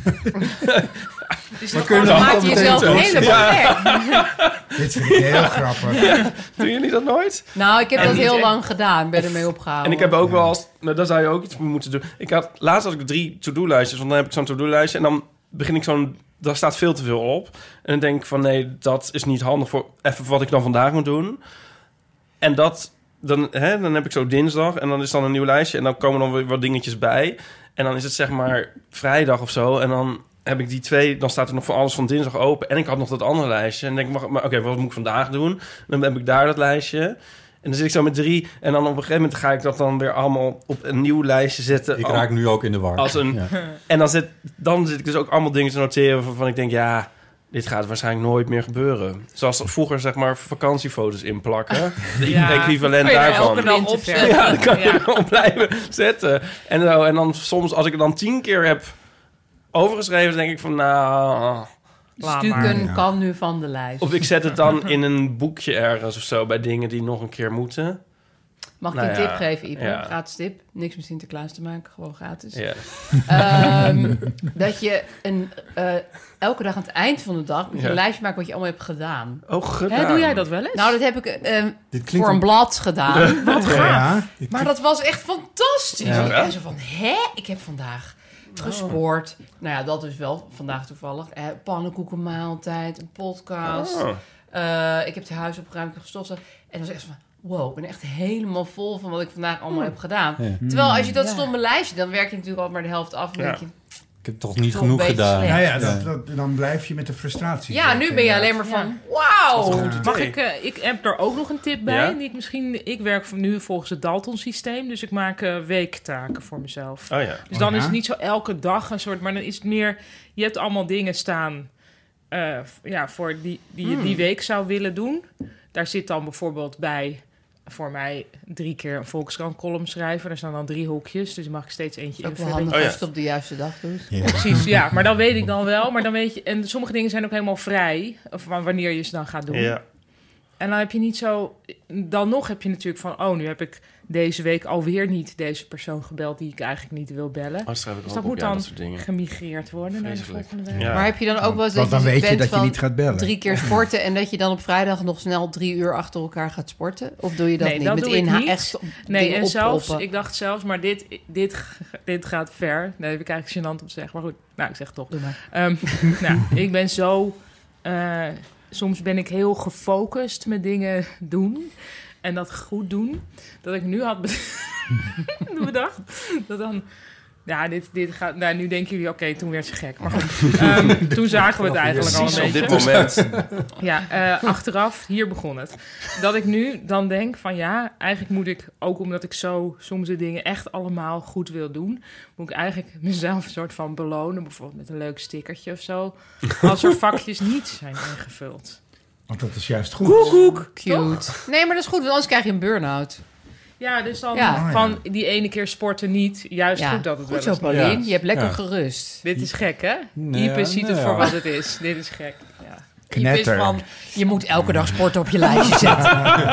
Dus Maar dan kun je gewoon- dan maak je jezelf helemaal gek. Dit vind ik heel grappig. Ja. Doen jullie dat nooit? Nou, ik heb En dat niet heel echt. lang gedaan. Ben ermee opgehouden. En ik heb ook wel eens... Nou, daar zou je ook iets voor moeten doen. Ik had, laatst had ik drie to-do-lijstjes. Want dan heb ik zo'n to-do-lijstje. En dan begin ik zo'n... Daar staat veel te veel op. En dan denk ik van... Nee, dat is niet handig voor even wat ik dan vandaag moet doen. En dat... Dan, hè, dan heb ik zo dinsdag. En dan is dan een nieuw lijstje. En dan komen dan weer wat dingetjes bij. En dan is het zeg maar vrijdag of zo. En dan heb ik die twee... Dan staat er nog voor alles van dinsdag open. En ik had nog dat andere lijstje. En dan denk ik, maar, oké, wat moet ik vandaag doen? Dan heb ik daar dat lijstje... En dan zit ik zo met drie. En dan op een gegeven moment ga ik dat dan weer allemaal op een nieuw lijstje zetten. Ik raak nu ook in de war. Als een, Ja. En dan zit, dan zit ik dus ook allemaal dingen te noteren waarvan ik denk... ja, dit gaat waarschijnlijk nooit meer gebeuren. Zoals vroeger zeg maar vakantiefoto's inplakken. De Ja. equivalent Kun je er daarvan. elke dag Winter opzetten. Ja, dan kan je Ja. erop blijven zetten. En, zo, en dan soms, als ik het dan tien keer heb overgeschreven... dan denk ik van, nou... Laat maar. Stukken Ja. kan nu van de lijst. Of ik zet het dan in een boekje ergens of zo... bij dingen die nog een keer moeten. Mag ik Nou een ja, tip geven, Ipe? ja. Gratis tip. Niks met Sinterklaas te maken, gewoon gratis. Ja. Ehm, dat je een, eh, elke dag aan het eind van de dag... moet je Ja. een lijstje maken wat je allemaal hebt gedaan. Oh, gedaan. Hè, doe jij dat wel eens? Nou, dat heb ik eh, Dit klinkt voor een blad gedaan. Wat gaaf. Ja. Maar dat was echt fantastisch. Ja. En zo van, hè? Ik heb vandaag gesport. Nou ja, dat is wel vandaag toevallig. Eh, pannenkoekenmaaltijd, een podcast. Oh. Eh, ik heb het huis opgeruimd, ik heb gestofzuigd. En dan was echt van, wow, ik ben echt helemaal vol van wat ik vandaag allemaal heb gedaan. Ja. Terwijl als je dat Ja. stomme lijstje, dan werk je natuurlijk al maar de helft af. En dan Ja. denk je, Ik heb toch niet Toch genoeg een beetje gedaan. slecht. Nou ja, dat, dat, dan blijf je met de frustratie. ja, nu ben je alleen maar van, wauw. Ja. Mag ik, eh, ik heb er ook nog een tip bij. Ja? Die ik, misschien, ik werk van nu volgens het Dalton-systeem. Dus ik maak eh, weektaken voor mezelf. Oh ja. Dus Oh, dan ja? is het niet zo elke dag een soort... Maar dan is het meer... Je hebt allemaal dingen staan... eh, f- ja, voor die, die je die week zou willen doen. Daar zit dan bijvoorbeeld bij... Voor mij drie keer een Volkskrant-column schrijven. Er staan dan drie hoekjes. Dus dan mag ik steeds eentje Ook wel invullen. handig Oh ja. als je het op de juiste dag doet. Ja. Precies, ja. Maar dan weet ik dan wel. Maar dan weet je... En sommige dingen zijn ook helemaal vrij. Of van wanneer je ze dan gaat doen. Ja. En dan heb je niet zo... Dan nog heb je natuurlijk van... Oh, nu heb ik deze week alweer niet deze persoon gebeld... die ik eigenlijk niet wil bellen. Oh, schrijf ik Dus ook dat op, moet ja, dan dat soort dingen. gemigreerd worden naar de Vreselijk. volgende week. Ja. Maar heb je dan ook wel eens Want dat dan je weet je bent dat je van niet gaat bellen. drie keer sporten... en dat je dan op vrijdag nog snel drie uur achter elkaar gaat sporten? Of doe je dat Nee, niet? dat Met doe ik inha- niet. echt Nee, dingen en zelfs... opproppen? Ik dacht zelfs, maar dit, dit, dit gaat ver. Dat heb ik eigenlijk gênant om te zeggen. Maar goed, nou, ik zeg het toch. Doe maar. Ehm, nou, ik ben zo... eh, soms ben ik heel gefocust met dingen doen. En dat goed doen. Dat ik nu had be- bedacht. Dat dan... Ja, dit, dit gaat... Nou, nu denken jullie, oké, toen werd ze gek. Maar goed, ehm, toen zagen we het eigenlijk al Precies een op beetje. dit moment. Ja, eh, achteraf, hier begon het. Dat ik nu dan denk van ja, eigenlijk moet ik, ook omdat ik zo soms de dingen echt allemaal goed wil doen, moet ik eigenlijk mezelf een soort van belonen, bijvoorbeeld met een leuk stickertje of zo, als er vakjes niet zijn ingevuld. Want dat is juist goed. Koekoek! Cute. Nee, maar dat is goed, want anders krijg je een burn-out. Ja, dus dan Ja. van die ene keer sporten niet, juist Ja, goed dat het goed zo, wel eens... Paulien. Ja. Je hebt lekker Ja. gerust. Dit is gek, hè? Nee, Ipe ziet het nee, voor ja. wat het is. Dit is gek, ja. Je wist Knetter. van, je moet elke dag sporten op je lijstje zetten.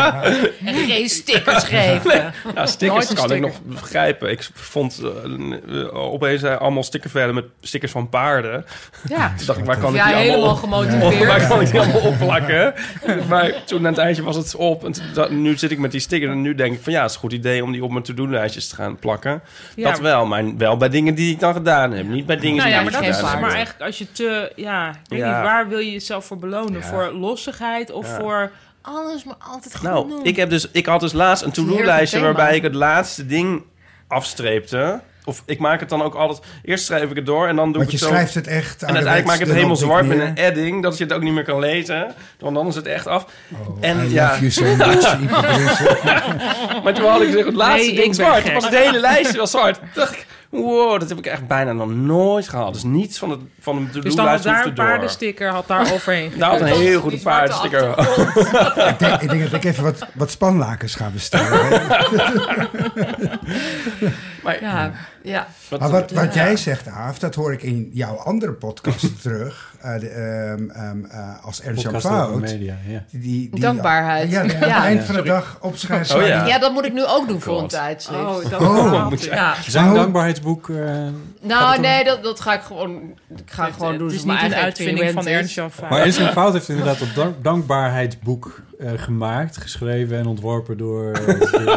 En geen stickers geven. Ja, stickers Nooit een kan sticker. ik nog begrijpen. Ik vond uh, uh, opeens uh, allemaal stickervellen met stickers van paarden. Ja, Toen dacht ik, waar kan Ja, ik die helemaal allemaal op, gemotiveerd. waar kan ik die allemaal opplakken? Maar toen aan het eindje was het op. En toen- dat- nu zit ik met die stickers en nu denk ik van ja, het is een goed idee om die op mijn to-do-lijstjes te gaan plakken. ja. Dat wel, maar wel bij dingen die ik dan gedaan heb. Niet bij dingen Nou die ja, ik maar niet dat is gedaan geen maar heb. eigenlijk als je te, ja, ik weet Ja. niet, waar wil je jezelf voor belonen? Ja. Voor lossigheid of Ja. voor alles maar altijd goed Nou, doen? ik, heb dus, ik had dus laatst een is een to-do-lijstje heerlijk waarbij thema. ik het laatste ding afstreepte. Of ik maak het dan ook altijd... Eerst schrijf ik het door en dan doe Want ik je het zo... schrijft het echt En uiteindelijk maak ik het helemaal ouderwets, zwart erop met dik een edding, dat je het ook niet meer kan lezen. Want dan is het echt af. neer. Oh, En I ja. love you so much, Ipe Driessen. Maar toen had ik zeg, het laatste Nee, ding ik ben zwart. gek. Toen was het hele lijstje was zwart. Toen dacht ik, wow, dat heb ik echt bijna nog nooit gehad. Dus niets van, het, van een dus dan had to-do-lijst daar hoefde een door. paardensticker had daar overheen. Daar had een gekund. heel goede Die zwarte paardensticker. ik, denk, ik denk dat ik even wat, wat spanlakens ga bestellen. Maar Ja. Ja. Maar wat, wat jij zegt, Aaf, dat hoor ik in jouw andere podcast terug. Uh, de, um, um, uh, als Ernst-Jan Podcast over Fout. media, ja. Die, die, Dankbaarheid. Ja, die aan Ja. het eind Ja. van de dag opschrijven. Oh, ja. Ja, dat moet ik nu ook doen voor God. een tijdschrift. Oh, dat Oh. moet je. Ja. Zijn Oh. dankbaarheidsboek... uh, gaat Nou, het nee, dat, dat ga ik gewoon, ik ga Het- gewoon doen. Het is zoals mijn niet een eigen uitvinding van experiment is. Ernst-Jan Fout. Maar Ernst-Jan Fout heeft inderdaad dat dank- dankbaarheidsboek uh, gemaakt, geschreven en ontworpen door... Uh,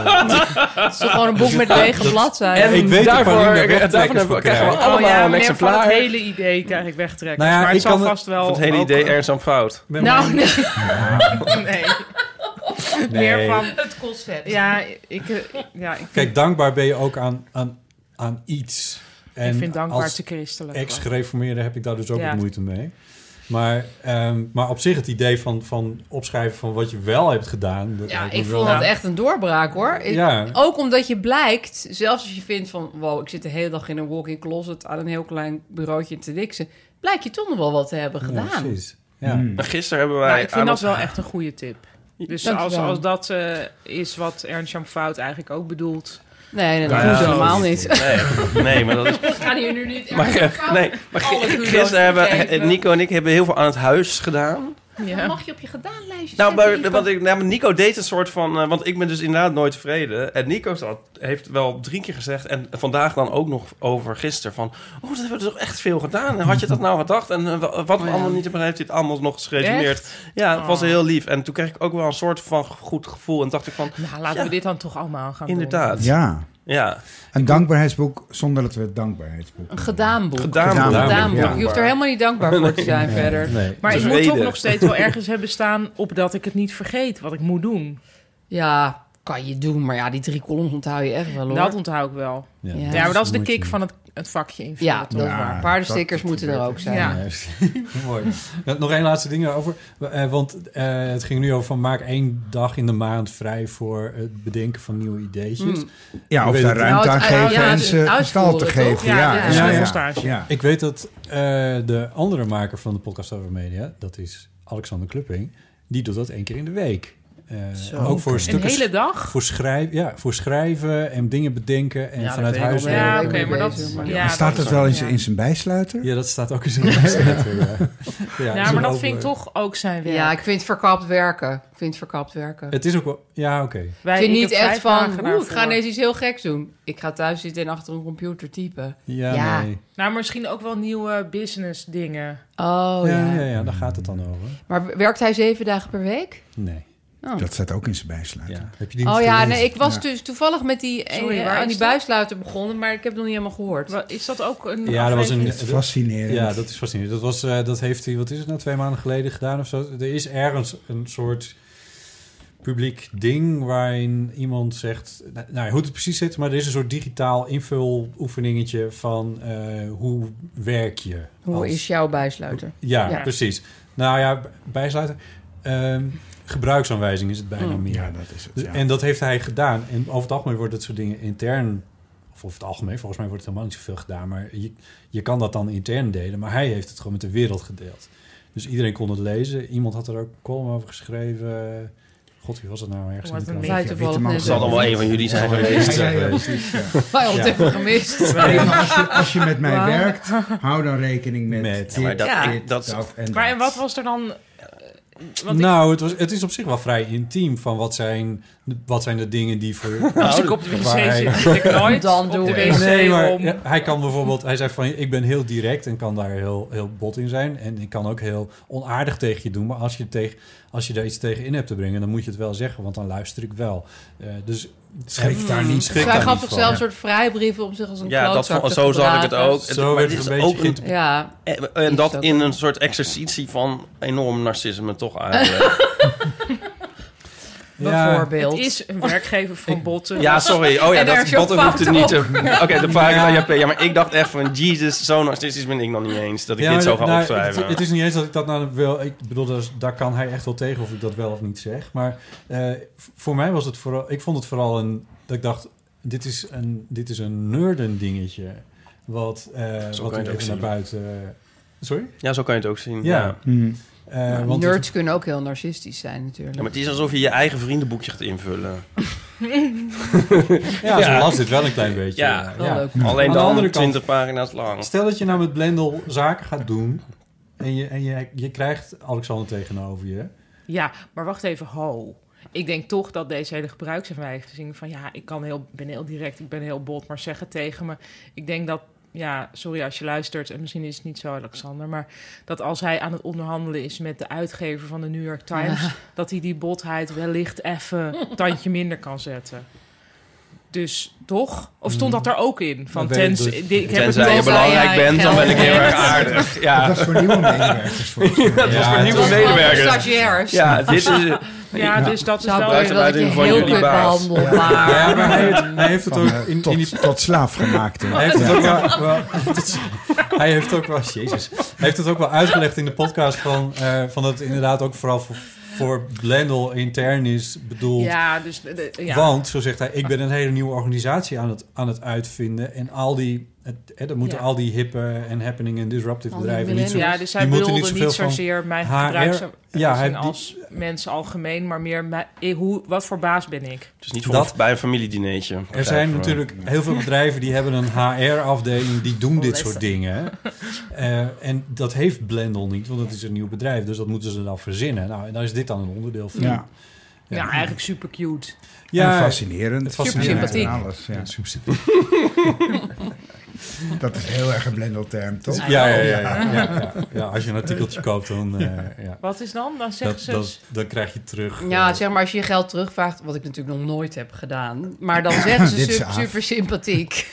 Het is toch gewoon een boek met lege bladzijden. En ik weet dat daarvoor, Paulien daar daarvoor wegtrekkers hebben we- voor krijgen we krijgt. allemaal oh ja, een meer van exemplaar. het hele idee krijg ik wegtrekken. Nou ja, maar het ik zal kan het- vast wel... Van het hele ook- idee Ernst-Jan Fout. Met Nou, mijn- nee. Nee. Nee. Meer van... Het concept. Ja, ik, eh, ja, ik, vind, Kijk, dankbaar ben je ook aan, aan, aan iets. En ik vind dankbaar als te christelijk. ex-gereformeerde heb ik daar dus ook Ja. wat moeite mee. Maar, um, maar op zich het idee van, van opschrijven van wat je wel hebt gedaan... Dat Ja, lijkt me ik wel- vond dat echt een doorbraak, hoor. Ik- Ja. Ook omdat je blijkt, zelfs als je vindt van... wow, ik zit de hele dag in een walk-in closet... aan een heel klein bureautje te diksen... blijkt je toch nog wel wat te hebben Ja, gedaan. precies. Ja. Hmm. Gisteren hebben wij... Nou, ik vind aan dat ons- wel echt een goede tip. Dus Dankjewel. als, als dat uh, is wat Ernst-Jan Fout eigenlijk ook bedoelt... Nee, nee, dat Nou doen ze ja, helemaal niet. Nee, nee, maar dat is... Ik ga hier nu niet... Maar, eh, nee, maar Alle gi- kudo's gisteren hebben geven. Nico en ik hebben heel veel aan het huis gedaan. Ja. Mag je op je gedaanlijstje Nou, zetten, maar, Ivo? want ik, nou, maar Nico deed een soort van... uh, want ik ben dus inderdaad nooit tevreden. En Nico zat, heeft wel drie keer gezegd... en vandaag dan ook nog over gisteren van... oh, dat hebben we toch echt veel gedaan. En had je dat nou gedacht? En uh, wat we Oh, ja. allemaal niet hebben... heeft hij het allemaal nog geresumeerd. Echt? Ja, het was Oh. heel lief. En toen kreeg ik ook wel een soort van goed gevoel. En dacht ik van... Nou, laten Ja. we dit dan toch allemaal gaan doen. inderdaad. Ja, Ja. een dankbaarheidsboek zonder dat we het dankbaarheidsboek... Een gedaanboek. Gedaan. Gedaanboek. Gedaanboek. Ja. Je hoeft er helemaal niet dankbaar voor te zijn Nee, verder. nee. Maar ik moet Tevreden. toch nog steeds wel ergens hebben staan... op dat ik het niet vergeet wat ik moet doen. Ja, kan je doen. Maar ja, die drie columns onthoud je echt wel, hoor. Dat onthoud ik wel. Ja, Ja. Ja, maar dat is de moeite. kick van het, het vakje invullen. Ja, toch? dat is Ja, waar. Paardenstickers dat- moeten er ook zijn. Ja. Juist. Mooi. Ja, nog één laatste ding daarover. Uh, want uh, het ging nu over van maak één dag in de maand vrij voor het bedenken van nieuwe ideetjes. Hmm. Ja, Je of weet daar het- ruimte Nou, aan het- geven ja, en het ze uitvoeren, stal te toch? geven. Ja, Ja, dit ja, is ja, een ja. verstage. Ja. Ik weet dat uh, de andere maker van de podcast over media, dat is Alexander Klupping, die doet dat één keer in de week. Uh, Zo, ook voor oké. stukken, Een hele dag? voor, schrijf, ja, voor schrijven en dingen bedenken en Ja, vanuit daar ben ik huis al werken. Ja, heel oké, erg maar mee dat... bezig, maar- ja, Maar staat dat het wel in ja. zijn, in zijn bijsluiter? Ja, dat staat ook in zijn bijzetter. Ja, ja, Ja, zo'n maar dat open- vind ik toch ook zijn werk. Ja, ik vind het verkapt werken. Ik vind het verkapt werken. Het is ook wel... Ja, oké. Okay. Wij, Ik vind ik niet heb echt vijf van, dagen oeh, ik daarvoor. ga ineens iets heel geks doen. Ik ga thuis zitten en achter een computer typen. Ja, Ja. nee. Nou, misschien ook wel nieuwe business dingen. Oh ja, ja. ja, ja, daar gaat het dan over. Maar werkt hij zeven dagen per week? Nee. Oh, Dat staat ook in zijn bijsluiter. Ja. Heb je die niet oh ja, gelezen? nee, ik was Ja. dus toevallig met die Sorry, eh, waar aan is die dat? buissluiter begonnen, maar ik heb het nog niet helemaal gehoord. Wat- Is dat ook een Ja, dat was een... Het is fascinerend. Ja, dat is fascinerend. Dat, was, uh, dat heeft hij, wat is het nou, twee maanden geleden gedaan of zo. Er is ergens een soort publiek ding waarin iemand zegt... Nou, nou, hoe het precies zit, maar er is een soort digitaal invuloefeningetje van uh, hoe werk je? Hoe als- is jouw buissluiter? Ja, Ja. precies. Nou ja, b- bijsluiten. Um, gebruiksaanwijzing is het bijna Mm. meer. Ja, dat is het. Dus- Ja. En dat heeft hij gedaan. En over het algemeen wordt dat soort dingen intern... Of over het algemeen, volgens mij wordt het helemaal niet zoveel gedaan. Maar je, je kan dat dan intern delen. Maar hij heeft het gewoon met de wereld gedeeld. Dus iedereen kon het lezen. Iemand had er ook een column over geschreven. God, wie was het nou ergens Wat in de een krant? Wij toevallig Witteman. net Het zal dan wel een van jullie zijn geweest. Ja, ja, ja, precies, ja. Wij hadden het Ja. even gemist. Nee, maar als, je, als je met mij Wauw. werkt, hou dan rekening met, Met. dit, Ja, maar dat- dit, ik- dat- dat en Maar en dat. wat was er dan... eh, Want ik, Nou, het, was, het is op zich wel vrij intiem van wat zijn, wat zijn de dingen die voor... als ik op de waar hij- wc zit, zit ik nooit Dan op doe de ik. wc Nee, maar om... ja, hij kan bijvoorbeeld... Hij zegt van, ik ben heel direct en kan daar heel, heel bot in zijn. En ik kan ook heel onaardig tegen je doen. Maar als je, tegen, als je daar iets tegen in hebt te brengen... dan moet je het wel zeggen, want dan luister ik wel. Uh, dus Schrik daar niet schrik Zij daar gaf niet zichzelf van. een soort vrijbrieven om zich als een Ja, dat, klootzak vond- te zo zag ik het gedragen. ook. Zo Maar werd het het is een ook beetje een, geïnter- Ja, en, en Is dat dat in ook. een soort exercitie van enorm narcisme toch eigenlijk. Ja, bijvoorbeeld. Het is een werkgever van botten. Ja, sorry. Oh ja, En daar dat is je botten fout hoeft het niet te... op. Oké, de vraag is Ja. aan J P. Ja, maar ik dacht echt van... Jesus, zo narcistisch ben ik nog niet eens. Dat ik Ja, dit zo maar ga nou, opschrijven. Het, het is niet eens dat ik dat nou wil... Ik bedoel, dat is- daar kan hij echt wel tegen of ik dat wel of niet zeg. Maar eh, v- voor mij was het vooral... Ik vond het vooral een... Dat ik dacht, dit is een, dit is een nerden dingetje. Wat, eh Zo wat kan je er het ook even naar zien. buiten... Sorry? Ja, zo kan je het ook zien. Ja. Ja. Hmm. Eh, Nou, want nerds kunnen ook heel narcistisch zijn natuurlijk. Ja, maar het is alsof je je eigen vriendenboekje gaat invullen. Ja, zo las dit wel een klein beetje. Ja, ja. leuk. Ja. Alleen Aan de dan andere twintig kant, pagina's lang. Stel dat je nou met Blendel zaken gaat doen en je, en je, je krijgt Alexander tegenover je. Ja, maar wacht even, ho. Ik denk toch dat deze hele gebruiksaanwijzing van... ja, ik kan heel, ben heel direct, ik ben heel bot, maar zeg het tegen me. Ik denk dat, ja, sorry als je luistert... en misschien is het niet zo, Alexander... maar dat als hij aan het onderhandelen is met de uitgever van de New York Times... Ja. dat hij die botheid wellicht even een tandje minder kan zetten. Dus toch? Of stond dat er ook in? Van Dat weet ik tens, dus. die- ik heb Tenzij het je wel- belangrijk hij bent, dan ben ik heel geld erg heeft. aardig. Ja, Dat is voor nieuwe medewerkers volgens mij. dat was voor Ja, nieuwe Dat is gewoon voor medewerkers. stagiairs. Ja, dit is... Ja, dus dat is Zou wel... ik willen dat je van heel jullie kut baas. behandeld, maar... Ja, maar hij heeft, hij heeft het Van, ook eh, in, tot, in die... tot slaaf gemaakt. hè. Hij heeft het ook wel, wel- het is- hij heeft ook wel, jezus, hij heeft het ook wel uitgelegd in de podcast van, eh, van dat het inderdaad ook vooral voor, voor Blendel intern is bedoeld. Ja, dus... de- de- ja. Want, zo zegt hij, ik ben een hele nieuwe organisatie aan het, aan het uitvinden. En al die, het, hè, dan moeten Ja. al die hippe en happening en disruptive Al die bedrijven niet zo... Ja, dus hij die moeten bedoelde niet niet, zoveel van zozeer mijn H R. gebruiksaanwijzing Ja, hij- die- als mensen algemeen, maar meer mij- ik- hoe, wat voor baas ben ik? Het is niet voor Dat- een- bij een familiedineetje. Er zijn natuurlijk heel veel bedrijven die hebben een H R-afdeling, die doen dit soort dingen. Uh, en dat heeft Blendel niet, want het is een nieuw bedrijf. Dus dat moeten ze dan verzinnen. Nou, en daar is dit dan een onderdeel van. Ja. Ja, eigenlijk super cute. Ja, en fascinerend. fascinerend. Super sympathiek. En alles, ja. Ja, super sympathiek. Dat is heel erg een Blendel-term, toch? Ja, ja, ja, ja, ja, ja. Ja, als je een artikeltje koopt, dan, uh, ja. Wat is dan? Dan zeggen dat, ze... dat, dan krijg je terug. Ja, uh, zeg maar als je je geld terugvraagt, wat ik natuurlijk nog nooit heb gedaan. Maar dan zeggen ze Dit is su- af. super sympathiek.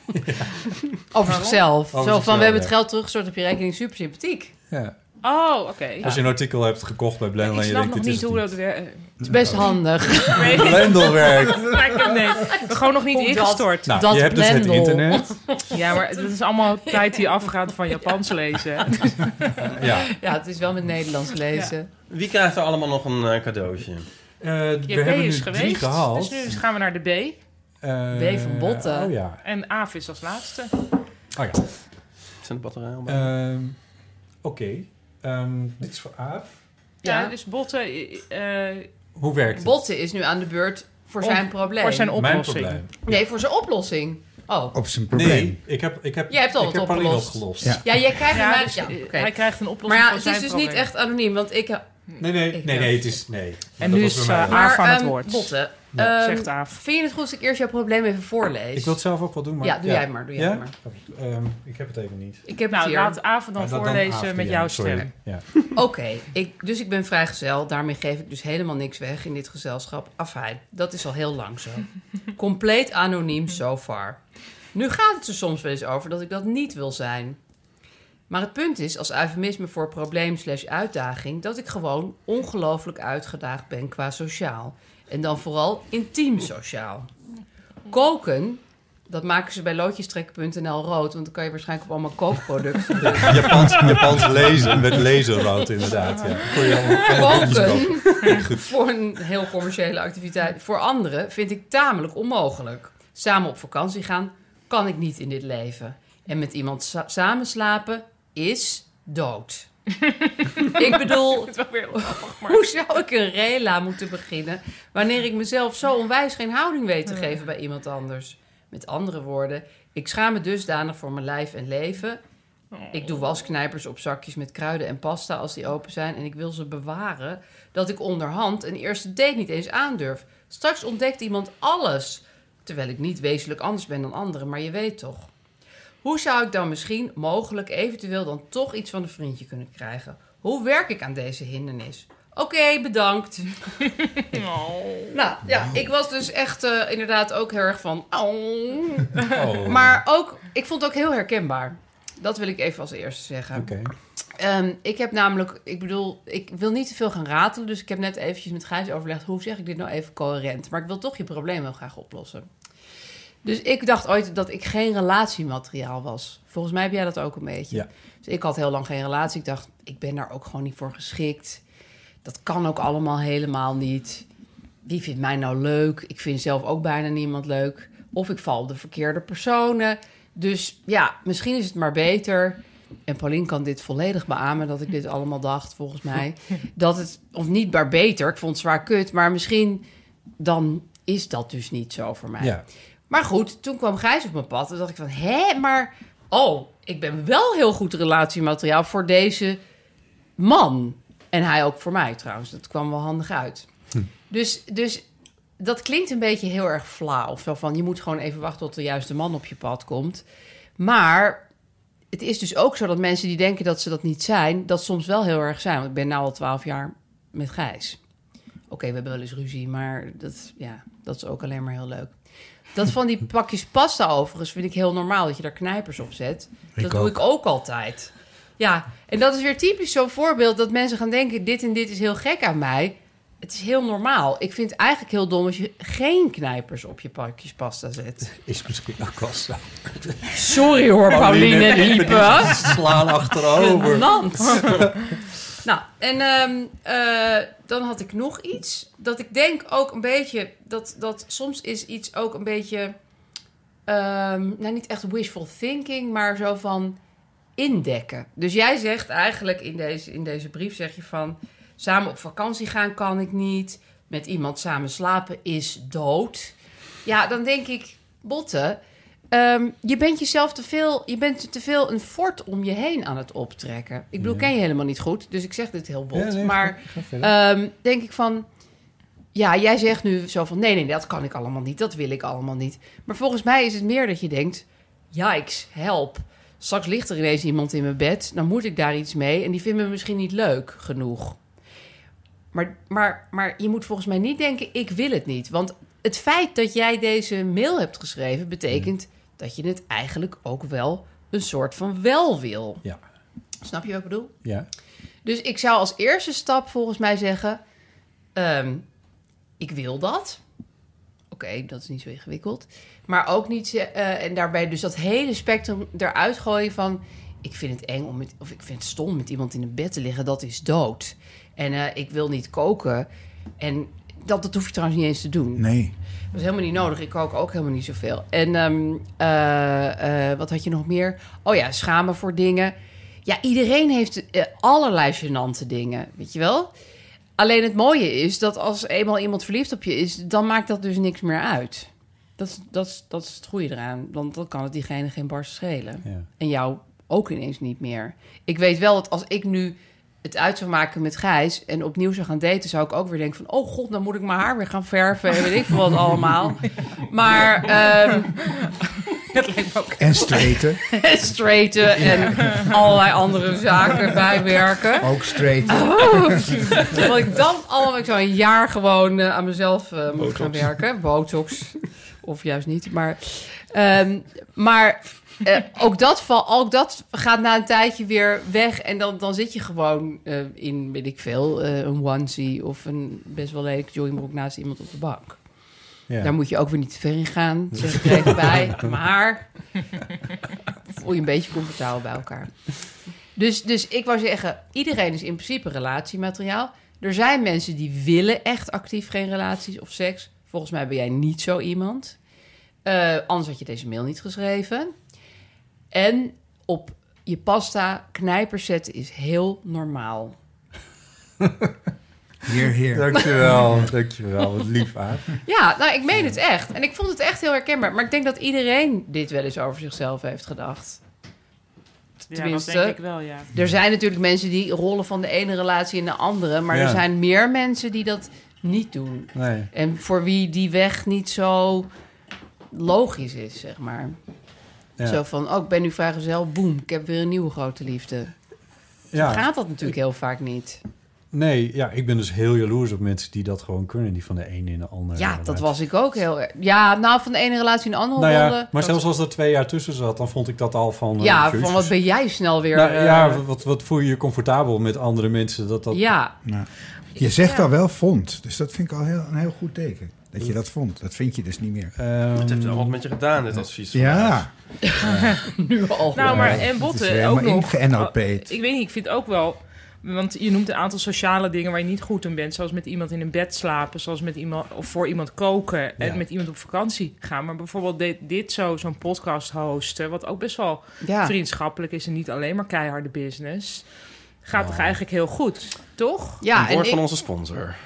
Over zichzelf. Over Zo van, zichzelf, we hebben ja. het geld teruggestort op je rekening, super sympathiek. ja. Oh, oké. Als je een artikel hebt gekocht bij Blendel Ik en je snap denkt, nog dit niet is hoe het dat werkt. Het is best handig. Nee, Blendel werkt. nee, gewoon nog niet Hoe dat- ingestort. Nou, Dat je hebt dus het Blendel. internet. Ja, maar het is allemaal tijd die afgaat van Japans lezen. Ja. Ja, het is wel met Nederlands lezen. Wie krijgt er allemaal nog een eh, cadeautje? Uh, we Je hebben B nu is drie geweest, gehaald. dus nu gaan we naar de B. Uh, B van Botten. Oh ja. En Aaf is als laatste. Oh ja. Zijn de batterijen al bij? Um, Oké. Okay. Um, dit is voor Aaf. Ja, Ja. dus Botten... eh, Hoe werkt het? Botten is nu aan de beurt voor Om- zijn probleem. voor zijn Mijn oplossing. probleem. Nee, voor zijn oplossing. Oh. Op zijn probleem. Nee, ik heb, ik heb, Jij hebt al ik wat heb alleen opgelost. opgelost. Ja. Ja, jij krijgt Ja, een dus, ja, eh, oké. hij krijgt een Maar oplossing ja, voor het zijn is dus probleem. niet echt anoniem, want ik... heb- Nee, nee, Ik nee, wel. nee, het is... Nee. En Dat nu was is bij mij uh, ook. Aaf aan het ehm, woord. Botten, Ja. ehm, Zegt Aaf. vind je het goed als ik eerst jouw probleem even voorlees? Ik wil het zelf ook wel doen, maar... Ja, doe jij maar, doe jij ja? maar. Um, ik heb het even niet. Ik heb Nou, het hier. laat Aaf het dan Maar dat- voorlezen Aaf, met ja, jouw sorry. stem. Ja. Oké, ik- dus ik ben vrijgezel. Daarmee geef ik dus helemaal niks weg in dit gezelschap. Afijn, dat is al heel lang zo. Compleet anoniem so far. Nu gaat het er soms wel eens over dat ik dat niet wil zijn. Maar het punt is, als eufemisme voor probleem slash uitdaging... dat ik gewoon ongelooflijk uitgedaagd ben qua sociaal. En dan vooral intiem sociaal. Koken, dat maken ze bij loodjestrekken punt n l rood... want dan kan je waarschijnlijk op allemaal kookproducten doen. Japans, Japans lezen, met laserrood inderdaad. Ja. Voor je allemaal Koken voor een heel commerciële activiteit voor anderen vind ik tamelijk onmogelijk. Samen op vakantie gaan kan ik niet in dit leven. En met iemand sa- samen slapen is dood. Ik bedoel, hoe zou ik een rela moeten beginnen wanneer ik mezelf zo onwijs geen houding weet te geven bij iemand anders? Met andere woorden, ik schaam me dusdanig voor mijn lijf en leven. Ik doe wasknijpers op zakjes met kruiden en pasta als die open zijn... en ik wil ze bewaren dat ik onderhand een eerste date niet eens aandurf. Straks ontdekt iemand alles, terwijl ik niet wezenlijk anders ben dan anderen, maar je weet toch. Hoe zou ik dan misschien, mogelijk, eventueel dan toch iets van een vriendje kunnen krijgen? Hoe werk ik aan deze hindernis? Oké, okay, bedankt. Oh. Nou, ja, ik was dus echt uh, inderdaad ook heel erg van... Oh. Oh. Maar ook, ik vond het ook heel herkenbaar. Dat wil ik even als eerste zeggen. Oké. Okay. Um, ik heb namelijk, ik bedoel, ik wil niet te veel gaan ratelen... dus ik heb net eventjes met Gijs overlegd... hoe zeg ik dit nou even coherent? Maar ik wil toch je probleem wel graag oplossen. Dus ik dacht ooit dat ik geen relatiemateriaal was. Volgens mij heb jij dat ook een beetje. Ja. Dus ik had heel lang geen relatie. Ik dacht, ik ben daar ook gewoon niet voor geschikt. Dat kan ook allemaal helemaal niet. Wie vindt mij nou leuk? Ik vind zelf ook bijna niemand leuk. Of ik val op de verkeerde personen. Dus ja, misschien is het maar beter... en Paulien kan dit volledig beamen... dat ik dit allemaal dacht, volgens mij... dat het, of niet maar beter, ik vond het zwaar kut... maar misschien dan is dat dus niet zo voor mij. Ja. Maar goed, toen kwam Gijs op mijn pad. En dacht ik van, hè, maar... Oh, ik ben wel heel goed relatiemateriaal voor deze man. En hij ook voor mij trouwens. Dat kwam wel handig uit. Hm. Dus, dus dat klinkt een beetje heel erg flauw. Of zo van, je moet gewoon even wachten tot de juiste man op je pad komt. Maar het is dus ook zo dat mensen die denken dat ze dat niet zijn... dat soms wel heel erg zijn. Want ik ben nu al twaalf jaar met Gijs. Oké, okay, we hebben wel eens ruzie, maar dat, ja, dat is ook alleen maar heel leuk. Dat van die pakjes pasta overigens vind ik heel normaal... dat je daar knijpers op zet. Ik dat doe ook. ik ook altijd. Ja, en dat is weer typisch zo'n voorbeeld... dat mensen gaan denken, dit en dit is heel gek aan mij. Het is heel normaal. Ik vind het eigenlijk heel dom... als je geen knijpers op je pakjes pasta zet. Is misschien ook wel zo. Sorry hoor, Pauline en Ipe. Slaan achterover. Nou, en um, uh, dan had ik nog iets. Dat ik denk ook een beetje... dat, dat soms is iets ook een beetje... Um, nou, niet echt wishful thinking... maar zo van indekken. Dus jij zegt eigenlijk in deze, in deze brief... zeg je van... samen op vakantie gaan kan ik niet. Met iemand samen slapen is dood. Ja, dan denk ik... Botte... Um, je bent jezelf te veel, je bent te veel een fort om je heen aan het optrekken. Ik bedoel, ja. ken je helemaal niet goed, dus ik zeg dit heel bot. Ja, nee, maar um, denk ik van, ja, jij zegt nu zo van, nee, nee, dat kan ik allemaal niet, dat wil ik allemaal niet. Maar volgens mij is het meer dat je denkt, yikes, help. Straks ligt er ineens iemand in mijn bed, dan moet ik daar iets mee en die vinden me misschien niet leuk genoeg. Maar, maar, maar je moet volgens mij niet denken, ik wil het niet. Want het feit dat jij deze mail hebt geschreven betekent... Ja. dat je het eigenlijk ook wel een soort van wel wil. Ja. Snap je wat ik bedoel? Ja. Dus ik zou als eerste stap volgens mij zeggen... Um, ik wil dat. Oké, okay, dat is niet zo ingewikkeld. Maar ook niet... Uh, en daarbij dus dat hele spectrum eruit gooien van... ik vind het eng om met, of ik vind het stom met iemand in een bed te liggen. Dat is dood. En uh, ik wil niet koken. En dat, dat hoef je trouwens niet eens te doen. Nee. Dat is helemaal niet nodig. Ik kook ook helemaal niet zoveel. En um, uh, uh, wat had je nog meer? Oh ja, schamen voor dingen. Ja, iedereen heeft uh, allerlei gênante dingen, weet je wel? Alleen het mooie is dat als eenmaal iemand verliefd op je is... dan maakt dat dus niks meer uit. Dat is, dat is, dat is het goede eraan. Want dan kan het diegene geen barst schelen. Ja. En jou ook ineens niet meer. Ik weet wel dat als ik nu het uit zou maken met Gijs... en opnieuw zou gaan daten, zou ik ook weer denken van... oh god, dan moet ik mijn haar weer gaan verven en weet ik veel wat allemaal. Maar... Um, dat lijkt me ook en straighten. En straighten en allerlei andere zaken bijwerken. Ook straighten. Oh, dat ik dan allemaal... Ik zou een jaar gewoon uh, aan mezelf uh, moet gaan werken. Botox. Of juist niet. Maar, um, maar uh, ook, dat val, ook dat gaat na een tijdje weer weg. En dan, dan zit je gewoon uh, in, weet ik veel, uh, een onesie... of een best wel lelijk joggingbroek naast iemand op de bank. Ja. Daar moet je ook weer niet te ver in gaan. Zeg ik er even bij. Maar voel je een beetje comfortabel bij elkaar. Dus, dus ik wou zeggen, iedereen is in principe relatiemateriaal. Er zijn mensen die willen echt actief geen relaties of seks. Volgens mij ben jij niet zo iemand. Uh, anders had je deze mail niet geschreven. En op je pasta knijpers zetten is heel normaal. Heer, heer. Dankjewel, dankjewel. Wat lief, Aad. Ja, nou, ik meen het echt. En ik vond het echt heel herkenbaar. Maar ik denk dat iedereen dit wel eens over zichzelf heeft gedacht. Tenminste, ja, dat denk ik wel, ja. Er zijn natuurlijk mensen die rollen van de ene relatie in de andere. Maar ja. er zijn meer mensen die dat niet doen. Nee. En voor wie die weg niet zo logisch is, zeg maar. Ja. Zo van, oh, ik ben nu vrijgezel, boem, ik heb weer een nieuwe grote liefde. Ja. Zo gaat dat natuurlijk heel vaak niet. Nee, ja, ik ben dus heel jaloers op mensen die dat gewoon kunnen. Die van de ene in de andere. Ja, relatie. Dat was ik ook heel erg. Ja, nou, van de ene relatie in de andere. Nou ja, rollen, maar zelfs als er twee jaar tussen zat, dan vond ik dat al van... Ja, uh, van wat ben jij snel weer... Nou, uh, ja, wat, wat voel je je comfortabel met andere mensen? Dat, dat... Ja. Nou, je zegt ja. al wel vond, dus dat vind ik al heel, een heel goed teken. Dat je dat vond. Dat vind je dus niet meer. Um, het heeft wel wat met je gedaan, dit advies. Ja. ja. Nu al. Nou, maar en Botte ook nog. N L P'd. Ik weet niet, ik vind ook wel... Want je noemt een aantal sociale dingen waar je niet goed in bent. Zoals met iemand in een bed slapen. Zoals met iemand, of voor iemand koken. Ja. En met iemand op vakantie gaan. Maar bijvoorbeeld dit, dit zo, zo'n podcast hosten. Wat ook best wel ja. vriendschappelijk is. En niet alleen maar keiharde business. gaat toch eigenlijk heel goed, toch? Ja, Een woord en van ik, onze sponsor.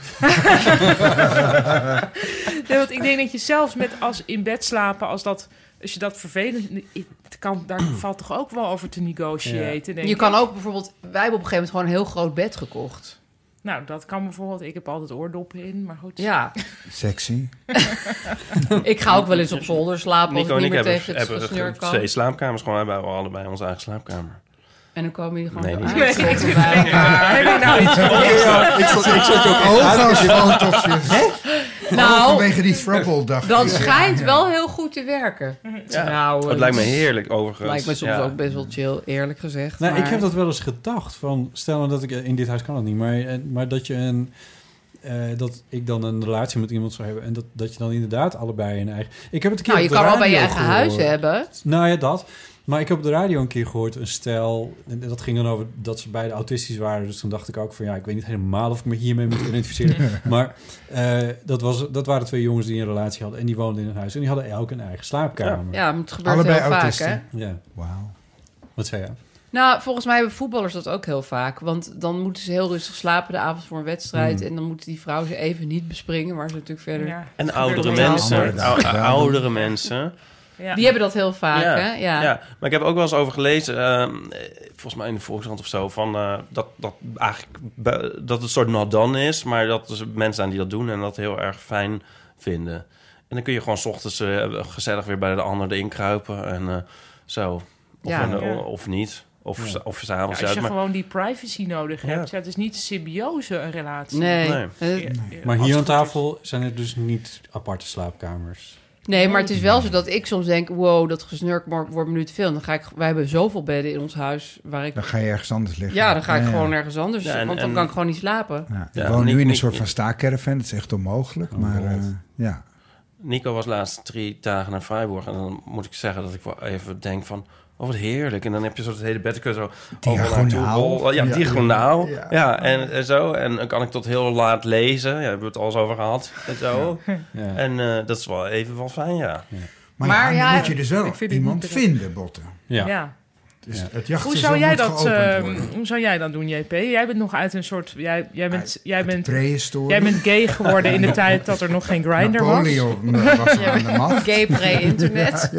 Nee, want ik denk dat je zelfs met als in bed slapen, als dat, als je dat vervelend, het kan, daar valt toch ook wel over te negotiëren. Denk je ik. kan ook bijvoorbeeld... Wij hebben op een gegeven moment gewoon een heel groot bed gekocht. Nou, dat kan bijvoorbeeld. Ik heb altijd oordoppen in, maar goed. Ja. Sexy. Ik ga ook wel eens op zolder slapen als Nico ik en niet ik meer hebben, tegen het hebben gesneur kan. twee slaapkamers. Gewoon hebben we allebei onze eigen slaapkamer. En dan komen jullie gewoon Nee, zo niet. uit. Nee, ik vind bij elkaar. Heb je nou iets Ja, ik zat, ik zat je ook Oogaffotootjes. Nou, vanwege die trouble dacht dat ik. schijnt Ja. wel heel goed te werken. Ja. Trouwens. Het lijkt me heerlijk, overigens. Lijkt me soms Ja. ook best wel chill, eerlijk gezegd. Nou, maar... ik heb dat wel eens gedacht. Van, stel nou dat ik... In dit huis kan dat niet. Maar, eh, maar dat je een... eh, dat ik dan een relatie met iemand zou hebben... en dat, dat je dan inderdaad allebei een eigen... Ik heb het een keer Nou, je op de kan wel bij je radio eigen huis gehoord. hebben. Nou ja, dat. Maar ik heb op de radio een keer gehoord, een stel... en dat ging dan over dat ze beide autistisch waren. Dus toen dacht ik ook van... ja, ik weet niet helemaal of ik me hiermee moet identificeren. Maar uh, dat, was, dat waren twee jongens die een relatie hadden... en die woonden in een huis. En die hadden elk een eigen slaapkamer. Ja, maar het gebeurt Allebei heel autisten. vaak, hè? Ja. Wauw. Wat zei je? Nou, volgens mij hebben voetballers dat ook heel vaak. Want dan moeten ze heel rustig slapen de avond voor een wedstrijd... Hmm. en dan moeten die vrouw ze even niet bespringen... waar ze natuurlijk verder... Ja. En Het oudere gebeurt wel mensen. eens. ou- ou- oudere mensen. Ja. Die hebben dat heel vaak, ja, hè? Ja. ja, maar ik heb ook wel eens over gelezen, uh, volgens mij in de Volkskrant of zo, van uh, dat, dat eigenlijk be- dat het een soort not done is, maar dat er mensen zijn die dat doen en dat heel erg fijn vinden. En dan kun je gewoon 's ochtends uh, gezellig weer bij de ander erin kruipen en uh, zo. Of, Ja. een, Ja. of niet. Of, Ja. of Ja, s'avonds. als je maar, gewoon die privacy nodig Ja. hebt. Ja, het is niet symbiose, een relatie. Nee. Nee. Eh, Ja, ja, Maar als hier aan het goed is. tafel zijn er dus niet aparte slaapkamers. Nee, maar het is wel zo dat ik soms denk... wow, dat gesnurk wordt wordt me nu te veel. Dan ga ik, wij hebben zoveel bedden in ons huis waar ik... Dan ga je ergens anders liggen. Ja, dan ga ik Ja, ja. gewoon ergens anders. Ja, en- want dan en- kan ik gewoon niet slapen. Ja, ik Ja, woon niet- nu in een niet- soort van staakcaravan. Dat is echt onmogelijk. Oh, maar God. uh, ja. Nico was laatst drie dagen naar Freiburg en dan moet ik zeggen dat ik wel even denk van... Oh, wat heerlijk. En dan heb je zo het hele bed, kun je zo overal naartoe Diagonaal. rollen. Ja, Ja. diagonaal. Ja. Ja, en, en zo. En dan kan ik tot heel laat lezen. Ja, daar hebben we het al eens over gehad. En zo. Ja. En uh, dat is wel even wel fijn, ja. Maar, Maar ja, ja, dan moet je dus wel ik vind het iemand niet vinden, Botten. Ja. Ja. Dus Ja. het Hoe jachtseizoen zou jij moet dat? geopend eh, worden. hoe zou jij dat doen, J P? Jij bent nog uit een soort. Jij, jij bent, jij Uit de bent, prehistorie. jij bent gay geworden in de tijd dat er nog geen Grindr was. Napoleon was aan de macht. Gay pre-internet.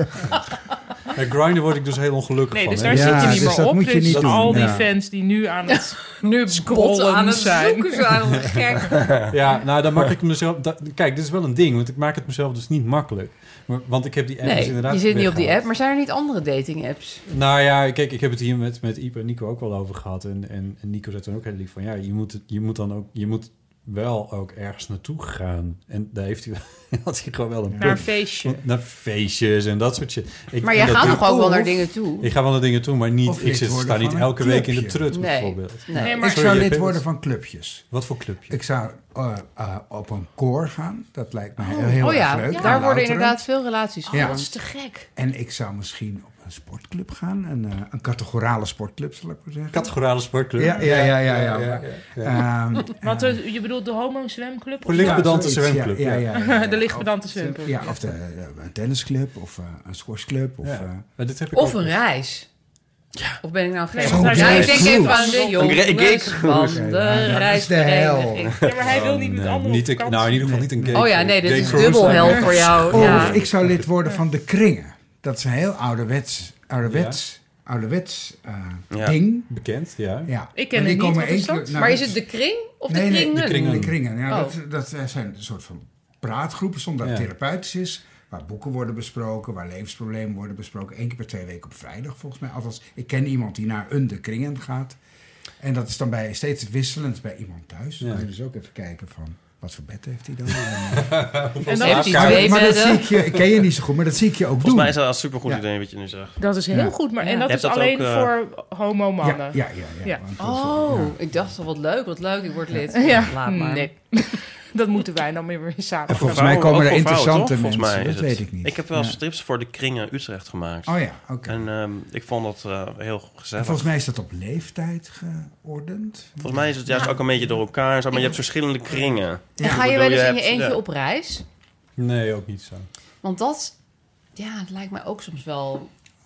Bij Grindr word ik dus heel ongelukkig Nee, van. dus hè. daar Ja, zit je niet dus meer dat op. moet je Dus niet doen. al die Ja. fans die nu aan het Nu Scrollen botten aan het zijn. zoeken zijn als een gek. Ja, nou, dan maak ik mezelf... Dat, kijk, dit is wel een ding, want ik maak het mezelf dus niet makkelijk. Maar, want ik heb die app dus Nee, inderdaad je zit niet op die weggehaald. app. Maar zijn er niet andere dating apps? Nou ja, kijk, ik heb het hier met, met Ipe en Nico ook wel over gehad. En, en, en Nico zei toen ook heel lief van... Ja, je moet, het, je moet dan ook... Je moet wel ook ergens naartoe gaan. En daar heeft hij, had hij gewoon wel een naar een punt. feestje. Naar feestjes en dat soort shit. Ik, Maar en jij dat gaat doe- toch ook wel of- naar dingen toe? Ik ga wel naar dingen toe, maar niet, Of ik lid zit, worden sta niet van een elke week in de clubje. trut, Nee. bijvoorbeeld. Nee. Nee, Ik maar zou Sorry, lid J P, worden wat- van clubjes. Wat voor clubje? Ik zou uh, uh, op een koor gaan. Dat lijkt me heel, heel Oh ja, erg leuk. daar Louterend. worden inderdaad veel relaties Ja. gevormd. Dat is te gek. En ik zou misschien op een sportclub gaan. Een, uh, een categorale sportclub, zal ik maar zeggen. Categorale sportclub. Ja, ja, ja, ja, ja. ja, ja. Ehm, Want eh, de, je bedoelt de homo-zwemclub? Voor of licht zo? pedante zoiets, zwemclub, Ja, ja, ja, ja, ja. De lichtpedante Of- zwemclub. Ja, of de, de- een tennisclub of uh, een squashclub. Of, Ja. uh, Maar dit heb ik Of ook- een reis. Of ben ik nou Nee, gek? want daar Ja, zijn ik denk cruise. even aan de Een jongens gay van cruise. de Ja, dat is de reisvereniging. Ja, maar hij wil niet Oh, met nee, anderen niet op ik, vakantie. Nou, in ieder geval niet een gay Oh ja, club. nee, dit Gay is cruise dubbel lijkt me hel echt voor jou. Of Ja. ik zou lid worden van de kringen. Dat is een heel ouderwets, ouderwets, ouderwets uh, Ja. ding. Bekend, ja. Ja. Ik ken Maar die het niet, komen wat is één keer- dat? nou, Maar is dat het de kring of nee, de nee, kringen? de kringen. De kringen. Ja, Oh. dat, dat zijn een soort van praatgroepen zonder dat Ja. het therapeutisch is. Waar boeken worden besproken, waar levensproblemen worden besproken. Eén keer per twee weken op vrijdag volgens mij. Althans, ik ken iemand die naar een de kringen gaat. En dat is dan bij steeds wisselend bij iemand thuis. Dan Ja. kan je dus ook even kijken van... Wat voor bed heeft hij dan? En dat, Heeft hij Ja, twee maar dat bedden? zie ik, je, ik ken je niet zo goed, maar dat zie ik je ook Volgens doen. mij is dat een supergoed Ja. idee wat je nu zegt. dat is heel Ja. goed, maar Ja. en dat Je is hebt dat alleen ook, uh, voor homo-mannen. Ja, ja, ja. ja, Ja. want dat is- Oh, ja. ik dacht al wat leuk, wat leuk, ik word lid. Ja, Laat maar. nee. Dat moeten wij dan weer samen. En volgens Vrouwen- mij komen ook er voor vrouwen, interessante toch? Volgens mensen, mij dat is het. weet ik niet. Ik heb wel Ja. strips voor de kringen Utrecht gemaakt. Oh ja, oké. En ehm, ik vond dat uh, heel En gezellig. volgens mij is dat op leeftijd geordend. Volgens mij is het juist ook een beetje door elkaar. en Zo, maar je hebt verschillende kringen. En Ja, ga je ik wel bedoel, eens je in je hebt- eentje ja. op reis? Nee, ook niet zo. Want dat, ja, het lijkt mij ook soms wel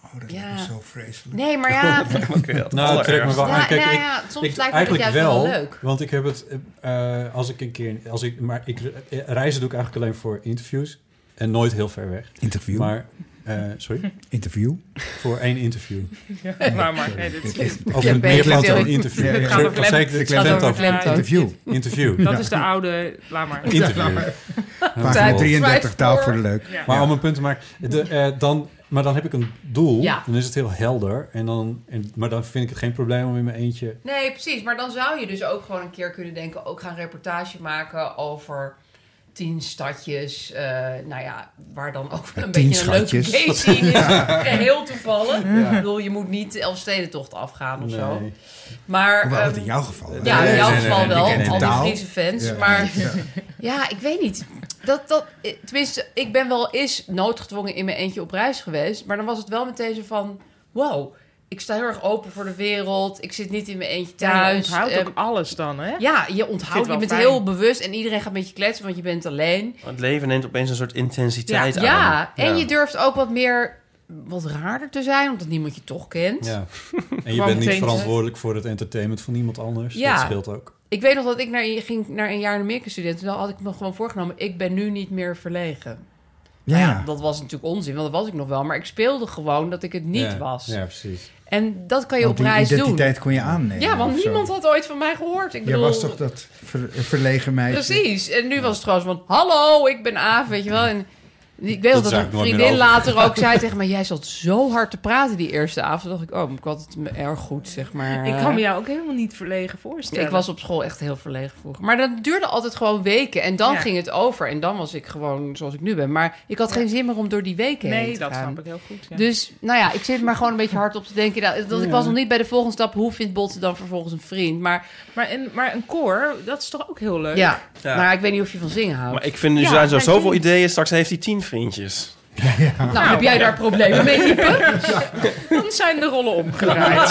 Oh, dat Ja. is zo vreselijk. Nee, maar ja... Nou, het trekt me wel Ja, aan. Kijk, nou ik, ja, soms ik, lijkt me dat eigenlijk juist wel, wel leuk. want ik heb het... eh, als ik een keer... Als ik, maar ik, reizen doe ik eigenlijk alleen voor interviews. En nooit heel ver weg. Interview? Maar... Uh, sorry? Interview? Voor één interview. Ja, maar, maar nee, dit is... Over een meervoud van interview. Het gaat over Interview. Interview. Interview. Dat is de oude... Laat maar. Interview. Pagina drieëndertig, taal voor de leuk. Ja. Maar Ja. om een punt te maken... De, uh, dan, maar dan heb ik een doel. Ja. Dan is het heel helder. En dan, en, maar dan vind ik het geen probleem om in mijn eentje... Nee, precies. Maar dan zou je dus ook gewoon een keer kunnen denken... ook gaan een reportage maken over tien stadjes. Uh, nou ja, waar dan ook een tien beetje een leuke schatjes. gay scene is. Ja. Geheel toevallig. Ja. Ik bedoel, je moet niet de Elfstedentocht afgaan of Nee. zo. Maar, Hoewel, um, het in jouw geval. Ja, in Nee, jouw nee, geval nee, nee, wel. ik ken Al die taal. Friese fans. Ja. Maar Ja. ja, ik weet niet. Dat, dat, tenminste, ik ben wel eens noodgedwongen in mijn eentje op reis geweest. Maar dan was het wel meteen zo van... Wow, ik sta heel erg open voor de wereld. Ik zit niet in mijn eentje Ja, thuis. je onthoudt Ehm, ook alles dan, hè? Ja, je Ik vind onthoudt. het Je wel bent fijn. heel bewust en iedereen gaat met je kletsen, want je bent alleen. Het leven neemt opeens een soort intensiteit aan. Ja, en Ja. je durft ook wat meer, wat raarder te zijn, omdat niemand je toch kent. Ja. En je Gewoon bent niet meteen- verantwoordelijk voor het entertainment van iemand anders. Ja. Dat scheelt ook. Ik weet nog dat ik naar, ging naar een jaar in Amerika student. Toen had ik me gewoon voorgenomen, ik ben nu niet meer verlegen. Ja. Nou ja, dat was natuurlijk onzin, want dat was ik nog wel. Maar ik speelde gewoon dat ik het niet Ja. was. Ja, precies. En dat kan je Want op die reis doen. identiteit kon je aannemen. Ja, want of zo. niemand had ooit van mij gehoord. Ik Jij bedoel, was toch dat ver- verlegen meisje? Precies. En nu was het gewoon zo van... Hallo, ik ben Aaf, weet je wel. En ik weet Dat dat, is dat een eigenlijk nooit vriendin meer over. later ook zei tegen me... Jij zat zo hard te praten die eerste avond. Toen dacht ik, oh, ik had het erg goed, zeg maar. Ik kan me jou ook helemaal niet verlegen voorstellen. Ik was op school echt heel verlegen vroeger. Maar dat duurde altijd gewoon weken. En dan Ja. ging het over. En dan was ik gewoon zoals ik nu ben. Maar ik had geen zin meer om door die weken heen Nee, te dat gaan. snap ik heel goed. Ja. Dus, nou ja, ik zit maar gewoon een beetje hard op te denken. Dat, dat Ik Ja. was nog niet bij de volgende stap. Hoe vindt Botte dan vervolgens een vriend? Maar, maar, een, maar een koor, dat is toch ook heel leuk? ja, Ja. maar ik weet niet of je van zingen houdt. Maar ik vind, er Ja, zijn zo mijn zoveel kind. ideeën. Straks heeft hij tien vriendjes. Nou, heb jij daar problemen mee, Ipe? Dan zijn de rollen omgedraaid.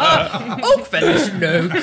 Ook wel eens leuk.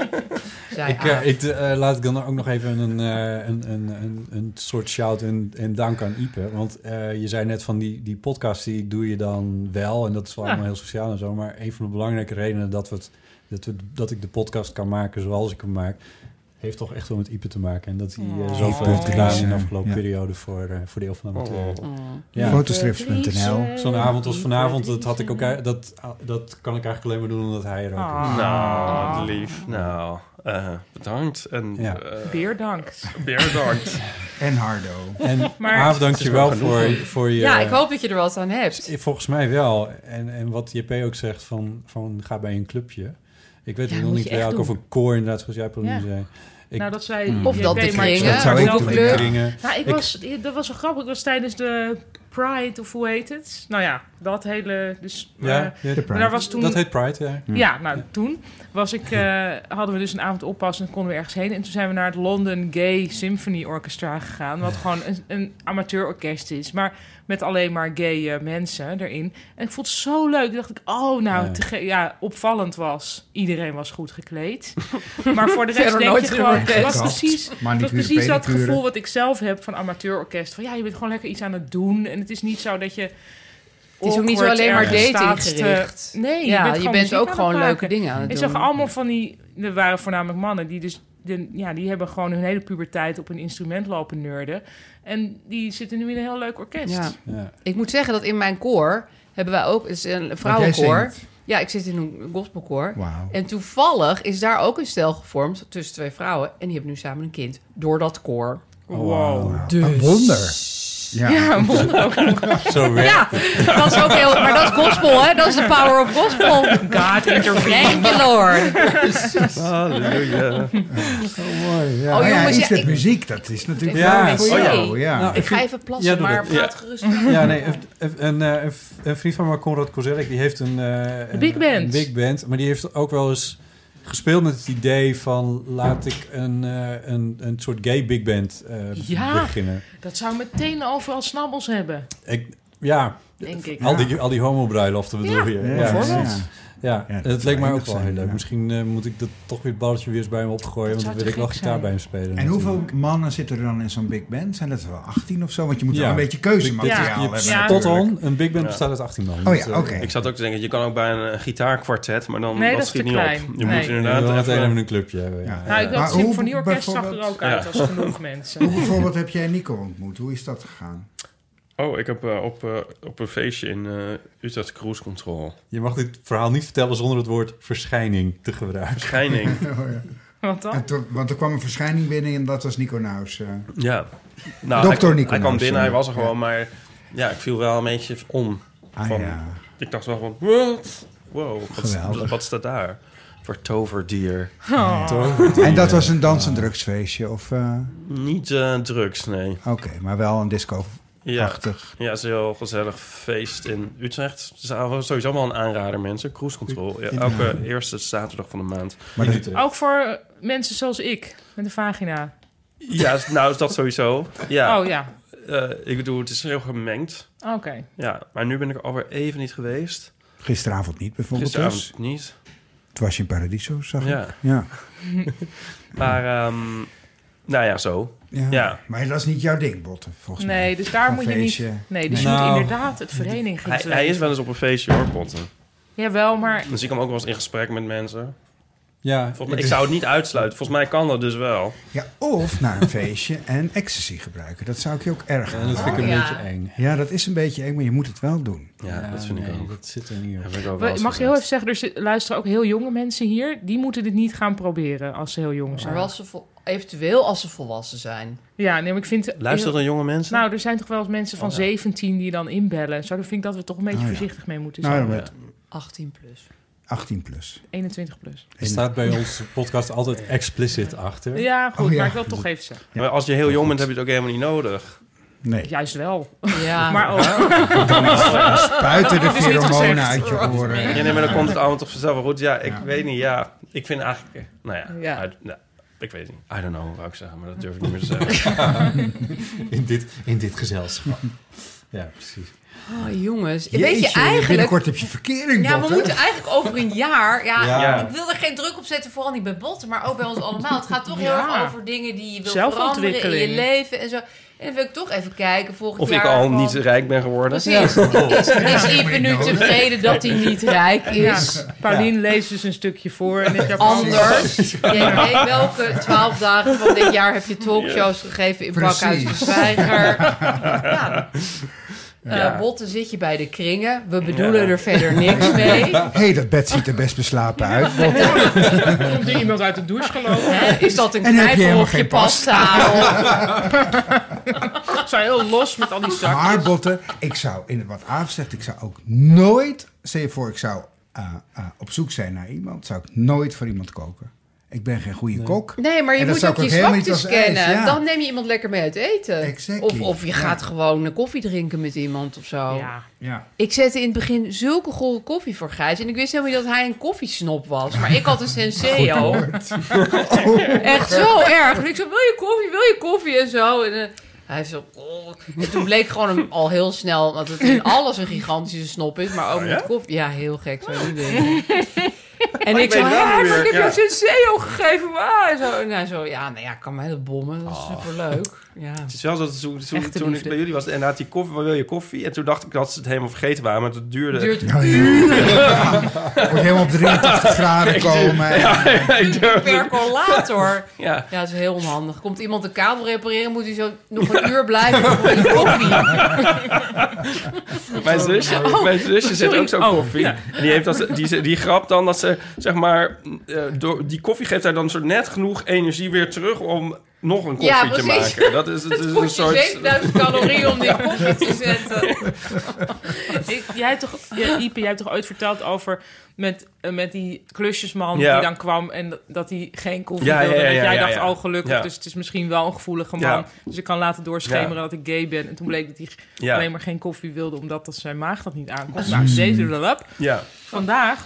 Zij Ik, eh, Aaf. ik eh, laat ik dan ook nog even een, eh, een, een, een, een soort shout en, en dank aan Ipe. Want eh, je zei net van die, die podcast, die doe je dan wel. En dat is wel Ja. allemaal heel sociaal en zo. Maar een van de belangrijke redenen dat, we het, dat, we, dat ik de podcast kan maken zoals ik hem maak... heeft toch echt wel met Ipe te maken. En dat hij uh, Oh. zoveel heeft gedaan in de Ja. afgelopen Ja. periode voor, uh, voor de Eeuw van de Amateur. Oh. Ja. Fotostrips punt n l. Zo'n avond als vanavond, dat, had ik ook, dat, dat kan ik eigenlijk alleen maar doen omdat hij er ook Ah. is. Nou, lief. Nou, uh, bedankt. En, Ja. uh, Beerdankt. Beerdankt. En Hardo. En Maar- Aaf, dank je wel Het is wel voor, genoeg. voor je... Ja, ik hoop dat je er wat aan hebt. Volgens mij wel. En, en wat J P ook zegt van, van ga bij een clubje. Ik weet Ja, nog moet niet je bij echt jou of doen. een koor inderdaad, zoals jij het Ja. nu zei. Ik, Nou, dat zei Hmm. Of dat de J P, maar ik kringen, Dat zou ik zo doen. kleur. kringen. Nou, ik Ik- was, dat was zo grappig. Ik was tijdens de Pride, of hoe heet het? Nou ja, dat hele... Dus, Ja, eh, ja, De Pride. maar daar was toen... dat heet Pride, ja. Ja, nou toen was ik, eh, hadden we dus een avond oppas en konden we ergens heen. En toen zijn we naar het London Gay Symphony Orchestra gegaan. Wat gewoon een, een amateurorkest is. Maar met alleen maar gay eh, mensen erin. En ik vond het zo leuk. Toen dacht ik, oh nou, Ja. te ge- ja, opvallend was. Iedereen was goed gekleed. Maar voor de rest Verder denk nooit je in een gewoon... Het orkest. was precies, het was Manicure, precies dat pedicure. gevoel wat ik zelf heb van amateurorkest. Van ja, je bent gewoon lekker iets aan het doen. En het is niet zo dat je... Het is ook niet zo awkward alleen maar ergens dating staat te- gericht. Nee, Ja, je bent, je gewoon bent muziek ook aan gewoon het leuke maken. dingen aan het Ik doen. zag allemaal van die... Er waren voornamelijk mannen die dus... De, ja, die hebben gewoon hun hele puberteit op een instrument lopen nerden. En die zitten nu in een heel leuk orkest. Ja. Ja. Ik moet zeggen dat in mijn koor hebben wij ook... Het is een Want jij vrouwenkoor. zingt. Ja, ik zit in een gospelkoor. Wauw. En toevallig is daar ook een stel gevormd tussen twee vrouwen. En die hebben nu samen een kind. Door dat koor. Wow. Dus- Een wonder. Ja. Ja, een wonder ook nog. Zo werkt Ja, dat is ook heel... Maar dat is gospel, hè? Dat is de power of gospel. God intervene. Thank you, Lord. Halleluja. Oh, mooi, ja. Oh, Maar ja, jongens, iets ja, met ik- muziek, dat is natuurlijk Ja. wel voor Oh, ja. jou. Ja. Nou, Ik ga vind- even plassen, Ja, doe maar dat. praat gerust. Ja, nee, een, een, een, een vriend van me, Konrad Kozelek, die heeft een, eh, een big band. een big band. Maar die heeft ook wel eens gespeeld met het idee van laat ik een, eh, een, een soort gay big band eh, Ja. beginnen. Dat zou meteen overal snabbels hebben. Ik, ja, denk ik. Al die, al die homobruiloften bedoel Ja, je? bijvoorbeeld. Ja, ja. Ja, dat het zou leek mij ook enig wel zijn, heel leuk. ja. Misschien uh, moet ik dat toch weer het balletje weer eens bij hem opgooien. Want dan zou wil ik te wel gek gitaar zijn. bij hem spelen. En hoeveel natuurlijk. mannen zitten er dan in zo'n big band? Zijn dat er wel achttien of zo? Want je moet Ja. wel een beetje keuzemateriaal Ja. hebben. Je- Ja. Tot natuurlijk. on, een big band Ja. bestaat uit achttien man. Oh Dus, ja, uh, oké. Ik zat ook te denken, je kan ook bij een, een gitaarkwartet, maar dan Nee, dat dat is schiet te niet klein. op. Je Nee. moet Je inderdaad wil meteen even... even een clubje hebben. Ja. Ja. Nou, ik Maar dacht, hoe symfonieorkest zag er bijvoorbeeld- ook uit Ja. als genoeg mensen. Hoe bijvoorbeeld heb jij Nico ontmoet? Hoe is dat gegaan? Oh, ik heb uh, op, uh, op een feestje in uh, Utrecht Cruise Control. Je mag dit verhaal niet vertellen zonder het woord verschijning te gebruiken. Verschijning. Oh, ja. Wat dan? En toen- want er kwam een verschijning binnen en dat was Nico Naus. uh. Ja. Nou, Dokter hij, Nico hij kwam Naus, binnen, hij ja. was er gewoon, Ja. maar ja, ik viel wel een beetje om. Ah Van- ja. Ik dacht wel van, wat? Wow, wat, Geweldig. wat staat daar? Voor toverdier. Oh. En dat was een dans- en drugsfeestje? Of, uh... Niet uh, drugs, nee. Oké, okay, maar wel een disco-achtig. Ja, ja, het is een heel gezellig feest in Utrecht. Het is sowieso wel een aanrader, mensen. Cruise Control. Ja, elke eerste zaterdag van de maand. Maar dat, Ook voor mensen zoals ik, met een vagina. Ja, nou is dat sowieso. Ja. Oh ja, Uh, ik bedoel, het is heel gemengd. oké. Ja, maar nu ben ik er alweer even niet geweest. gisteravond niet bijvoorbeeld Gisteravond dus? niet. Het was je in Paradiso, zag Ja. ik. Ja. Maar, um, nou ja, zo. Ja. Ja. Maar dat is niet jouw ding, Botte, volgens mij. Nee, dus daar Een moet je niet... feestje. Nee, dus Nee. je moet Nou. inderdaad het Hij, verenigingsleven... hij is wel eens op een feestje, hoor, Botten. Jawel, maar... Dan zie ik hem ook wel eens in gesprek met mensen. Ja, Volgens mij, ik zou het niet uitsluiten. Volgens mij kan dat dus wel. Ja, of naar een feestje en ecstasy gebruiken. Dat zou ik je ook erg en dat vind ik Oh, een ja. beetje eng. Ja, dat is een beetje eng, maar je moet het wel doen. Ja, dat vind nee, ik ook. Dat zit er niet op. Dat vind ik ook We- wel eens Mag je heel even gezegd. zeggen, er zit- luisteren ook heel jonge mensen hier. Die moeten dit niet gaan proberen als ze heel jong zijn. Maar als ze vol- eventueel als ze volwassen zijn. Ja, nee, maar ik vind... Luisteren er jonge mensen? Nou, er zijn toch wel eens mensen van Oh, ja. zeventien die dan inbellen. Zo, dan vind ik dat we toch een beetje Oh, ja. voorzichtig mee moeten Nou, zijn. dan met achttien plus. achttien plus. eenentwintig plus. Er staat bij onze podcast altijd explicit achter. Ja, goed, Oh, ja. maar ik wil het toch even zeggen. Ja. Maar als je heel jong bent, heb je het ook helemaal niet nodig. Nee. Juist wel. Ja. Maar ook... Spuiten de Dat is niet feromonen gezegd. uit je oren. Ja, nee, maar dan komt het allemaal toch vanzelf wel goed. Ja, ik Ja. weet niet. Ja, ik vind eigenlijk... eh, Nou ja, Ja. I- nou, ik weet het niet. I don't know, wou ik zeggen. Maar dat durf ik niet meer te zeggen. In dit, in dit gezelschap. Ja, precies. Oh, jongens. Jeetje, Weet je eigenlijk... Binnenkort heb je verkering, Ja, we Botte. moeten eigenlijk over een jaar... Ja, Ja. ik wil er geen druk op zetten, vooral niet bij Botten, maar ook bij ons allemaal. Het gaat toch heel Ja. erg over dingen die je wil veranderen in je Zelfontwikkeling. leven en zo. En dan wil ik toch even kijken volgend Of jaar... ik al van- niet rijk ben geworden. Precies. Is, is Ipe nu tevreden dat hij niet rijk Ja, is? Paulien leest dus een stukje voor. En is Anders. Ja, hey, welke twaalf dagen van dit jaar heb je talkshows gegeven in Precies. Pakhuis de Zwijger? Ja. Uh, Ja. Botten zit je bij de kringen. We bedoelen Ja. er verder niks mee. Hé, hey, dat bed ziet er best beslapen uit, Botte. komt er iemand uit de douche gelopen. Hè, is dat een En heb je knijper helemaal of je geen pasta? Zo heel los met al die zakjes. Maar Botte, ik zou, in wat Aaf zegt, ik zou ook nooit... Stel je voor, ik zou uh, uh, op zoek zijn naar iemand, zou ik nooit voor iemand koken. Ik ben geen goede kok. Nee, maar je En dat moet zou ook ik je ook helemaal niet zwaktes als eis, kennen. ja. Dan neem je iemand lekker mee uit eten. Exactly. Of, of je Ja. gaat gewoon een koffie drinken met iemand of zo. Ja. Ja. Ik zette in het begin zulke gore koffie voor Gijs. En ik wist helemaal niet dat hij een koffiesnop was. Maar ik had een Senseo. Echt zo erg. En ik zei, wil je koffie, wil je koffie? En zo. En uh, hij zo... Oh. En toen bleek gewoon hem al heel snel... dat het in alles een gigantische snop is. Maar ook Oh, met ja? koffie. Ja, heel gek. Zo niet denken. En Maar ik ik zo, weet wel ja, nu maar ik heb weer, jou ja. Senseo gegeven. Maar en zo. En hij zo, ja, nou ja, kan mij dat bommen. Dat is Oh. superleuk. Ja. Het is wel zo dat toen, toen, Echte toen ik liefde. bij jullie was en had die koffie, wat wil je koffie? En toen dacht ik dat ze het helemaal vergeten waren, maar het duurde... Het duurt Oh, ja. Moet helemaal op drieëntachtig graden komen. Ja, ik durfde- percolator. ja. Ja, dat is heel onhandig. Komt iemand de kabel repareren, moet hij zo nog een uur blijven voor die koffie. Mijn zusje, mijn zusje zit ook zo Oh, koffie. ja. En die heeft dat, die, die grap dan dat ze, zeg maar, uh, door, die koffie geeft haar dan soort net genoeg energie weer terug om nog een koffie Ja, te precies. maken. Dat is, het Het is een kost je soort... zevenduizend calorieën om die koffie te zetten. Ik, jij hebt toch, ja, Ipe, jij hebt toch ooit verteld over met, uh, met die klusjesman Ja. die dan kwam en dat hij geen koffie Ja, ja, wilde. ja, en dat ja, jij ja, dacht, ja. oh gelukkig, Ja. dus het is misschien wel een gevoelige man. Ja. Dus ik kan laten doorschemeren Ja. dat ik gay ben. En toen bleek dat hij Ja. alleen maar geen koffie wilde, omdat dat zijn maag dat niet aankomt. Nou, deze lap. Ja. Vandaag was ik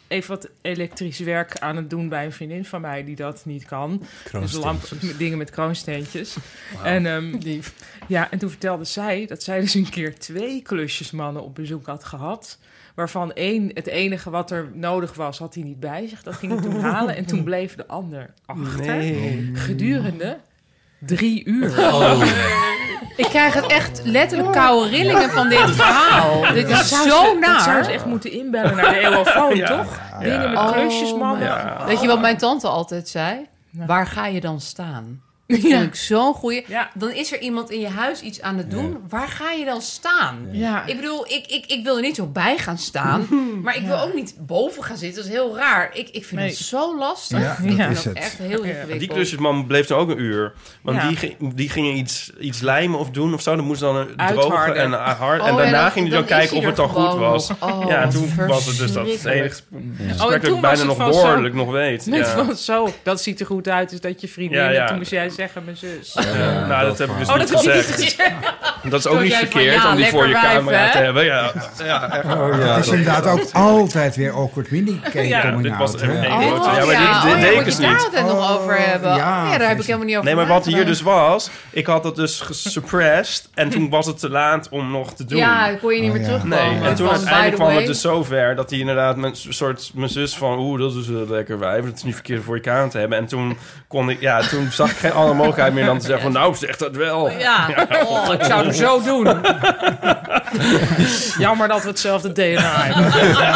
even wat elektrisch werk aan het doen bij een vriendin van mij die dat niet kan. Dus lamp, dingen met kroonsteentjes. Wow. En, um, ja, en toen vertelde zij dat zij dus een keer twee klusjesmannen op bezoek had gehad. Waarvan één, het enige wat er nodig was, had hij niet bij zich. Dat ging hij toen halen en toen bleef de ander achter. Nee. Gedurende drie uur. Oh. Ik krijg het echt letterlijk koude rillingen van dit verhaal. Ja. Dit is zou zo ze, naar. Dat zou ze echt moeten inbellen naar de eeuwofoon, ja. toch? Ja. Dingen met klusjesmannen. Ja. Weet je wat mijn tante altijd zei? Ja. Waar ga je dan staan? Dat vind ik zo'n goeie. Ja. Dan is er iemand in je huis iets aan het doen. Ja. Waar ga je dan staan? Ja. Ik bedoel, ik, ik, ik wil er niet zo bij gaan staan. Maar ik ja. wil ook niet boven gaan zitten. Dat is heel raar. Ik, ik vind nee. het zo lastig. Ja, ik dat vind is dat het. echt heel ingewikkeld. Die klusjesman bleef er ook een uur. Want ja. die, ging, die gingen iets, iets lijmen of doen of zo. Dan moest dan drogen en hard. Oh, en daarna ja, ging hij dan kijken of het dan goed was. Oh, ja, en toen was het dus dat het enige gesprek dat ik bijna nog woordelijk nog weet. Zo, dat ziet er goed uit. Dus dat je vriendin, toen moest jij zeggen, mijn zus. Ja, ja, nou, dat heb ik dus oh, niet gezegd. Niet gezegd. Dat is ook niet verkeerd ja, om die voor je wijf, camera hè? te hebben. Ja, ja, echt. Oh, ja, het is inderdaad ook altijd weer awkward mini ja, coming dit was out. Een Oh, ja, oh, ja, maar ja, dit, dit oh, deed ja, ik dus moet je niet. daar het nog over hebben? Oh, ja, ja, daar heb ik helemaal niet over Nee, maar wat hier dus was, ik had het dus gesuppressed en toen was het te laat om nog te doen. Ja, dan kon je niet meer oh, ja. terugkomen. Nee, en toen uiteindelijk kwam het dus zover dat hij inderdaad mijn soort mijn zus van, oeh, dat is een lekker wijf, dat is niet verkeerd voor je camera te hebben. En toen kon ik, ja, toen zag ik geen andere mogelijkheid meer dan te zeggen van, nou, zeg dat wel. Ja, ja. Oh, ik zou het zo doen. Jammer dat we hetzelfde D N A hebben.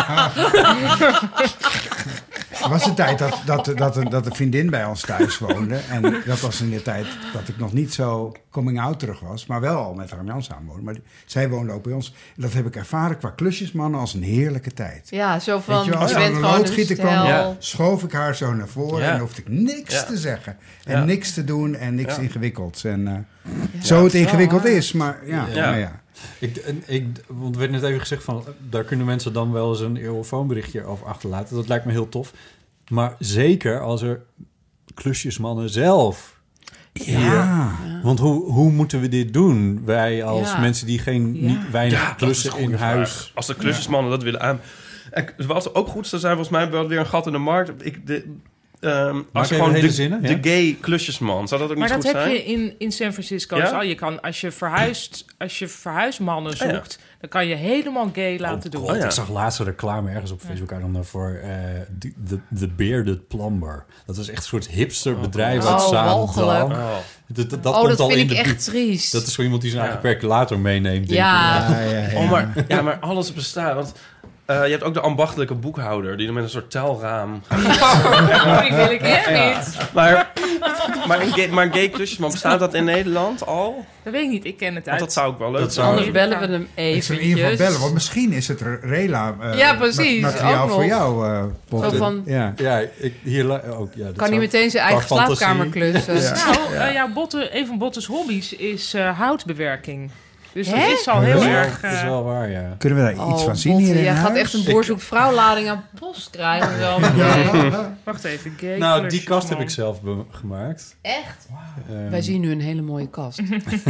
Er was een tijd dat, dat, dat, dat een vriendin bij ons thuis woonde. En dat was in de tijd dat ik nog niet zo coming-out terug was. Maar wel al met Harm Jan samenwoonde. Maar die, zij woonde ook bij ons. En dat heb ik ervaren qua klusjesmannen als een heerlijke tijd. Ja, zo van, je, als je er bent een gewoon loodgieter een kwam, ja. schoof ik haar zo naar voren. Ja. En hoefde ik niks ja. te zeggen. En ja. niks te doen en niks ja. ingewikkelds. En uh, ja. zo het ingewikkeld is. Maar ja, ja. Nou ja. Ik, ik, want er werd net even gezegd van, daar kunnen mensen dan wel eens een eeuwofoonberichtje over achterlaten. Dat lijkt me heel tof. Maar zeker als er klusjesmannen zelf... Ja. ja. Want hoe, hoe moeten we dit doen? Wij als ja. mensen die geen Ja. niet, weinig Ja, klussen in huis... Vraag. Als de klusjesmannen ja. dat willen aan... En wat ook goed zou zijn, volgens mij wel weer een gat in de markt. Ik, de, um, als je gewoon de, zinnen, de ja? gay klusjesman, zou dat ook maar niet goed zijn? Maar dat heb je in, in San Francisco. Ja? Al. Je kan, als je verhuist, als je verhuismannen zoekt, oh, ja. dan kan je helemaal gay laten oh, doen. Oh, ja. Ik zag laatst een reclame ergens op Facebook uit ja. voor uh, de, de Bearded Plumber. Dat is echt een soort hipsterbedrijf oh, uit Zaandam. Oh, dat, dat, dat, oh, komt dat al vind in ik de echt buurt. triest. Dat is zo iemand die zijn ja. eigen percolator meeneemt. Ja. Denk Ja, ja, ja. Oh, maar, ja, maar alles bestaat. Want uh, je hebt ook de ambachtelijke boekhouder die dan met een soort telraam Oh, die wil ik echt ja. niet. Maar, maar, een gay, maar een gay klusjesman, bestaat dat in Nederland al? Dat weet ik niet, ik ken het uit. Want dat zou ik wel leuk vinden. Anders bellen we hem Ik zou in ieder geval bellen, want misschien is het Rela uh, ja, precies, materiaal ook voor nog. jou. Uh, Zo van, ja. Ja, ik, hier la- ook. Ja, dat kan hij meteen zijn eigen fantasie. slaapkamer klussen? Ja. Nou, uh, ja, Botte, een van Botte's hobby's is uh, houtbewerking. Dus Hè? dat is al heel Ja, erg... Dat is Uh, wel waar, ja. Kunnen we daar Oh, iets van zien Botte, hier in jij huis? gaat echt een boerzoek-vrouwlading aan post krijgen. Wel. Nee. wacht even, gay Nou, die klusjesman. kast heb ik zelf be- gemaakt. Echt? Um, Wij zien nu een hele mooie kast.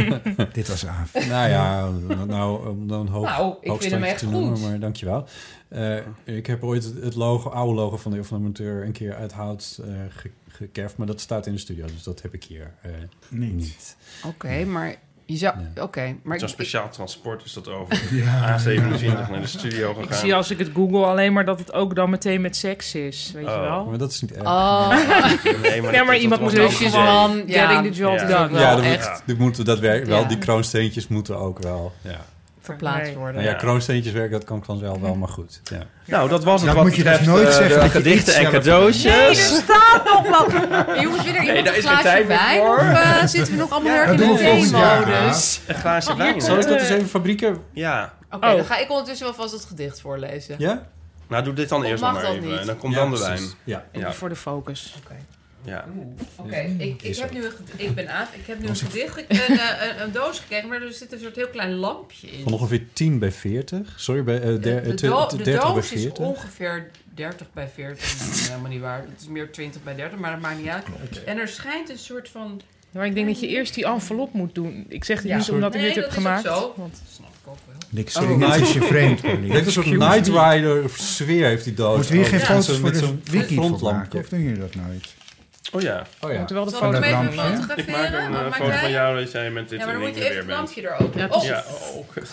Dit was af. Nou ja, nou, om dan hoog, Nou, ik vind hem echt te noemen, goed. maar dankjewel. Uh, ik heb ooit het, het logo, oude logo van de Eeuw van de Amateur een keer uit hout uh, ge, gekerfd, maar dat staat in de studio, dus dat heb ik hier uh, niet. niet. Oké, okay, maar je zou... Oké, okay, maar... Zo'n speciaal transport is dat over ja. A zevenentwintig naar de studio gegaan. Ik zie als ik het google alleen maar dat het ook dan meteen met seks is, weet oh. je wel? Maar dat is niet erg. Oh. Nee, maar, ja, maar iemand moet dus gewoon getting ja. the job ja. done. Ja, dat echt. moet, dit moeten daadwerkelijk wel. Ja. Die kroonsteentjes moeten ook wel. Ja. verplaatst Nee. worden. Nou ja, Ja. kroonsteentjes werken, dat kan ik vanzelf wel, maar goed. Ja. Nou, dat was het Dat wat moet je dus betreft, nooit eh, zeggen de dat je gedichten iets en zelf- cadeautjes. Nee, er staat nog wat. Jongens, wil er iemand daar een is geen glaasje tijd meer wijn? voor. Of uh, zitten we nog allemaal Ja, heel erg dat in doen de we volgend jaar, theemodus? Een glaasje wijn. Zal ik dat eens even fabrieken? Ja. Oké, okay, Oh. dan ga ik ondertussen wel vast het gedicht voorlezen. Ja? Nou, doe dit dan Of eerst mag nog maar dan even. niet? En dan komt Ja, dan de precies. wijn. Ja. Even Ja. voor de focus. Oké. Ja. Oké, ik, ik, heb nu een ged- ik ben Aaf. Ik heb nu een Onze- gedicht, ik ben, uh, een, een doos gekregen, maar er zit een soort heel klein lampje in. Van ongeveer tien bij veertig. Sorry, bij uh, de, der, de, tw- do- de dertig bij doos is veertig. ongeveer dertig bij veertig. Dat is helemaal niet waar. Het is meer twintig bij dertig, maar dat maakt niet uit. En er schijnt een soort van... Maar ik denk dat je eerst die envelop moet doen. Ik zeg dit Ja. niet omdat ik Nee, dit heb dat is gemaakt. ook zo. Want Snap ik ook wel. Niks, sorry, net is je vreemd. Het heeft een soort Knight Rider sfeer heeft die doos. Moeten we hier geen Oh, foto's zo voor met de zo'n wiki voor frontlampje. maken? Of doen jullie dat nooit? Oh ja. Oh ja. Moeten wel de Zal ik foto hem even lampje, hè? fotograferen? Ik maak een Wat uh, maak foto jij? van jou dat jij met dit Ja, maar dan ding moet je er even weer het bent. lampje erover. Ja, Oh, Ja, oh, kut.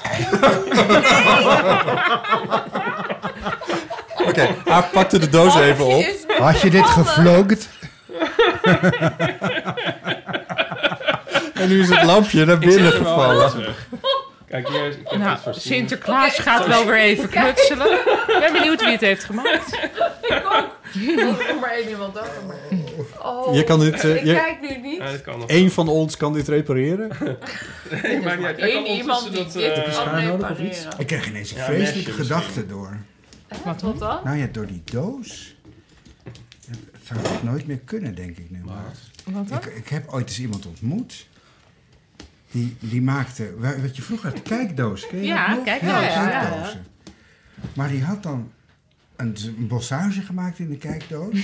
Oké, okay, Aaf pakte de doos even op. Had je dit gevloogd? En nu is het lampje naar binnen gevallen. Kijk, hier is... Ik heb Nou, iets voorzien. Sinterklaas Oké. gaat wel weer even knutselen. Ik ben benieuwd wie het heeft gemaakt. Ik ook. Er is maar één iemand over. Maar... Oh, Je kan dit, uh, ik je- kijk nu niet. Ja, dat kan nog. Eén van ons kan dit repareren. Nee, maakt niet uit. Jij kan Eén iemand die ondertussen dit dat, eh, kan schaar nodig of repareren. Ik kreeg ineens een Ja, vreselijke mesje gedachte misschien. door. Wat, wat dan? Nou ja, door die doos. Het zou het nooit meer kunnen, denk ik nu. Maar. Wat dan? Ik, ik heb ooit eens iemand ontmoet. Die, die maakte, wa- wat je vroeger had, kijkdoos. Ken je Ja, dat nog? kijk- ja, ja, ja. kijkdozen. Maar die had dan een, een bossage gemaakt in de kijkdoos.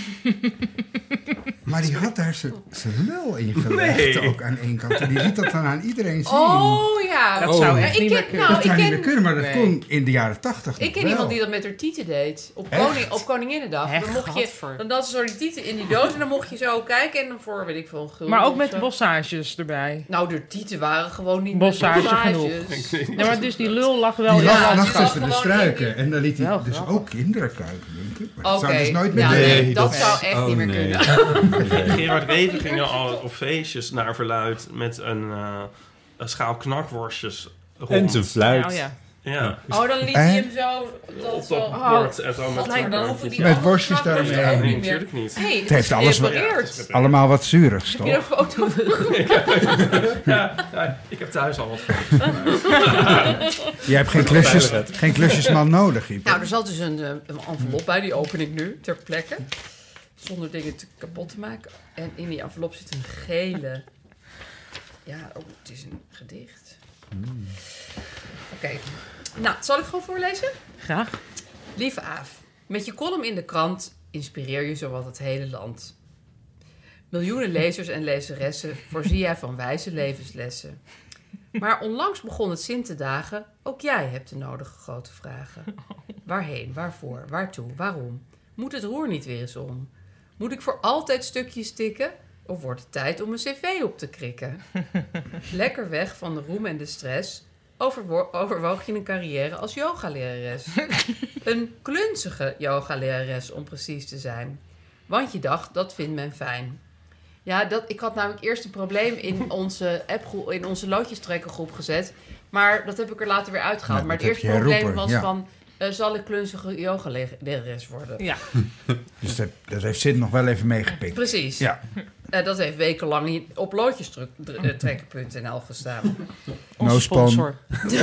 Maar die had daar zijn lul in gelegd Nee. ook aan één kant. En die liet dat dan aan iedereen zien. Oh ja. Dat zou Ja, echt ik niet ken- meer kunnen. nou, dat zou ik niet ken- meer kunnen, maar dat Nee. kon in de jaren tachtig Ik ken wel. iemand die dat met haar tieten deed. Op, Echt? koning, op Koninginnedag. Echt? Dan mocht je, Gadver. dan had ze zo die tieten in die doos en dan mocht je zo kijken en dan voor, weet ik veel, een gulden Maar ook of met zo. bossages erbij. Nou, de tieten waren gewoon niet Bossage met genoeg. Ja, maar dus die lul lag wel Die in lag, Ja, het lag die tussen lag de gewoon struiken. in En dan liet hij Wel dus grappig. ook kinderen kijken, denk ik. Maar dat Oké, zou dus nooit meer ja, doen. nee, Nee, dat dat- zou echt oh, niet meer nee. kunnen. Gerard Reven ging al op feestjes naar verluid met een, uh, een schaal knakworstjes rond. En zijn fluit. Oh ja. Ja, Oh, dan liet En? hij hem zo... Dat op zo dat oh, bord en zo met wat lijkt dan hoeven die Met andere worstjes knakkers daarmee. er ook Nee, niet meer. natuurlijk niet. Nee, Het heeft alles wat- gerepareerd. Allemaal wat zuurigs, Heb je een toch? foto van? Ja, ja, ik heb thuis al wat foto's. Je hebt geen klusjes, geen klusjesman nodig, Iep. Nou, er zat dus een, eh, een envelop bij, die open ik nu ter plekke. Zonder dingen te kapot te maken. En in die envelop zit een gele... Ja, oh, het is een gedicht. Oké. Nou, zal ik gewoon voorlezen? Graag. Lieve Aaf, met je column in de krant inspireer je zowat het hele land. Miljoenen lezers en lezeressen voorzie jij van wijze levenslessen. Maar onlangs begon het zin te dagen, ook jij hebt de nodige grote vragen. Waarheen, waarvoor, waartoe, waarom? Moet het roer niet weer eens om? Moet ik voor altijd stukjes tikken? Of wordt het tijd om een cv op te krikken? Lekker weg van de roem en de stress... Overwo- overwoog je een carrière als yogalerares. Een klunzige yogalerares, om precies te zijn. Want je dacht, dat vindt men fijn. Ja, dat, ik had namelijk eerst een probleem in onze appgroep, in onze loodjestrekkergroep gezet. Maar dat heb ik er later weer uitgehaald. Ja, maar het dat eerste heb je probleem herroepen, was ja. van... uh, zal ik klunzige yogalerares worden? Ja. Dus dat, dat heeft Sid nog wel even meegepikt. Precies. Ja. Uh, dat heeft wekenlang in- op loodjestrekker punt n l gestaan. Onze No spon. sponsor.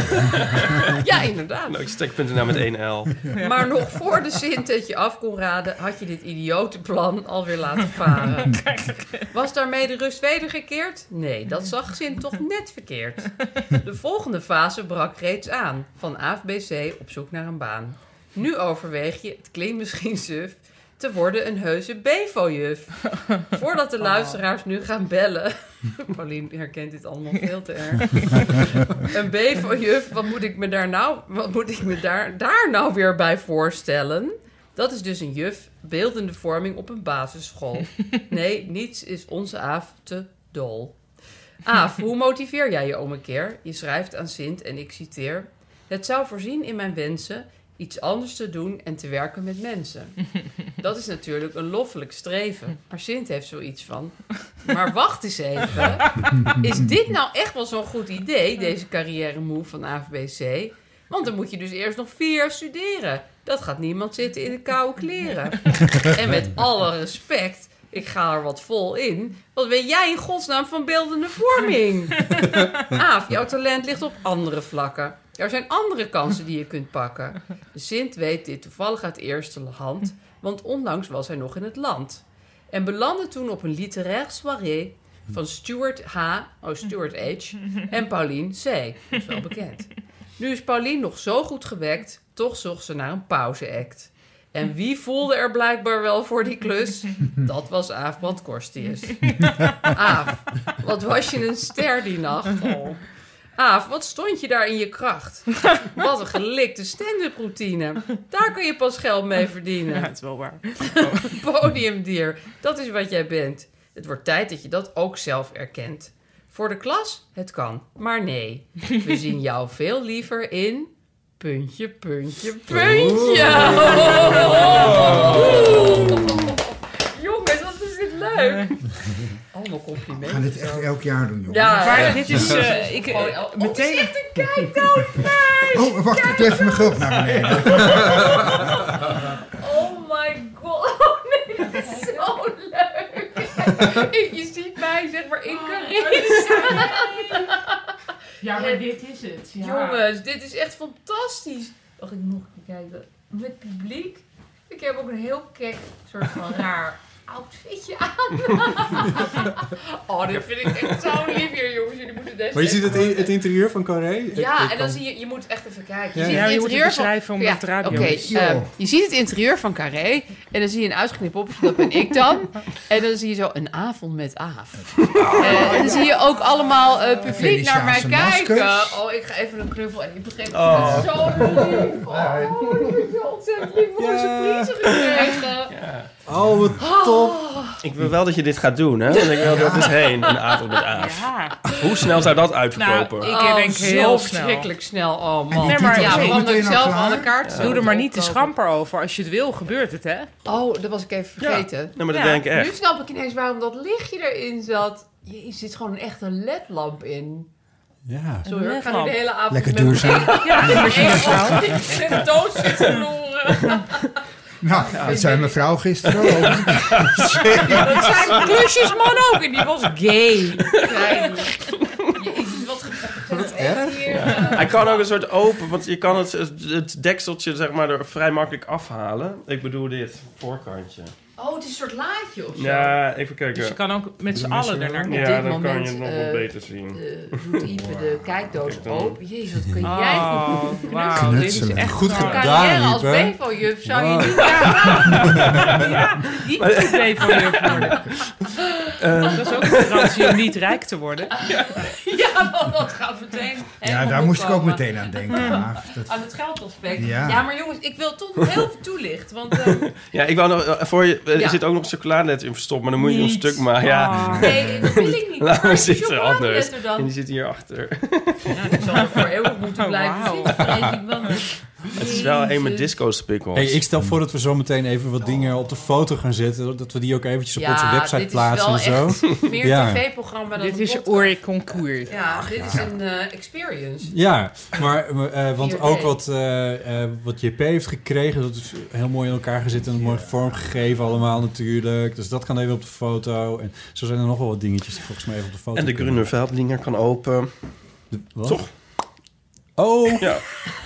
Ja, inderdaad. Logistek punt n l met één L. Maar nog voor de Sint dat je af kon raden... had je dit idiote plan alweer laten varen. Was daarmee de rust wedergekeerd? Nee, dat zag Sint toch net verkeerd. De volgende fase brak reeds aan. Van A F B C op zoek naar een baan. Nu overweeg je, het klinkt misschien suf... te worden een heuse B V O-juf. Voordat de luisteraars nu gaan bellen... Paulien herkent dit allemaal veel te erg. Een B V O-juf, wat moet ik me daar nou, wat moet ik me daar, daar nou weer bij voorstellen? Dat is dus een juf, beeldende vorming op een basisschool. Nee, niets is onze Aaf te dol. Aaf, hoe motiveer jij je om een keer? Je schrijft aan Sint en ik citeer... Het zou voorzien in mijn wensen... iets anders te doen en te werken met mensen. Dat is natuurlijk een loffelijk streven. Maar Sint heeft zoiets van... Maar wacht eens even. Is dit nou echt wel zo'n goed idee, deze carrière move van A F B C? Want dan moet je dus eerst nog vier jaar studeren. Dat gaat niemand zitten in de koude kleren. En met alle respect... Ik ga er wat vol in. Wat weet jij in godsnaam van beeldende vorming? Aaf, jouw talent ligt op andere vlakken. Er zijn andere kansen die je kunt pakken. De Sint weet dit toevallig uit eerste hand... want onlangs was hij nog in het land. En belandde toen op een literaire soirée... van Stuart H., oh Stuart H. en Pauline C. Dat is wel bekend. Nu is Pauline nog zo goed gewekt... toch zocht ze naar een pauzeact... En wie voelde er blijkbaar wel voor die klus? Dat was Aaf Brandkorstius. Aaf, wat was je een ster die nacht? Oh. Aaf, wat stond je daar in je kracht? Wat een gelikte stand-up routine. Daar kun je pas geld mee verdienen. Ja, het is wel waar. Podiumdier, dat is wat jij bent. Het wordt tijd dat je dat ook zelf erkent. Voor de klas, het kan. Maar nee, we zien jou veel liever in... Puntje, puntje, puntje. Oh. Jongens, wat is dit leuk. Allemaal complimenten. We gaan dit echt elk jaar doen, jongen. Ja, maar ja. dit is... Uh, ik, uh, oh, meteen... Zit een kijkdood meis. Oh, wacht, ik doe even mijn gulp naar beneden. Oh my god. Oh nee, dat is zo leuk. Je ziet mij zeg maar in Carré staan. Ja, maar dit is het. Ja. Jongens, dit is echt fantastisch. Wacht, ik nog een keer kijken. Met publiek. Ik heb ook een heel kek soort van raar outfitje aan. Oh, dit vind ik echt zo lief hier, jongens. Jullie moeten deze... Maar je ziet het, in, het interieur van Carré? Ja, ik en dan kan... zie je... Je moet echt even kijken. Ja, Je, ziet ja, het je moet het beschrijven van, omdat ja, het radio okay, is. uh, je ziet het interieur van Carré. En dan zie je een uitgeknipt poppetje, dat ben ik dan. En dan zie je zo een avond met Aaf. Uh, en dan zie je ook allemaal uh, publiek naar mij kijken. Maskers. Oh, ik ga even een knuffel. En je begreep Oh. het zo lief. Oh, dit is ontzettend lief. Voor een surprise gekregen. Ja. Oh, wat tof. Ik wil wel dat je dit gaat doen, hè? Want ik wil er dus heen, een avond met Aaf. Ja. Hoe snel zou dat uitverkopen? Nou, ik Oh, denk zo heel snel. verschrikkelijk snel. Oh En man. die Nee, maar- titel Ja, is ook waarom dat ik meteen al zelf klaar? alle kaarten... Doe er maar niet te opkopen. schamper over. Als je het wil, gebeurt het, hè? Oh, dat was ik even vergeten. Nee, maar dat Ja, denk ik Nu echt. snap ik ineens waarom dat lichtje erin zat. Je er zit gewoon een echte ledlamp in. Ja. Sorry, hoor, ik ga nu de hele avond Lekker met duurzaam. Ja, de machine Ik ben de dood zitten verloren. Nou, dat zei mijn vrouw gisteren ook. Dat zijn klusjesman ook. En die was gay. Krijgelijk. Jezus, wat wat erg. Hij kan ook een soort open, want je kan het, het dekseltje zeg maar er vrij makkelijk afhalen. Ik bedoel dit, voorkantje. Oh, het is een soort laadje of zo. Ja, even kijken. Dus je kan ook met z'n allen er naar Op Ja, dit dan kan moment, je het nog uh, wel beter zien. Uh, doet Ipe de kijkdoos Kijk dan. open. Jezus, wat kun jij Oh, goed wauw. Dit is Knutselen. echt Goed waar. gedaan. carrière als Ipe. Bevo-juf zou je Wow. niet gaan. Ja, die moet Bevo-juf worden. Dat is ook een garantie om niet rijk te worden. Ja, want dat gaat meteen. Ja, helemaal daar moest ik ook opkomen. meteen aan denken. Ja, dat- Aan het geldaspect. Ja. Ja. maar jongens, ik wil toch nog heel veel toelichten. Want uh, Ja, ik wou nog, uh, voor je, er Ja. zit ook nog chocoladelet in verstopt, maar dan moet je nog een Niet. stuk maken. Ja, Oh. nee, dat wil ik niet. laat Waar maar is die zitten anders. chocoladeletter En dan? die zit hier achter. Ja, die zal er voor eeuwig moeten blijven Wauw. zitten. vrees ik wel. Het is wel een met disco spikkels. Hey, ik stel voor dat we zo meteen even wat dingen op de foto gaan zetten. Dat we die ook eventjes op Ja, onze website dit is plaatsen wel en zo. echt meer Ja. tv-programma dan Dit een is podcast. Ori Concours. Ja, dit is een uh, experience. Ja, maar eh, want vier D. ook wat, eh, eh, wat J P heeft gekregen, dat is heel mooi in elkaar gezet en mooi vormgegeven allemaal natuurlijk. Dus dat kan even op de foto. En zo zijn er nog wel wat dingetjes die volgens mij even op de foto En de kunnen. Grüner Veltlinger kan open. De- wat? Toch? Oh, Ja.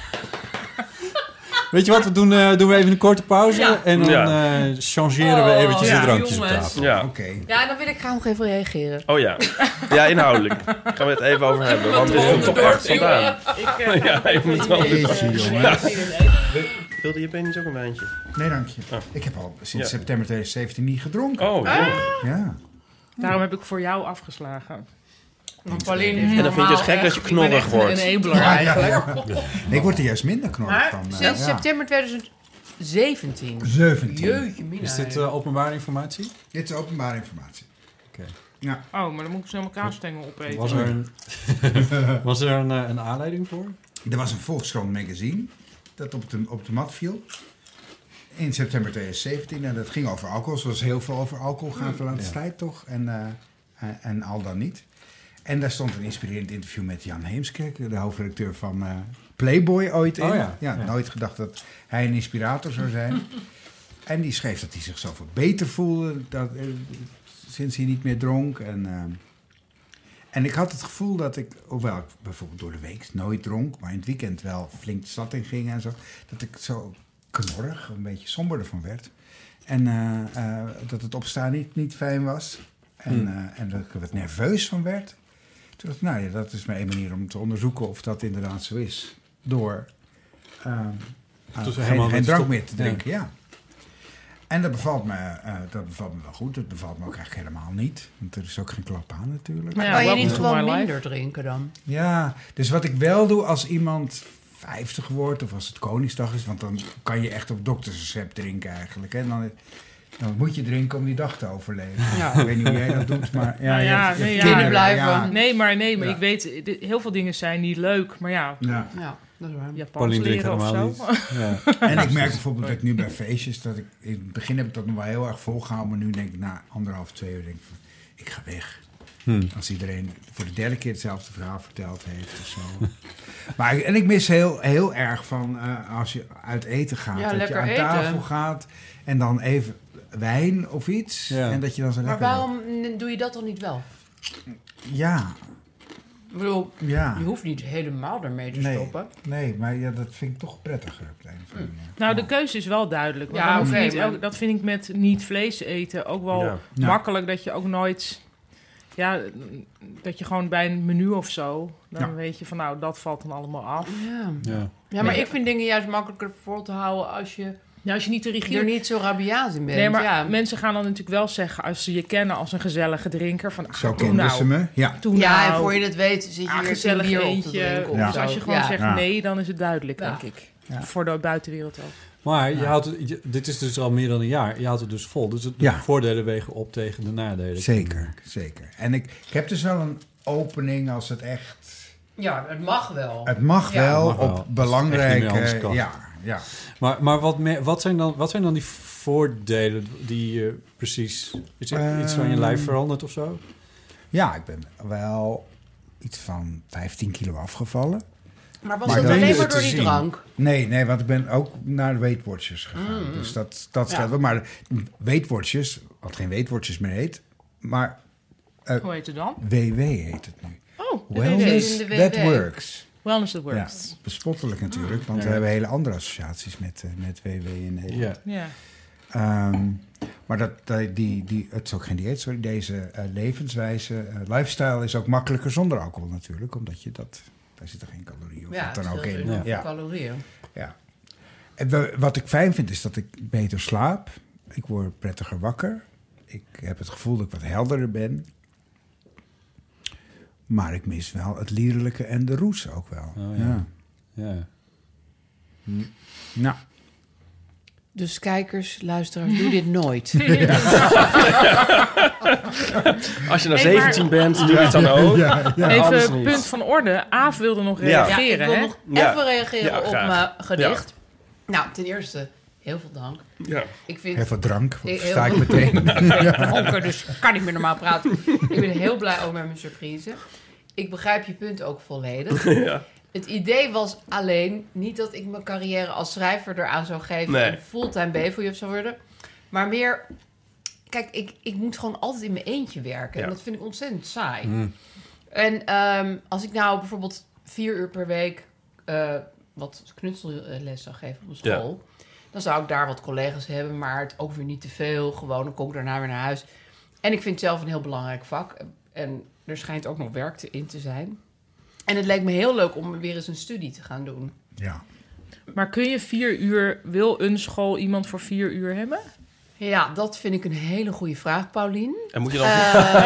weet je wat, we doen, eh, doen we even een korte pauze Ja. en dan Ja. eh, changeren we Oh, eventjes ja, de drankjes op jongens. tafel. Ja. Oké. Ja, en dan wil ik graag nog even reageren. Oh ja. Ja, inhoudelijk. Daar gaan we het even over hebben. Want dit komt toch hard vandaan. Ik, uh, Ja, ik moet wel. Jeetje, jongen. Wilde je niet ook een wijntje? Nee, dank je. Oh. Ik heb al sinds Ja. september twintig zeventien niet gedronken. Oh, ja. Ja. Daarom heb ik voor jou afgeslagen. Want Pauline heeft En dan vind je het gek dat je knorrig wordt. Een enabler Ja, ja, eigenlijk. ja. Nee, ik word er juist minder knorrig Maar van. eh, sinds ja. september twintig zeventien. zeventien. Jeetje, mina. Is dit uh, openbare informatie? Dit is openbare informatie. Oké. Ja. Oh, maar dan moet ik snel mijn kaasstengel opeten. Was er een, was er een, uh, een aanleiding voor? Er was een Volkskrant magazine dat op de, op de mat viel. In september twintig zeventien. En dat ging over alcohol. Zoals heel veel over alcohol gaat de laatste Ja. tijd toch. En, uh, en, en al dan niet. En daar stond een inspirerend interview met Jan Heemskerk. De hoofdredacteur van uh, Playboy ooit in. Oh ja, ja. Nooit gedacht dat hij een inspirator zou zijn. En die schreef dat hij zich zoveel beter voelde. Dat, uh, sinds hij niet meer dronk. En... Uh, En ik had het gevoel dat ik, hoewel ik bijvoorbeeld door de week nooit dronk, maar in het weekend wel flink de stad in ging en zo, dat ik zo knorrig, een beetje somberder van werd. En uh, uh, dat het opstaan niet, niet fijn was. En, uh, en dat ik er wat nerveus van werd. Toen dacht ik, nou ja, dat is maar één manier om te onderzoeken of dat inderdaad zo is. Door uh, uh, Dus geen, helemaal geen niet drank stop- meer te drinken, ja. En dat bevalt, me, uh, dat bevalt me wel goed. Dat bevalt me ook eigenlijk helemaal niet. Want er is ook geen klap aan natuurlijk. Maar Ja, kan je welcome niet to gewoon my minder life. drinken dan? Ja, dus wat ik wel doe als iemand vijftig wordt... of als het Koningsdag is... want dan kan je echt op doktersrecept drinken eigenlijk. Hè? Dan, dan moet je drinken om die dag te overleven. Ja. Ik weet niet hoe jij dat doet, maar... Ja, Nou je ja, hebt- je nee, hebt ja. kinderen, Blijven. ja. Nee, maar nee, maar Ja. ik weet, de- heel veel dingen zijn niet leuk. Maar ja, Ja. Ja, dat is waar. Japans Paulien drinkt leren of helemaal zo. niet. Ja. En ik merk bijvoorbeeld dat ik nu bij feestjes... dat ik in het begin heb ik dat nog wel heel erg volgehouden... maar nu denk ik na anderhalf, twee uur denk ik van... ik ga weg. Hm. Als iedereen voor de derde keer hetzelfde verhaal verteld heeft of zo. Maar, en ik mis heel, heel erg van uh, als je uit eten gaat. Ja, dat lekker je aan eten. tafel gaat en dan even wijn of iets. Ja. En dat je dan zo Maar lekker... waarom n- doe je dat dan niet wel? Ja, Ik bedoel, ja. je hoeft niet helemaal ermee te Nee. stoppen. Nee, maar ja, dat vind ik toch prettiger op de een of andere manier. Nou, de Ja. keuze is wel duidelijk. Want Ja, dan hoef je oké, niet maar- elk- dat vind ik met niet vlees eten ook wel Ja. Ja. makkelijk. Dat je ook nooit... Ja, dat je gewoon bij een menu of zo... dan Ja. weet je van nou, dat valt dan allemaal af. Ja. Ja. Ja, maar Nee. ik vind dingen juist makkelijker vol te houden als je Ja, als je niet te rigide... er niet zo rabiaat in bent. Nee, maar ja. mensen gaan dan natuurlijk wel zeggen... als ze je kennen als een gezellige drinker... van ah, Zo doe kenden nou, ze me. Ja. doe ja, nou. en voor je het weet zit je Ah, weer gezellig bier op te eentje. drinken. of Ja. Dus zo. als je gewoon Ja. zegt Ja. nee, dan is het duidelijk, Ja. denk ik. Ja. Voor de buitenwereld ook. Maar je Ja. houdt het, je- dit is dus al meer dan een jaar. Je houdt het dus vol. Dus het, de Ja. voordelen wegen op tegen de nadelen. Zeker, zeker. En ik, ik heb dus wel een opening als het echt... Ja, het mag wel. Het mag Ja. wel Mag wel. op Als het echt niet meer belangrijke... anders kan. Ja, ja. Maar, maar wat, meer, wat, zijn dan, wat zijn dan die voordelen die je precies... Is er iets van je lijf Ehm, veranderd of zo? Ja, ik ben wel iets van vijftien kilo afgevallen. Maar was Maar dat dan alleen is maar het door te die zien. drank? Nee, nee, want ik ben ook naar de Weight Watchers gegaan. Mm. Dus dat, dat Ja. scheelt wel. Maar Weight Watchers, wat geen Weight Watchers meer heet... maar Hoe heet het dan? W W heet het nu. Oh, de Wellness W W. That Works. Wellness that Ja, works. bespottelijk natuurlijk, want Ja. we hebben hele andere associaties met, uh, met W W in Nederland. Ja. Ja. Ehm, maar dat, dat- die, die, het is ook geen dieet, sorry. Deze uh, levenswijze, uh, lifestyle is ook makkelijker zonder alcohol natuurlijk. Omdat je dat, daar zitten geen calorieën of Ja, wat dan het ook scheelt in. enorm veel Ja, calorieën. ja. En we- wat ik fijn vind is dat ik beter slaap. Ik word prettiger wakker. Ik heb het gevoel dat ik wat helderder ben. Maar ik mis wel het lierlijke en de roes ook wel. Oh, ja. Ja. Nou, Dus kijkers, luisteraars, doe dit nooit. Als je nou Hey, maar- zeventien bent, doe je het dan ook. ja, ja. En anders Even niet. punt van orde. Aaf wilde nog Ja. Ja, ik reageren, wil hè? nog Ja. even reageren Ja, op graag. mijn gedicht. Nou, ten eerste, heel veel dank. Ja. Ik vind Heel veel drank, Heel versta ik veel- meteen. dronken, dus kan niet meer normaal praten. Ik ben heel blij ook met mijn surprise. Ik begrijp je punt ook volledig. Ja. Het idee was alleen niet dat ik mijn carrière als schrijver eraan zou geven Nee. en fulltime beveljuf zou worden. Maar meer, kijk, ik, ik moet gewoon altijd in mijn eentje werken. Ja. En dat vind ik ontzettend saai. Mm. En ehm, als ik nou bijvoorbeeld vier uur per week eh, wat knutselles zou geven op een school, dan zou ik daar wat collega's hebben, maar het ook weer niet te veel. Gewoon, dan kom ik daarna weer naar huis. En ik vind het zelf een heel belangrijk vak. En er schijnt ook nog werk te- in te zijn. En het leek me heel leuk om weer eens een studie te gaan doen. Ja. Maar kun je vier uur... Wil een school iemand voor vier uur hebben? Ja, dat vind ik een hele goede vraag, Paulien. En moet je dan...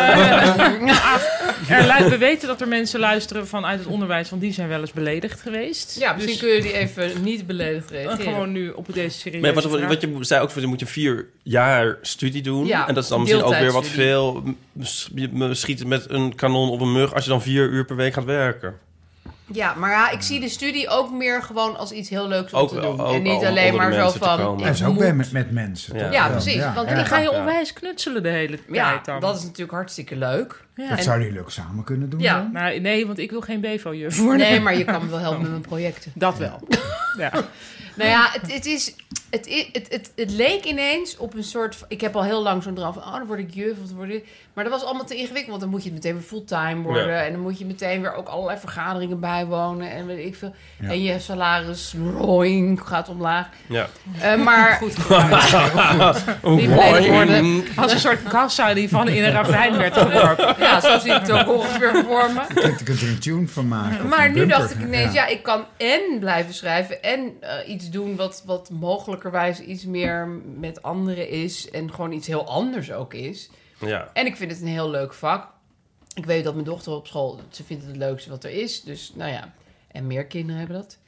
Eh, Er, lu- we weten dat er mensen luisteren vanuit het onderwijs... want die zijn wel eens beledigd geweest. ja, misschien Dus kun je die even niet beledigd dan reageren. gewoon nu op deze serieuze Maar wat, wat, vraag. wat je zei ook, je moet je vier jaar studie doen. Ja, en dat is dan misschien ook weer wat deeltijdstudie. veel... m- Je me schieten met een kanon op een mug als je dan vier uur per week gaat werken. Ja, maar ja, ik zie de studie ook meer gewoon als iets heel leuks om Ook te wel, doen. ook en niet om alleen onder de maar zo mensen te van... komen. ik En zo ook moet- weer met, met mensen. Ja. toch? Ja, precies, want En Ja. dan ga je Ja. onwijs knutselen de hele Ja, tijd dan. dat is natuurlijk hartstikke leuk. Ja. Dat En- zouden jullie ook samen kunnen doen Ja. dan? Nou, nee, want ik wil geen bevo-juf worden. Nee, maar je kan me wel helpen met mijn projecten. Dat wel. Ja. Nou ja, het, het is... Het, i- het, het, het leek ineens op een soort... Ik heb al heel lang zo'n droom van... Oh, dan word ik juf of dan word ik... Maar dat was allemaal te ingewikkeld. Want dan moet je meteen weer fulltime worden. Ja. En dan moet je meteen weer ook allerlei vergaderingen bijwonen. En weet ik veel. Ja. En je salaris, roing, gaat omlaag. Ja. Eh, maar... Goed gedaan. Niet beledigd worden. Als een soort kassa die van in een ravijn werd geworpen. Ja, zo zie ik het ook ongeveer voor me. Je kunt er een tune van maken. of Maar een nu bumper. dacht ik ineens, ja. ik kan en blijven schrijven en eh, iets doen wat, wat mogelijk mogelijkerwijs iets meer met anderen is... en gewoon iets heel anders ook is. Ja. En ik vind het een heel leuk vak. Ik weet dat mijn dochter op school... ze vindt het het leukste wat er is. Dus, nou ja... En meer kinderen hebben dat.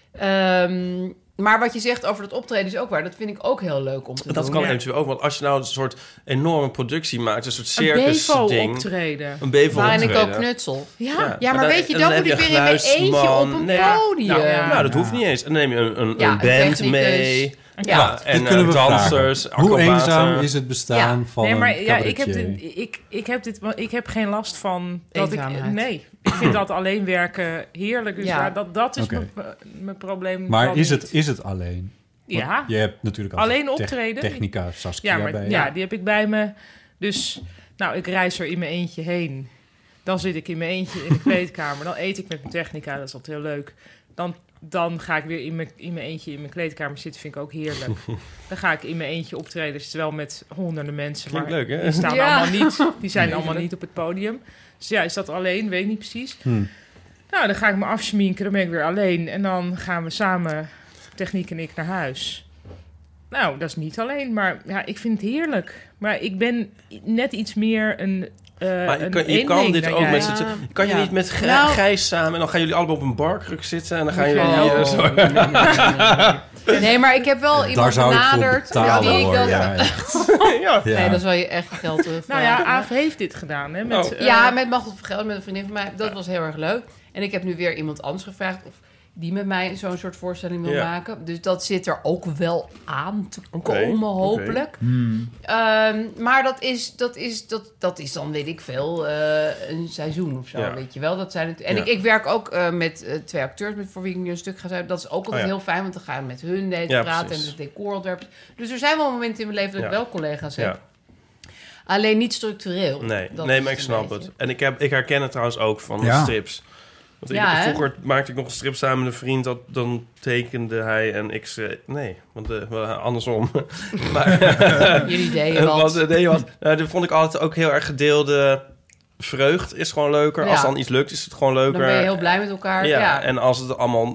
Um, maar wat je zegt over dat optreden is ook waar. Dat vind ik ook heel leuk om te dat doen. Dat kan ja. eventueel ook. Want als je nou een soort enorme productie maakt... een soort circus-ding... Een Bevo-optreden. Een Bevo-optreden. Waarin ik ook knutsel. Ja, ja, ja maar, maar weet je, dan moet ik weer in mijn eentje op een nee, podium. Nou, ja. nou, dat hoeft niet eens. Dan neem je een, een, ja, een band een mee... Ja, ja, en kunnen we uh, dansers, vragen. Hoe acrobaten. eenzaam is het bestaan ja. van nee, maar een ja, ik heb, cabaretier? dit, ik, ik, heb dit, ik heb geen last van... Dat ik, Eenzaamheid. nee, ik vind dat alleen werken heerlijk. Dus Ja. ja, dat, dat is Oké. mijn, mijn probleem. Maar dan is niet. het, is het alleen? Want Ja. je hebt natuurlijk altijd Alleen tech- optreden? technica Saskia Ja, maar, bij je. ja, die heb ik bij me. Dus, nou, ik reis er in mijn eentje heen. Dan zit ik in mijn eentje in de kleedkamer. Dan eet ik met mijn technica, dat is altijd heel leuk. Dan, dan ga ik weer in mijn, in mijn eentje in mijn kleedkamer zitten, vind ik ook heerlijk. Dan ga ik in mijn eentje optreden. Dus wel met honderden mensen. Klinkt maar leuk, hè? Die staan Ja. allemaal niet. Die zijn allemaal niet op het podium. Dus ja, is dat alleen? Weet ik niet precies. Hmm. Nou, dan ga ik me afschminken. Dan ben ik weer alleen. En dan gaan we samen, techniek en ik, naar huis. Nou, dat is niet alleen. Maar ja, ik vind het heerlijk. Maar ik ben net iets meer een... Uh, Maar je een kan, je kan eenling dit dan ook jij. met z'n tweeën- Kan je Ja. niet met G- Nou- Gijs samen... en dan gaan jullie allemaal op een barkruk zitten... en dan gaan jullie... Oh. uh, zo- Nee, nee, nee, nee. Nee, maar ik heb wel Daar iemand zou ik voor benaderd... betalen, die ik hoor. dat... Ja, ja. ja. Ja. Nee, dat zal je echt geld terug. Nou ja, Aaf heeft dit gedaan. Hè, met, Oh. eh, Ja, met Machteld van Gelder, met een vriendin van mij. Dat was heel erg leuk. En ik heb nu weer iemand anders gevraagd... of die met mij zo'n soort voorstelling wil Ja. maken. Dus dat zit er ook wel aan te Oké, komen, oké. hopelijk. Hmm. Ehm, maar dat is, dat, is, dat, dat is dan, weet ik veel, eh, een seizoen of zo, Ja. weet je wel. Dat zijn het, en Ja. ik, ik werk ook eh, met uh, twee acteurs met, voor wie ik nu een stuk ga zijn. Dat is ook altijd Oh ja. heel fijn, want dan ga je met hun de hele Ja, praten precies. en de decorontwerpers. Dus er zijn wel momenten in mijn leven dat ik Ja. wel collega's heb. Ja. Alleen niet structureel. Nee, Dat nee is maar ik een snap beetje. het. En ik, heb, ik herken het trouwens ook van Ja. de strips. Want ik, Ja, hè? vroeger maakte ik nog een strip samen met een vriend. Dat, dan tekende hij en ik schreef... Nee, want uh, wel andersom. maar Jullie deden wat. wat. wat nee, wat uh, dat vond ik altijd ook heel erg gedeelde... Vreugd is gewoon leuker. Ja. Als dan iets lukt, is het gewoon leuker. Dan ben je heel blij met elkaar. Ja, Ja, en als het allemaal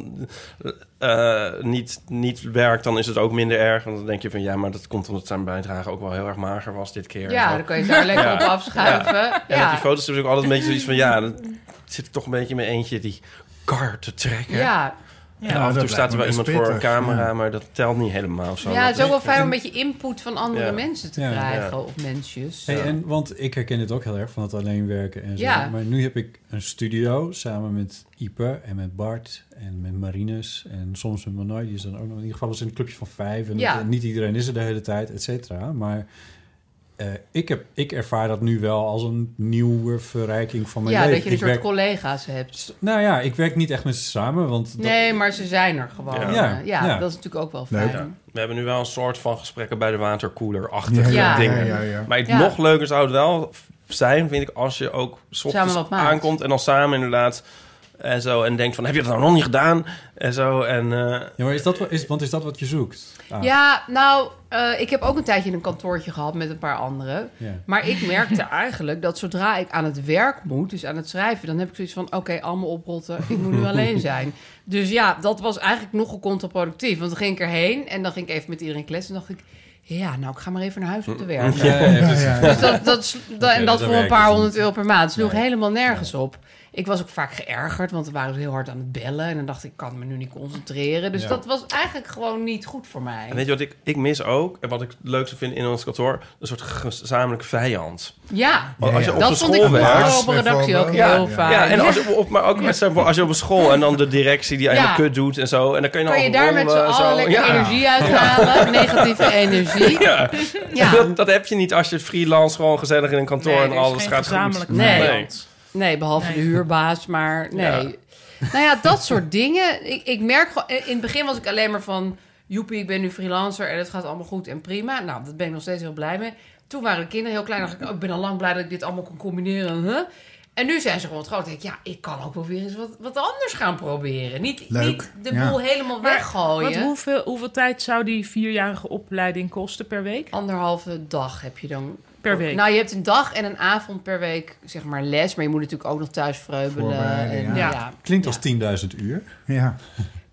uh, niet, niet werkt, dan is het ook minder erg. Want dan denk je van, ja, maar dat komt omdat zijn bijdrage ook wel heel erg mager was dit keer. ja, dan kan je het daar lekker Ja. op afschuiven. Ja. En op die foto's heb ik ook altijd een beetje zoiets van... ja, dan zit ik toch een beetje in mijn eentje die kar te trekken. Ja. En Ja, af en toe dat staat er wel lijkt me iemand best voor een pittig, camera... ja. maar dat telt niet helemaal of zo. Ja, het is ook wel fijn om En- een beetje input van andere Ja. mensen te Ja. krijgen. Ja. Of mensjes. Hey, Ja. en, want ik herken het ook heel erg van het alleen werken en zo. Ja. Maar nu heb ik een studio samen met Ipe en met Bart en met Marines. En soms met Manoy, die is dan ook nog... In ieder geval is het een clubje van vijf. En, Ja. het- en niet iedereen is er de hele tijd, et cetera. Maar uh, ik, heb, ik ervaar dat nu wel als een nieuwe verrijking van mijn Ja, leven. dat je een Ik soort werk- collega's hebt. Nou ja, ik werk niet echt met ze samen, want... dat- Nee, maar ze zijn er gewoon. Ja. Ja, Ja, ja. dat is natuurlijk ook wel Leuk. fijn. Ja. We hebben nu wel een soort van gesprekken bij de waterkoeler-achtige Ja, ja, dingen. ja, ja. Maar het Ja. nog leuker zou het wel zijn, vind ik, als je ook 's Samen ochtends wat maakt. aankomt en dan samen inderdaad en zo en denkt van, heb je dat nou nog niet gedaan? En zo en uh, Ja, maar is dat, wat- is, want is dat wat je zoekt? Ah, Ja, nou, uh, ik heb ook een tijdje een kantoortje gehad met een paar anderen. ja. Maar ik merkte eigenlijk dat zodra ik aan het werk moet, dus aan het schrijven, dan heb ik zoiets van, oké, allemaal oprotten, ik moet nu alleen zijn. Dus ja, dat was eigenlijk nogal contraproductief. Want dan ging ik erheen en dan ging ik even met iedereen kletsen en dacht ik, ja, nou, ik ga maar even naar huis om te werken. Ja, ja, precies. Ja, ja. Dus dat, dat, dat, Oké, en dat dus voor dan een werkt paar het honderd niet. euro per maand. Het sloeg Nee. helemaal nergens op. Ik was ook vaak geërgerd, want we waren heel hard aan het bellen. En dan dacht ik, ik kan me nu niet concentreren. Dus Ja. dat was eigenlijk gewoon niet goed voor mij. en weet je wat ik, ik mis ook, en wat ik het leukste vind in ons kantoor, een soort gezamenlijke vijand. Ja, Want als je Ja, op dat de vond ik school vroeger werkt... op een redactie ook Ja, heel ja. fijn. Ja, en als je op, maar ook met, zeg maar, als je op een school en dan de directie die helemaal Ja. kut doet en zo. En dan kun je, kan dan je daar met z'n rollen, allen zo. lekker Ja. energie uithalen. Negatieve energie. Ja. Ja. Dat, dat heb je niet als je freelance gewoon gezellig in een kantoor Nee, en er is alles geen gaat gezamenlijke goed. Nee. vijand. Nee, behalve Nee. de huurbaas, maar nee. Ja. Nou ja, dat soort dingen. Ik, ik merk gewoon... In het begin was ik alleen maar van... Joepie, ik ben nu freelancer en het gaat allemaal goed en prima. Nou, daar ben ik nog steeds heel blij mee. Toen waren de kinderen heel klein. dacht ik, oh, ik ben al lang blij dat ik dit allemaal kan combineren. Huh? En nu zijn ze gewoon wat groot. Ik denk, ja, ik kan ook wel weer eens wat, wat anders gaan proberen. Niet, Leuk. niet de Ja. boel helemaal Maar weggooien. Want hoeveel, hoeveel tijd zou die vierjarige opleiding kosten per week? Anderhalve dag heb je dan... Per week? Nou, je hebt een dag en een avond per week, zeg maar, les. Maar je moet natuurlijk ook nog thuis vreubelen. Voorbereiden, En, ja. ja. Klinkt als Ja. tienduizend uur. Ja.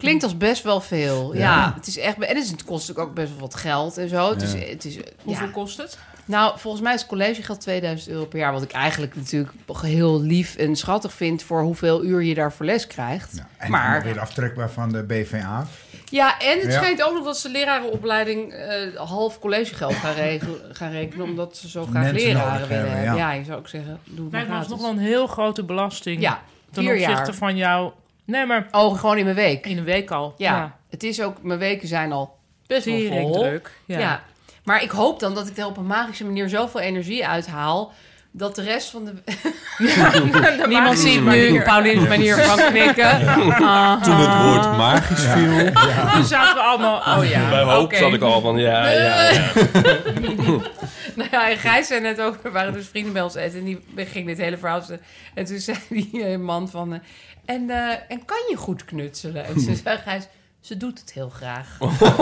Klinkt als best wel veel. Ja, ja het is echt... En het kost natuurlijk ook best wel wat geld en zo. Het is, ja. het is, Hoeveel ja. kost het? Nou, volgens mij is het collegegeld tweeduizend euro per jaar. Wat ik eigenlijk natuurlijk heel lief en schattig vind... voor hoeveel uur je daar voor les krijgt. Ja, en maar weer aftrekbaar van de B V A. Ja, en het ja. schijnt ook nog dat ze lerarenopleiding... Uh, half collegegeld gaan, regelen, gaan rekenen... omdat ze zo graag Mensen leraren willen hebben. hebben. Ja. ja, je zou ook zeggen... Doe Nee, maar het was gratis. nog wel een heel grote belasting. Ja, ten vier opzichte jaar. van jou. Nee, maar... Oh, gewoon in mijn week? In een week al, ja. ja. Het is ook... Mijn weken zijn al best wel Tering vol. druk, ja. ja. Maar ik hoop dan dat ik er op een magische manier zoveel energie uithaal... dat de rest van de... Ja, Niemand ziet nu Paulien's manier van knikken. Ja. Toen het woord magisch viel. Ja. Toen zaten we allemaal... Oh ja, Bij hoop okay. zat ik al van ja, ja, ja. Nou ja, en Gijs zei net ook... Er waren dus vrienden bij ons eten... en die ging dit hele verhaal... En toen zei die uh, man van... Uh, en, uh, en kan je goed knutselen? En ze zei Gijs... Ze doet het heel graag.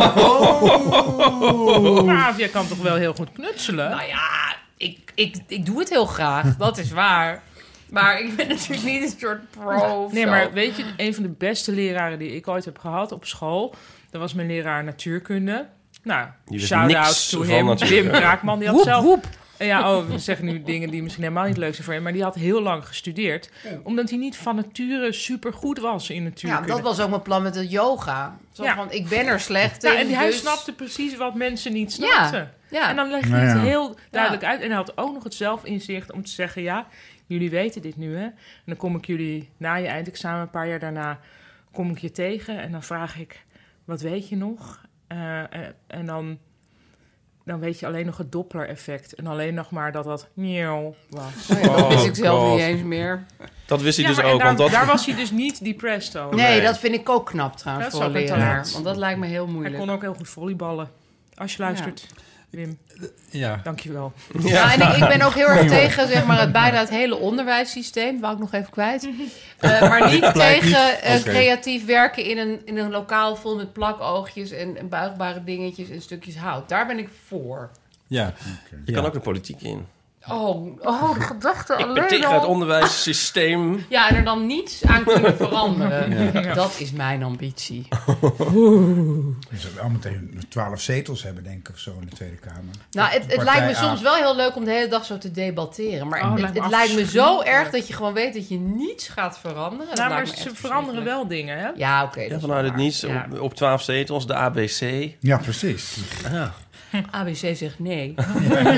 Oh. Maar jij kan toch wel heel goed knutselen? Nou ja, ik, ik, ik doe het heel graag. Dat is waar. Maar ik ben natuurlijk niet een soort pro of Nee, zo. maar weet je, een van de beste leraren die ik ooit heb gehad op school... dat was mijn leraar natuurkunde. Nou, shout-out to him. Wim Braakman, die had woep, zelf... Woep. Ja, oh, we zeggen nu dingen die misschien helemaal niet leuk zijn voor hem... maar die had heel lang gestudeerd... omdat hij niet van nature supergoed was in natuurkunde. Ja, dat was ook mijn plan met het yoga. Zo Ja. van, ik ben er slecht in, Ja, en die, hij dus... snapte precies wat mensen niet snapten. Ja, ja. En dan legde Nou hij het ja. heel duidelijk uit. En hij had ook nog het zelfinzicht om te zeggen... ja, jullie weten dit nu, hè. En dan kom ik jullie na je eindexamen, een paar jaar daarna... kom ik je tegen en dan vraag ik... wat weet je nog? Uh, en, en dan... dan weet je alleen nog het Doppler-effect. En alleen nog maar dat dat nieuw was. Oh ja, dat wist ik Oh, zelf God. niet eens meer. Dat wist hij Ja, dus maar en ook. daar, Want dat... daar was hij dus niet depressed over. Nee, Nee. dat vind ik ook knap trouwens Dat voor is een ook een leraar. talent. Want dat lijkt me heel Hij moeilijk. kon ook heel goed volleyballen. Als je luistert, Wim, Ja. dankjewel. Ja, en ik, ik ben ook heel erg tegen zeg maar, het, bijna het hele onderwijssysteem. Wou ik nog even kwijt. Uh, maar niet blijkt tegen niet. uh, Oké. creatief werken in een, in een lokaal vol met plakoogjes en, en buigbare dingetjes en stukjes hout. Daar ben ik voor. Ja. Je kan ook de politiek in. Oh, oh de gedachte Ik ben alleen tegen al. het onderwijssysteem. Ja, en er dan niets aan kunnen veranderen. Ja. Dat is mijn ambitie. Je zou wel meteen twaalf zetels hebben, denk ik, of zo in de Tweede Kamer. Nou, het, het Partij lijkt me A. soms wel heel leuk om de hele dag zo te debatteren. Maar Oh, het, lijkt me het lijkt me zo afschuwelijk. erg dat je gewoon weet dat je niets gaat veranderen. Dat Nou, maar lijkt me ze echt veranderen verschrikkelijk. wel dingen, hè? Ja, oké. dat Ja, is vanuit het waar. niets Ja. op, op twaalf zetels, de A B C. Ja, precies. Ja. A B C zegt nee. Dat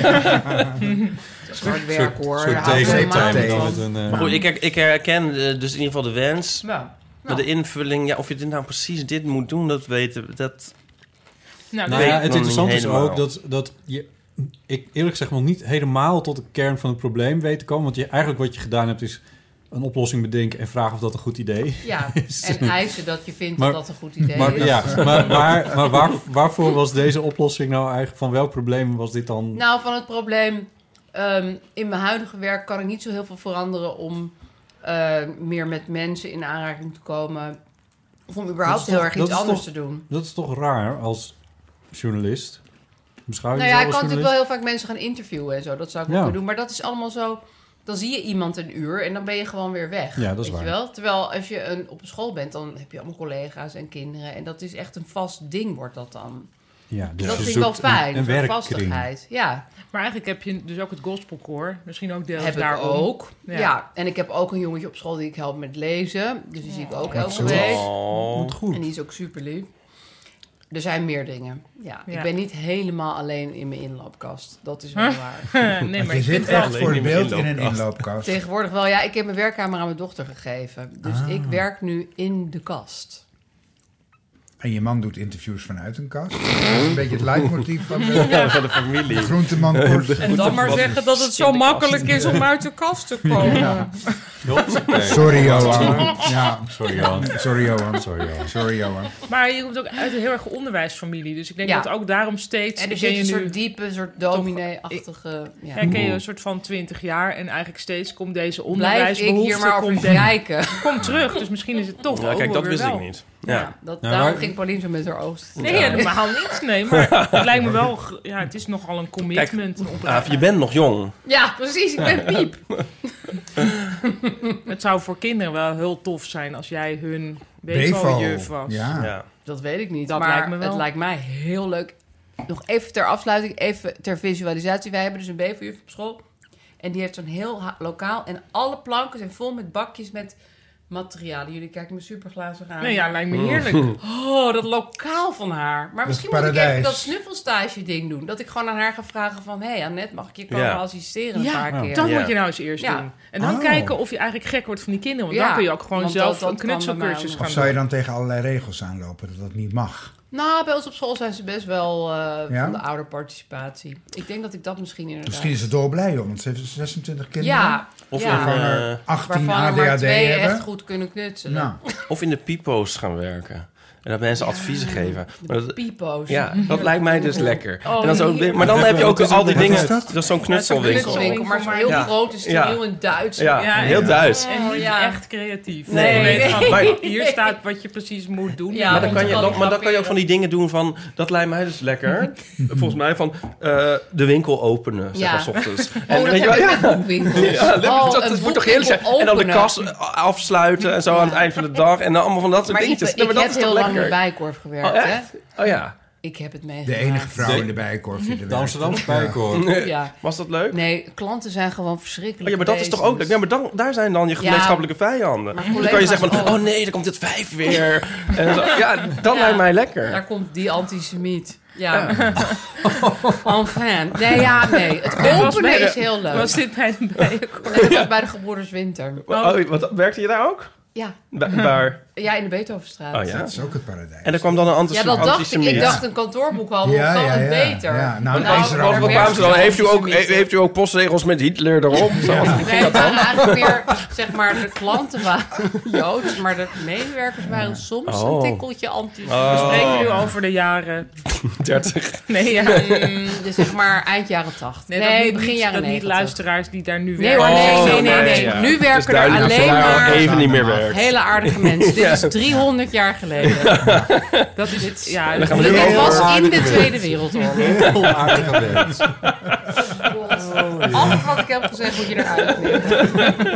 is hard werk, hoor. Soort Daar hou ik helemaal tegenpartij niet dan van. met een... eh, Maar goed, ik, her- ik herken eh, dus in ieder geval de wens. Ja. Maar de invulling, ja, of je dit nou precies dit moet doen, dat weten dat... Nou, Nou weet ja, ik het nog interessante niet is helemaal. ook dat, dat je... Ik eerlijk gezegd nog niet helemaal tot de kern van het probleem weet te komen. Want je, eigenlijk wat je gedaan hebt is een oplossing bedenken en vragen of dat een goed idee is. Ja, en eisen dat je vindt Maar- dat dat een goed idee Maar, is. ja, maar, waar, maar waar, waarvoor was deze oplossing nou eigenlijk... Van welk probleem was dit dan? Nou, van het probleem... Um, in mijn huidige werk kan ik niet zo heel veel veranderen... om uh, meer met mensen in aanraking te komen... of om überhaupt Dat is heel toch- erg dat iets is anders toch- te doen. Dat is toch raar als journalist? Beschouw je Nou ja, ik jezelf kan als natuurlijk wel journalist? heel vaak mensen gaan interviewen en zo. Dat zou ik Ja. ook kunnen doen. Maar dat is allemaal zo... Dan zie je iemand een uur en dan ben je gewoon weer weg. Ja, dat is weet waar. je wel? Terwijl als je een, op een school bent, dan heb je allemaal collega's en kinderen. En dat is echt een vast ding, wordt dat dan. Ja, dus dat je vind ik wel zoekt een- fijn, Een, een werkkring. vastigheid. Ja, Maar eigenlijk heb je dus ook het gospelkoor. Misschien ook deels heb ik daarom. ook. Ja. Ja. en ik heb ook een jongetje op school die ik help met lezen. Dus die zie ik ook Wat elke zo. week. Oh. Wat goed. En die is ook super lief. Er zijn meer dingen. Ja, Ja. ik ben niet helemaal alleen in mijn inloopkast. Dat is wel waar. nee, maar je ik zit vind wel... echt alleen voor in het mijn beeld in een inloopkast. inloopkast. Tegenwoordig wel. Ja, ik heb mijn werkkamer aan mijn dochter gegeven. Dus Ah. ik werk nu in de kast. En je man doet interviews vanuit een kast. Dat is een beetje het leidmotief van de, Ja, van de familie. de groenteman Kors. En dan maar zeggen dat het zo makkelijk is om uit de kast te komen. Ja. Oké. Sorry, Johan. Ja, Sorry, Johan. sorry, Johan. Sorry, Johan. Sorry, Johan. Maar je komt ook uit een heel erg onderwijsfamilie. Dus ik denk Ja. dat ook daarom steeds... En er ken zit je een nu- soort diepe, soort dominee-achtige... Ja. Ja, ken je een soort van twintig jaar en eigenlijk steeds komt deze Blijf ik onderwijsbehoefte... hier maar over komt, kijken. komt terug, dus misschien is het toch Ja, ook kijk, wel dat weer wist wel. ik niet. Ja, Ja. dat, Nou, daarom maar- ging Pauline zo met haar oost. Nee, helemaal niet. Nee, maar het lijkt me wel... ge- Ja, het is nogal een commitment. een Ah, opdracht. je bent nog jong. Ja, precies. Ik ben piep. Het zou voor kinderen wel heel tof zijn als jij hun Bevo. Bevo-juf was. Ja. Ja. Dat weet ik niet. Dat maar lijkt me wel. het lijkt mij heel leuk. Nog even ter afsluiting, even ter visualisatie. Wij hebben dus een Bevo-juf op school. En die heeft zo'n heel ha- lokaal. En alle planken zijn vol met bakjes met materialen. Jullie kijken me super glazig aan. Nee, ja, lijkt me heerlijk. Oh, dat lokaal van haar. Maar is misschien moet ik paradijs. even dat snuffelstage ding doen. Dat ik gewoon aan haar ga vragen van... Hé, hey, Annette, mag ik je komen Ja. assisteren een Ja, paar keer? dat Ja. moet je nou eens eerst Ja. doen. En dan Oh. kijken of je eigenlijk gek wordt van die kinderen. Want Ja, dan kun je ook gewoon want zelf dat- een dat kan bij mij knutselcursus ook gaan Of zou je doen. dan tegen allerlei regels aanlopen dat dat niet mag? Nou, bij ons op school zijn ze best wel uh, Ja? van de ouderparticipatie. Ik denk dat ik dat misschien inderdaad... Misschien is ze dolblij om, want ze heeft zesentwintig kinderen. Ja, Of, ja. in, Waarvan eh, er achttien waarvan er A D maar H D twee hebben. echt goed kunnen knutselen. Nou, of in de pipo's gaan werken. En dat mensen adviezen geven. Maar De dat, pipo's. ja, dat lijkt mij dus lekker. Oh, en dan zo, heerlijk. maar dan heb je ook Wat is al die dat? dingen. Wat is dat? Dat is zo'n Een knutselwinkel. knutselwinkel, maar zo heel Ja. groot en steriel Ja. in Duits. Ja, Ja, heel ja. Duits. En niet Oh, ja. echt creatief. Nee. Je weet van, Maar- hier staat wat je precies moet doen. Ja, Maar dan, want kan je, dan dan, kan maar ik dan kan je ook van die dingen doen van... Dat lijkt mij dus lekker. Volgens mij van uh, de winkel openen, zeg Ja. maar, 's ochtends. Oh, dat weet je heb wel, ik met boekwinkels. Ja, dat, Oh, dat, een dat moet toch heerlijk zijn. boekwinkel En dan de openen. kas afsluiten en zo aan het eind van de dag. En dan allemaal van dat soort Maar dingetjes. Ipe, Nee, maar ik dat heb is toch heel lang in de lekker? Bijenkorf gewerkt, Oh, hè? echt? Oh ja. Ik heb het de meegemaakt. enige vrouw in de Bijenkorf die er De werkt. Amsterdamse Bijenkorf. Ja. Was dat leuk? Nee, klanten zijn gewoon verschrikkelijk. Oh ja, maar dat is toch ook leuk? Ja, maar dan, daar zijn dan je gemeenschappelijke vijanden. maar Dan kan je collega's zeggen van, ook. oh nee, dan komt dit vijf weer. En zo. Ja, dat Ja. lijkt mij lekker. Daar komt die antisemiet. Ja. Enfin. Nee, ja, nee. Het openen bij de- is heel leuk. Was dit bij de Bijenkorf? En dat was bij de Gebroeders Winter. Oh, wat, werkte je daar ook? Ja. Ba- Waar? Ja, in de Beethovenstraat. Oh ja. Dat is ook het paradijs. En er kwam dan een Ja, antisem- dat dacht ik. antisemiet. Ik dacht een kantoorboekhandel. Ja, kan ja, het ja. beter. Ja, nou, Maar in Israël- daar Wat kwamen ze dan? Heeft u, ook, he- heeft u ook postregels met Hitler erop? Zo, hoe ging Nee, dat dan? eigenlijk meer, zeg maar, de klanten waren Joods, maar de medewerkers waren soms Oh. een tikkeltje anti. Oh. We spreken nu over de jaren... dertig. Nee, ja. Mm, dus zeg maar eind jaren tachtig. Nee, dat niet- begin niet- jaren dat niet negentig. luisteraars die daar nu Nee werken. hoor, nee, Oh, nee, nee. nee. ja. Nu Dus werken er duidelijk dat alleen je daar maar even niet meer werkt. hele aardige mensen. Dit is driehonderd jaar geleden. Dat is het. Ja, dan gaan we Dit Heel was in aardige de mensen. Tweede Wereldoorlog. Heel aardige mens. Alles wat ik heb gezegd moet je eruit nemen.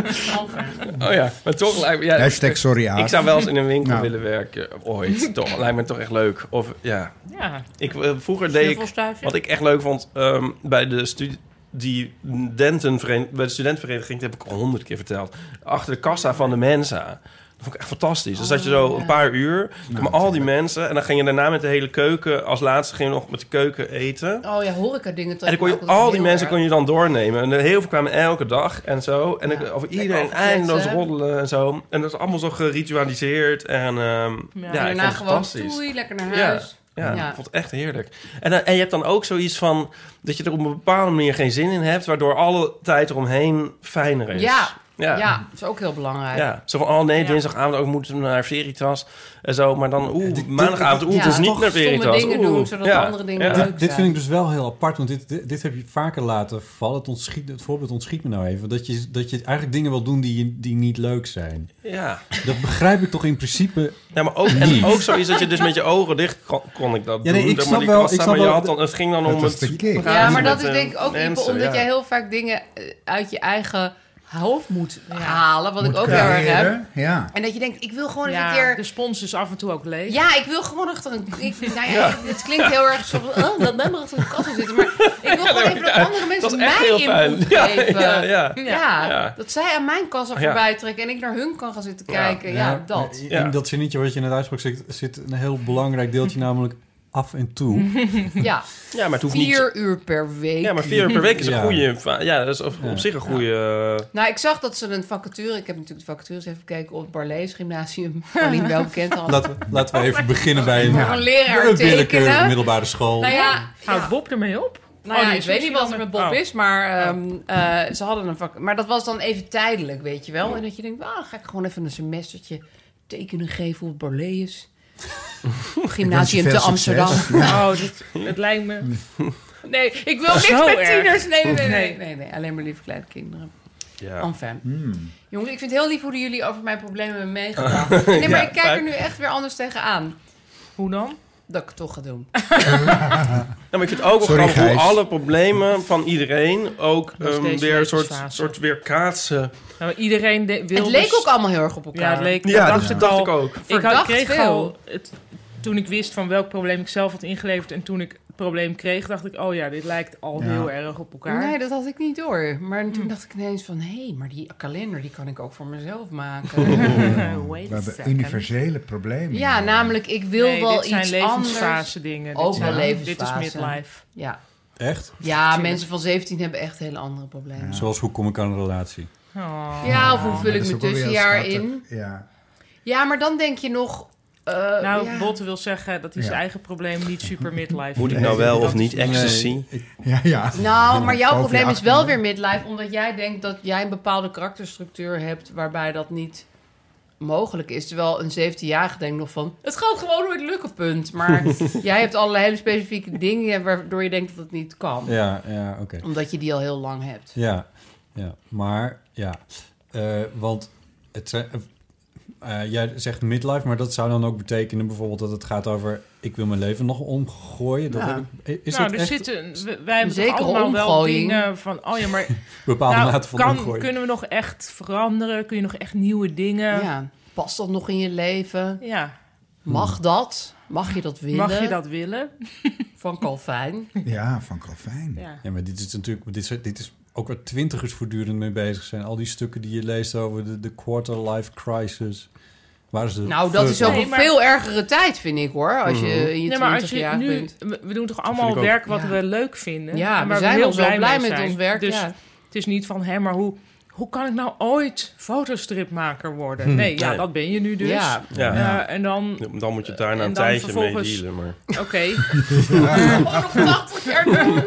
Oh ja, maar toch lijkt me... Ja, Hashtag sorry, Aad. ik zou wel eens in een winkel Nou. willen werken. Ooit. Toch, lijkt me toch echt leuk. Of ja... ja. Ik, eh, vroeger deed ik... Snuffelstage? Wat ik echt leuk vond... ehm, bij de studie... Die studentenvereniging, bij de studentenvereniging, dat heb ik al honderd keer verteld. Achter de kassa van de Mensa. Dat vond ik echt fantastisch. Dan zat je zo een paar uur, kwamen al die mensen... en dan ging je daarna met de hele keuken... als laatste ging je nog met de keuken eten. Oh ja, horeca dingen. En dan kon je, al die mensen kon je dan doornemen. En heel veel kwamen elke dag en zo. En Ja. dan over iedereen Lekker eindeloos overkletsen. roddelen en zo. En dat is allemaal zo geritualiseerd. En ehm, ja, En ik daarna vond het gewoon fantastisch. toei, lekker naar Ja. huis. Ja, Ja. ik vond het echt heerlijk. En, dan- en je hebt dan ook zoiets van... dat je er op een bepaalde manier geen zin in hebt... waardoor alle tijd eromheen fijner is. Ja. Ja. Ja, dat is ook heel belangrijk. Ja, zo van, oh nee, Ja. dinsdagavond ook moeten we naar Veritas en zo. Maar dan, oeh, dit- maandagavond, oeh, Ja, dus niet toch naar stomme Veritas. dingen Oeh. doen, zodat Ja. andere dingen Ja. leuk Dit, dit zijn. vind ik dus wel heel apart, want dit, dit, dit heb je vaker laten vallen. Het, ontschiet, het voorbeeld ontschiet me nou even. Dat je, dat je eigenlijk dingen wil doen die, je- die niet leuk zijn. Ja. Dat begrijp ik toch in principe. Ja, maar ook, Niet. en ook zoiets dat je dus met je ogen dicht kon, kon ik dat Ja, nee, doen. ik maar snap die wel- kassa, ik snap maar je wel- had dan, het ging dan Dat om was het de kick. praten Ja, maar dat met, is eh, denk ik ook Ipe, mensen, omdat ja. jij heel vaak dingen eh, uit je eigen hoofd moet halen. Wat Moet ik ook heel erg heb. creëren, Ja. En dat je denkt, ik wil gewoon eens Ja, een keer... de spons is af en toe ook leeg. Ja, ik wil gewoon achter een... Ik, nou ja, het klinkt heel erg zo van... Oh, dat ben maar achter een kassa zitten. Maar ik wil gewoon even dat andere dat mensen is echt mij heel fijn. input Ja, geven. ja, ja. Ja, Ja. dat zij aan mijn kassa Ja. voorbij trekken en ik naar hun kan gaan zitten Ja. kijken. Ja, dat. In Ja. dat zinnetje wat je net uitsprak zit, zit een heel belangrijk deeltje, namelijk af en toe. Ja, Ja, maar het hoeft niet... vier uur per week. Ja, maar vier uur per week is een Ja. goede... va- Ja, dat is op, op Ja. zich een goede... Nou, ik zag dat ze een vacature... Ik heb natuurlijk de vacatures even gekeken op het Barlees Gymnasium. Paulien wel bekend al. Laten, we- laten we even beginnen bij een, Voor een leraar een willekeurige tekenen. middelbare school. Nou ja, Houdt Bob ermee op? Nou Oh, ja, die ik is weet niet misschien wat er dan met Bob met- is, maar ehm, eh, ze hadden een vak. Maar dat was dan even tijdelijk, weet je wel. En dat je denkt, ah, ga ik gewoon even een semestertje tekenen geven op het Barlees. Gymnasium veel te succes. Amsterdam. Oh, dit, het lijkt me... Nee, ik wil niks Zo met erg. tieners. Nee, nee, nee, nee, Nee. nee, nee. Alleen maar lieve kleine kinderen. Ja. Enfin. Hmm. Jongens, ik vind het heel lief hoe jullie over mijn problemen hebben meegedacht. Nee, maar Ja, ik kijk er fijn. nu echt weer anders tegenaan. Hoe dan? dat ik het toch ga doen. Ja, maar ik vind het ook wel Sorry, grappig hoe Gijs. alle problemen van iedereen ook Dat is um, deze weer een soort, levensfase. soort weer kaatsen. Nou, iedereen de, wil Het leek dus- ook allemaal heel erg op elkaar. Ja, het leek, Ja, dat dat dacht ik dacht al. ik ook. Ik Verdacht had, kreeg veel. al... Het, toen ik wist van welk probleem ik zelf had ingeleverd... en toen ik het probleem kreeg, dacht ik... oh ja, dit lijkt al Ja. heel erg op elkaar. Nee, dat had ik niet door. Maar toen Hm. dacht ik ineens van... hé, hey, maar die kalender die kan ik ook voor mezelf maken. Wait We a hebben second. universele problemen. Ja, namelijk ik wil Nee, wel dit zijn iets anders. levensfase dingen. Ook dit, wel zijn- levensfase. Dit is midlife. Ja, Echt? ja mensen van zeventien hebben echt hele andere problemen. Ja, Zoals hoe kom ik aan een relatie? Oh. of hoe vul dat ik is mijn ook wel weer tussenjaar schattig. in? Ja. Ja, maar dan denk je nog... eh, Nou, ja. Botte wil zeggen dat hij zijn Ja. eigen probleem niet super midlife Moet ik vindt. nou wel Dat of is- niet ecstasy? Nee, ik- Ja, ja. Nou, maar jouw Boven je probleem is achternaam. wel weer midlife... omdat jij denkt dat jij een bepaalde karakterstructuur hebt... waarbij dat niet mogelijk is. Terwijl een zeventienjarige denkt nog van... het gaat gewoon nooit lukken, punt. Maar jij hebt allerlei hele specifieke dingen... waardoor je denkt dat het niet kan. ja, ja, oké. Omdat je die al heel lang hebt. Ja, ja, maar ja, Eh, want het, zijn- eh, jij zegt midlife, maar dat zou dan ook betekenen bijvoorbeeld dat het gaat over ik wil mijn leven nog omgooien. Dat Ja. heb ik, is nou, dat er echt zitten, we- wij hebben Zekere toch allemaal wel omgooiing. dingen van... oh ja, maar een bepaalde nou, mate van kan, omgooien? kunnen we nog echt veranderen? Kun je nog echt nieuwe dingen? Ja. Past dat nog in je leven? Ja. Mag dat? Mag je dat willen? Mag je dat willen? Van Calvijn. Ja, van Calvijn. Ja. Ja, maar dit is natuurlijk dit is, dit is ook waar twintigers voortdurend mee bezig zijn. Al die stukken die je leest over de, de quarter life crisis. Waar is de Nou, dat is ook Nee, een maar- veel ergere tijd, vind ik, hoor. Als je Mhm. in je Nee, maar als twintig je jaar nu... bent. We we doen toch vind allemaal ik ook. werk wat Ja. we leuk vinden? Ja, en we waar zijn heel al zo blij mee met zijn. ons werk, Dus ja. het is niet van, hé, maar hoe, hoe kan ik nou ooit fotostripmaker worden? Nee, ja, Nee. dat ben je nu dus. Ja. Ja. Eh, Ja. en dan... Dan moet je daar na En een dan tijdje mee vervolgens- dealen. Maar... Oké. nog tachtig jaar doen.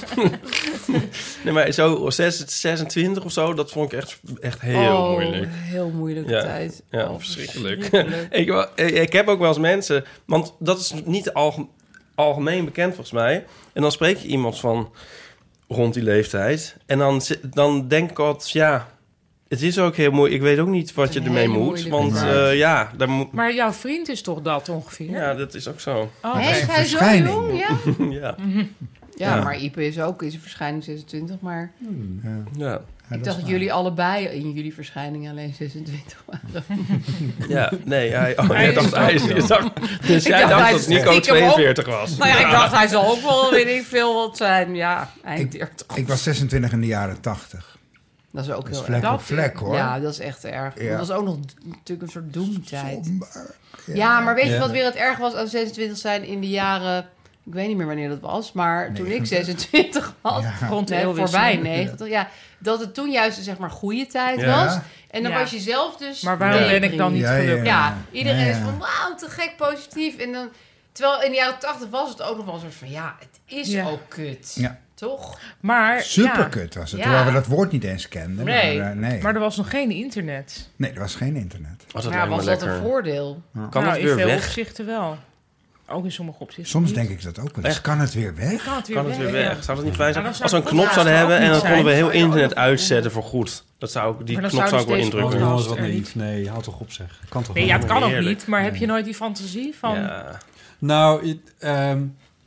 Nee, maar zo zes- zesentwintig of zo, dat vond ik echt, echt heel oh, moeilijk. heel moeilijke Ja. tijd. Ja, Oh, verschrikkelijk. verschrikkelijk. ik, wel- ik heb ook wel eens mensen... Want dat is niet alge- algemeen bekend volgens mij. En dan spreek je iemand van rond die leeftijd. En dan, zi- dan denk ik altijd, ja... Het is ook heel moeilijk. Ik weet ook niet wat Het je is een ermee hele moet. moeilijke Want tijd. eh, ja, daar moet... Maar jouw vriend is toch dat ongeveer? Ja, dat is ook zo. Oh, Hé, oké. is hij zo verschijning. jong? Ja? ja. Ja, Ja. maar Ipe is ook is een verschijning zesentwintig. Maar Ja. Ja. ik dacht dat jullie allebei in jullie verschijning alleen zesentwintig waren. Ja, nee, hij, oh, Hij jij is dacht, het hij ook is, wel. je dacht, dus jij dacht, dacht hij dat is Nico stiekem tweeënveertig was. Nou ja, ik dacht hij zal ook wel, weet ik veel, wat zijn. Ja, eind Ik- dertig. Ik was zesentwintig in de jaren tachtig. Dat is ook Dat is heel vlek erg. op vlek, hoor. Ja, dat is echt erg. Ja. Dat was ook nog d- natuurlijk een soort doemtijd. Somber. Ja, maar weet je Ja. wat weer het erg was aan zesentwintig zijn in de jaren... Ik weet niet meer wanneer dat was, maar toen ik negentig. zesentwintig was... Ja. Rond de Nee, eeuwwisseling. voorbij negentig, ja. Dat het toen juist een zeg maar goede tijd Ja. was. En dan Ja. was je zelf dus... Maar waarom ben ik dan niet Ja, ja, gelukkig? Ja, iedereen Ja, is ja. van wauw, te gek positief. En dan, terwijl in de jaren tachtig was het ook nog wel een soort van... Ja, het is Ja. ook kut. Ja. Toch? Maar, Superkut was het. Ja. Terwijl we dat woord niet eens kenden. Nee. Maar, eh, nee. ja, maar er was nog geen internet. nee, er was geen internet. Was dat Ja, lijkt me was dat lekker. een voordeel? Kan nou, het in weer veel weg? opzichten wel. Ook in sommige opzichten Soms niet. denk ik dat ook wel eens. Echt? Kan het weer weg? Kan het weer Kan het weer weg, weg? Zou dat niet fijn zijn? Ja, dan Als we een zou knop het zouden ook hebben en niet dan konden we zijn. heel Zou je ook internet nog doen. uitzetten voor goed. Dat zou ik, die Maar dan knop zou ik wel zouden ze deze Oh, indrukken. jongens, wat er lief. Nee, houd toch op zeg. Kan toch Nee, niet? ja, het kan ook Heerlijk. niet. Maar heb je Nee. nooit die fantasie van... Ja. Nou, het, ehm,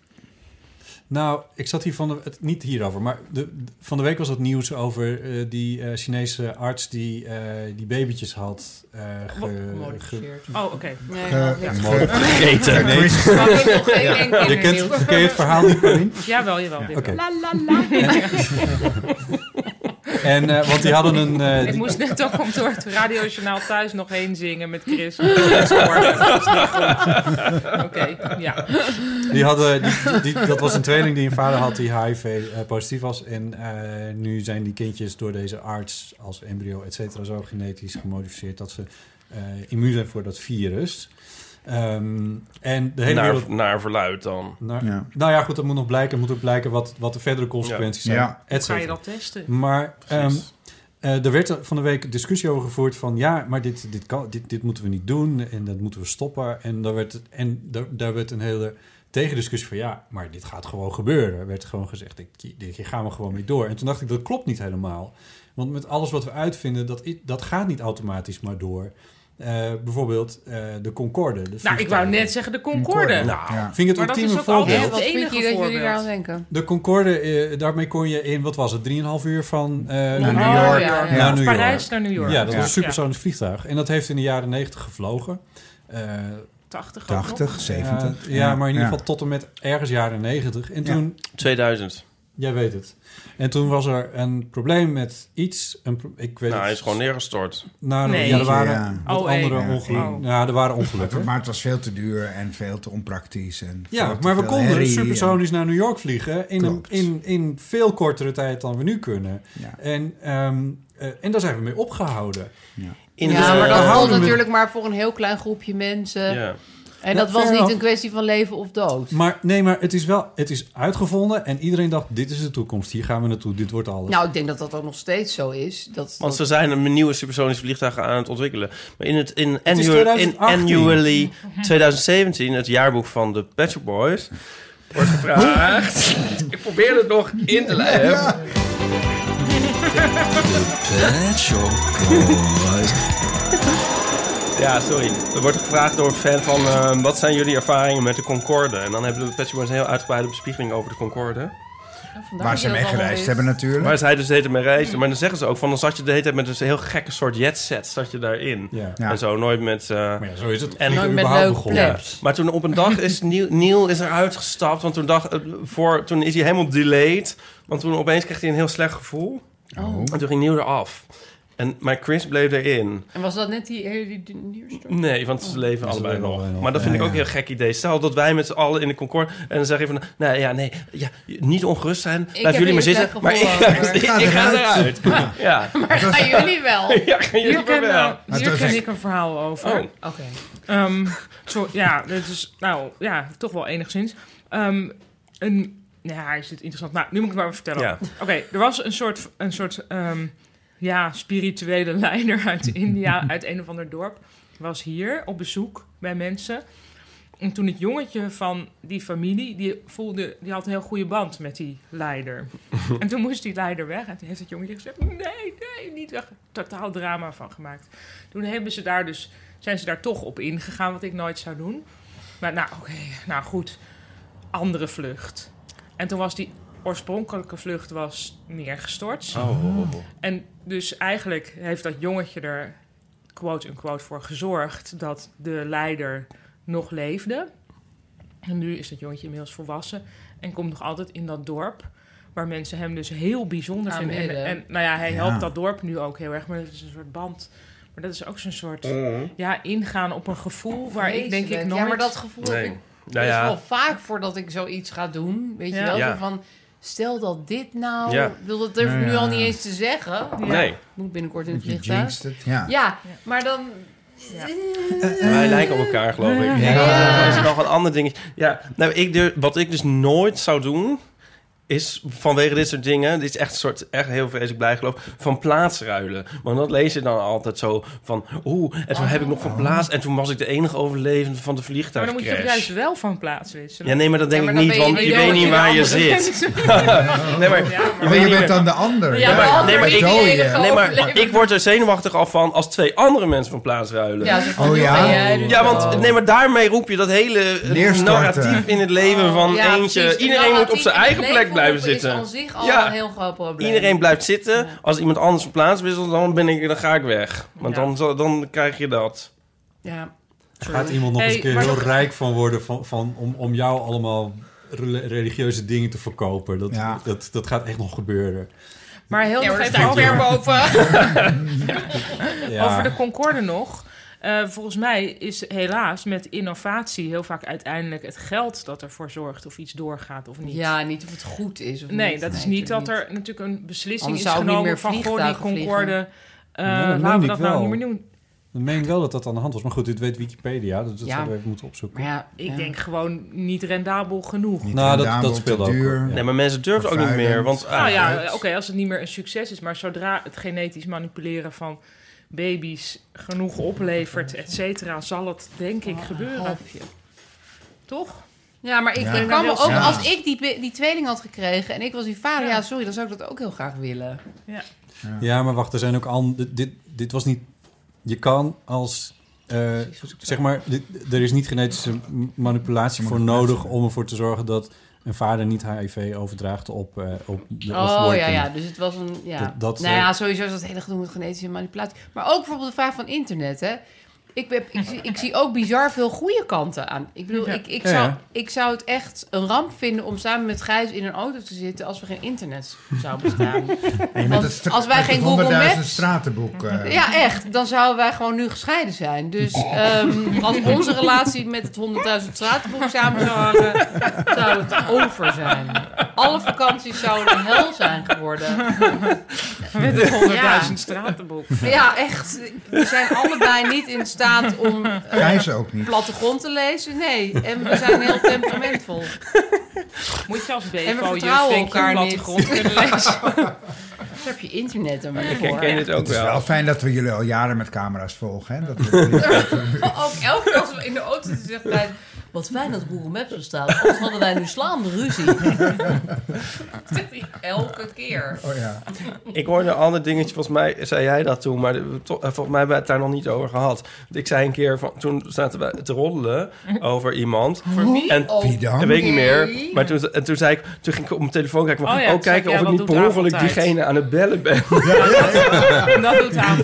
nou, ik zat hier van de, het, niet hierover, maar de, de- van de week was het nieuws over eh, die eh, Chinese arts die eh, die babytjes had eh, ge- ge- Gemodificeerd. Oh, oké. Nee, Ge- dat ja. mooi. Vergeten. Nee, Maar ik heb nog geen enkel je, kent, nieuws. ken je het verhaal niet, Pauline? Jawel, jawel. dit Oké. wel. La la la. En, eh, want die hadden een... eh, Ik die- moest net ook om door het radiojournaal thuis nog heen zingen met Chris. Chris hoorde. Dat is niet goed. Oké, ja. Die hadden, die, die, dat was een tweeling die een vader had die H I V eh, positief was. En eh, nu zijn die kindjes door deze arts als embryo, et cetera, zo genetisch gemodificeerd dat ze eh, immuun zijn voor dat virus. Ehm, en de hele Naar, wereld... naar verluid dan. naar- Ja. Nou ja, goed, dat moet nog blijken. Het moet ook blijken wat, wat de verdere consequenties zijn. Ja. et Ga je cetera. dat testen? Maar ehm, Precies. eh, er werd van de week discussie over gevoerd van... ja, maar dit, dit, kan, dit, dit moeten we niet doen en dat moeten we stoppen. En daar werd, en daar, daar werd een hele tegendiscussie van... ja, maar dit gaat gewoon gebeuren. Er werd gewoon gezegd, dit, dit, hier gaan we gewoon mee door. En toen dacht ik, dat klopt niet helemaal. Want met alles wat we uitvinden, dat, i- dat gaat niet automatisch maar door. Uh, bijvoorbeeld uh, de Concorde. De nou, ik wou net zeggen de Concorde. Concorde. Nou, ja. Vind ik het maar ultieme voorbeeld. Wat vind je dat jullie daar aan denken? De Concorde, uh, daarmee kon je in, wat was het, drieënhalf uur van uh, naar New York. Oh, ja, ja. Naar New Parijs York. naar New York. Ja, dat ja. was een supersonisch ja. vliegtuig. En dat heeft in de jaren negentig gevlogen. Uh, tachtig, tachtig, zeventig. Uh, ja, maar in ieder geval tot en met ergens jaren negentig. En toen... Ja. tweeduizend. Jij weet het. En toen was er een probleem met iets. Een pro- ik weet nou, hij het. is gewoon neergestort. Nou, nee. ja, er waren ja. wat oh, andere ja. ongelukken. Oh. Ja, er waren ongelukken. Maar het was veel te duur en veel te onpraktisch. En ja, maar we konden herrie supersonisch en... naar New York vliegen in, een, in, in veel kortere tijd dan we nu kunnen. Ja. En, um, uh, en daar zijn we mee opgehouden. Ja, in ja de, maar dat geldt natuurlijk met... maar voor een heel klein groepje mensen. Ja. En dat ja, was niet een kwestie van leven of dood. Maar nee, maar het is wel, het is uitgevonden en iedereen dacht, dit is de toekomst, hier gaan we naartoe, dit wordt alles. Nou, ik denk dat dat ook nog steeds zo is. Dat, Want dat... ze zijn een nieuwe supersonische vliegtuigen aan het ontwikkelen. Maar in het in, het annual, in Annually twintig zeventien, het jaarboek van de Pet Shop Boys, wordt gevraagd. Ik probeer het nog in te leiden. Ja. De Pet Shop Boys. Ja, sorry. Er wordt gevraagd door een fan van... Uh, wat zijn jullie ervaringen met de Concorde? En dan hebben de Pet Shop Boys een heel uitgebreide bespiegeling over de Concorde. Ja, waar ze mee gereisd hebben natuurlijk. Waar zij dus de hele tijd mee reisden. Maar dan zeggen ze ook van... dan zat je de hele tijd met een heel gekke soort jetset... zat je daarin. Ja. Ja. En zo nooit met... Uh, maar ja, zo is het. En nooit met leuk plebs. Ja. Maar toen op een dag is Neil, Neil is eruit gestapt. Want toen, dacht, uh, voor, toen is hij helemaal delayed. Want toen opeens kreeg hij een heel slecht gevoel. Oh. En toen ging Neil eraf. En, maar Chris bleef erin. En was dat net die die, die nierstort? Nee, want ze leven oh. allebei ze nog. nog. Maar dat vind ja, ik ook een heel gek idee. Stel dat wij met z'n allen in de Concorde... en dan zeg je van... nee, ja, nee, ja, niet ongerust zijn. Blijf jullie maar zitten. Maar ik, ik, ik, ik ga eruit. Ja. Ja. Maar gaan jullie wel? Ja, gaan jullie hier ken, wel. Uh, hier ken ik een verhaal over. Oh. Oké. Okay. Um, zo, ja, dit is... Nou, ja, toch wel enigszins. Um, een... Ja, is dit interessant. Nou, nu moet ik het maar even vertellen. Ja. Oké, okay, er was een soort... Een soort um, ja, spirituele leider uit India, uit een of ander dorp, was hier op bezoek bij mensen. En toen het jongetje van die familie, die voelde, die had een heel goede band met die leider. En toen moest die leider weg. En toen heeft het jongetje gezegd, nee, nee, niet weg. Totaal drama van gemaakt. Toen hebben ze daar dus, zijn ze daar toch op ingegaan, wat ik nooit zou doen. Maar nou, oké, okay, nou goed, andere vlucht. En toen was die oorspronkelijke vlucht was neergestort. Oh. En dus eigenlijk heeft dat jongetje er quote-unquote voor gezorgd dat de leider nog leefde. En nu is dat jongetje inmiddels volwassen en komt nog altijd in dat dorp waar mensen hem dus heel bijzonder vinden. En, en nou ja, hij helpt ja. dat dorp nu ook heel erg, maar dat is een soort band. Maar dat is ook zo'n soort mm. ja, ingaan op een gevoel waar Wezenlijk. ik denk ik nooit... Ja, maar dat gevoel nee. heb ik nou ja. wel vaak voordat ik zoiets ga doen. Weet ja. je wel, ja. zo van... Stel dat dit nou... Ja. wil dat durf ik ja. nu al niet eens te zeggen. Ja. Nee. Moet binnenkort in het vliegtuig. Ja. ja, maar dan... Ja. Uh, Wij lijken op elkaar, geloof ik. Ja. Ja. Dat is nog een ander ding. Ja, nou, ik durf, wat ik dus nooit zou doen... is vanwege dit soort dingen... dit is echt een soort, echt heel vreselijk bijgeloof... van plaatsruilen. Want dat lees je dan altijd zo van... oeh, en toen oh. heb ik nog van plaats... en toen was ik de enige overlevende van de vliegtuigcrash. Maar dan moet je juist wel van plaats wisselen. Ja, nee, maar dat denk ja, maar ik niet, je want je, je weet niet waar je zit. nee, maar, ja, maar je bent dan de ander. Ja, maar, nee, maar, ik, nee, maar ik word er zenuwachtig af van... als twee andere mensen van plaats ruilen. Ja, oh ja? Ja, want nee, maar daarmee roep je dat hele narratief in het leven oh. van ja, eentje. Precies. Iedereen moet op zijn eigen plek blijven zitten. Zich al ja. een heel groot probleem. Iedereen blijft zitten. Ja. Als iemand anders van plaats wisselt, dan, ben ik, dan ga ik weg. Want ja. dan, dan krijg je dat. Ja. Er gaat iemand nog hey, eens een keer heel nog... rijk van worden... Van, van, om, om jou allemaal religieuze dingen te verkopen. Dat, ja. dat, dat gaat echt nog gebeuren. Maar heel ja, nog even over weer boven. ja. Over de Concorde nog... Uh, volgens mij is helaas met innovatie heel vaak uiteindelijk het geld dat ervoor zorgt of iets doorgaat of niet. Ja, niet of het goed is of nee, niet. dat nee, is niet dat niet. er natuurlijk een beslissing Anders is genomen van goh, die Concorde, uh, ja, laten we dat nou niet meer doen. Ik meen wel dat dat aan de hand was. Maar goed, dit weet Wikipedia, dus dat ja. zouden we even moeten opzoeken. Ja, ik ja. denk gewoon niet rendabel genoeg. Niet nou, rendabel, dat, dat speelt ook. Duur, ja. Nee, maar mensen durven ook niet meer. Want, ah, nou ja, oké, okay, als het niet meer een succes is, maar zodra het genetisch manipuleren van baby's genoeg oplevert, et cetera, zal het denk ik oh, gebeuren. Toch? Ja, maar ik, ja. ik kan me ook, ja. als ik die, die tweeling had gekregen en ik was die vader, ja. ja, sorry, dan zou ik dat ook heel graag willen. Ja, ja. ja maar wacht, er zijn ook andere. Dit, dit was niet. Je kan als Uh, zeg maar, d- er is niet genetische manipulatie voor nodig om ervoor te zorgen dat een vader niet H I V overdraagt op, uh, op de Oh ja, ja, dus het was een... Ja. Dat, dat, nou ja, sowieso is dat hele gedoe met genetische manipulatie. Maar ook bijvoorbeeld de vraag van internet, hè. Ik, ben, ik, zie, ik zie ook bizar veel goede kanten aan. Ik bedoel, Ja. ik, ik, Ja, zou, ja. ik zou het echt een ramp vinden om samen met Gijs in een auto te zitten als we geen internet zou bestaan. En met Want het stra- als wij met geen het Google honderdduizend Maps... stratenboek. Uh, Ja, echt. Dan zouden wij gewoon nu gescheiden zijn. Dus um, als onze relatie met het honderdduizend stratenboek samen zou hangen, zou het over zijn. Alle vakanties zouden hel zijn geworden. Met het honderdduizend stratenboek. Ja, echt. We zijn allebei niet in staat om uh, Gijs ook niet. plattegrond te lezen. Nee, en we zijn heel temperamentvol. Moet je als En we Bevo je vertrouwen vinkje elkaar op niet. plattegrond kunnen lezen? Daar heb je internet er maar Ik voor. herken dit ook Het is wel. wel fijn dat we jullie al jaren met camera's volgen. Hè? Dat we, Ook elke keer als we in de auto zitten, zegt wij... Wat fijn dat Google Maps bestaat. Anders hadden wij nu slaande ruzie. Dat zegt hij elke keer. oh ja. Ik hoorde een ander dingetje, volgens mij zei jij dat toen, maar de- to- volgens mij hebben we het daar nog niet over gehad. Ik zei een keer, van, toen zaten we te roddelen over iemand. Voor wie? En Oh, Wie dan? dat weet ik niet meer. nee. Maar toen, en toen zei ik, toen ging ik op mijn telefoon kijken, van, Oh ja, oh, toen zei kijken ik, of ja, ik wat niet doet per ongeluk Avondtijd? diegene aan het bellen ben. En dat doet aan.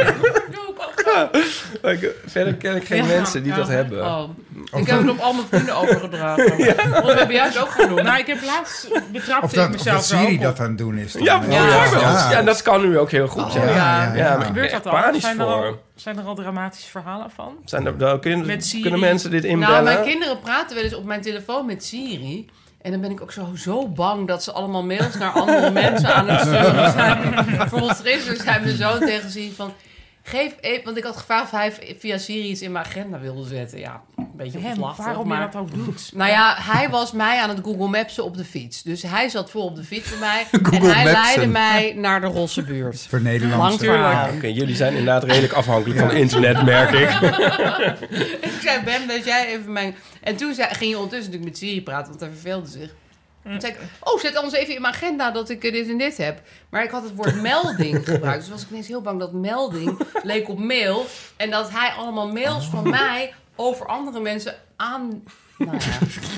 Maar ik- verder ken ik geen Ja, mensen die ja. dat hebben. Oh. Ik heb het op al mijn vrienden overgedragen. Want we hebben juist ook gedaan. Nou, ik heb laatst betrapt Of ik dat, of mezelf dat er Siri ook dat op. aan het doen is. Dan, Ja, hè? bijvoorbeeld. Ja. Ja, en dat kan nu ook heel goed Oh, zijn. ja. Ja, Ja, maar Gebeurt ik dat ben al? er panisch Zijn er al, voor. zijn er al dramatische verhalen van? Zijn er, nou, kunnen, Met Siri? kunnen mensen dit inbellen? Nou, mijn kinderen praten wel eens op mijn telefoon met Siri. En dan ben ik ook zo, zo bang dat ze allemaal mails naar andere mensen aan het sturen zijn. Bijvoorbeeld gisteren zei mijn zoon tegen Siri van... Geef even, want ik had gevraagd of hij via Siri iets in mijn agenda wilde zetten. Ja, een beetje Hem, opslachtig. waarom maar... je dat ook doet. Nou ja, hij was mij aan het Google Mapsen op de fiets. Dus hij zat voor op de fiets bij mij. en Google hij Mapsen. leidde mij naar de Rosse buurt. Voor Nederlandse. Lang verhaal. Oké, jullie zijn inderdaad redelijk afhankelijk van internet, merk ik. Ik zei, Ben, weet jij even mijn... En toen zei, ging je ondertussen natuurlijk met Siri praten, want hij verveelde zich. Toen zei ik, oh, zet anders even in mijn agenda dat ik eh, dit en dit heb. Maar ik had het woord melding gebruikt. Dus was ik ineens heel bang dat melding leek op mail. En dat hij allemaal mails van mij over andere mensen aan... Nou ja.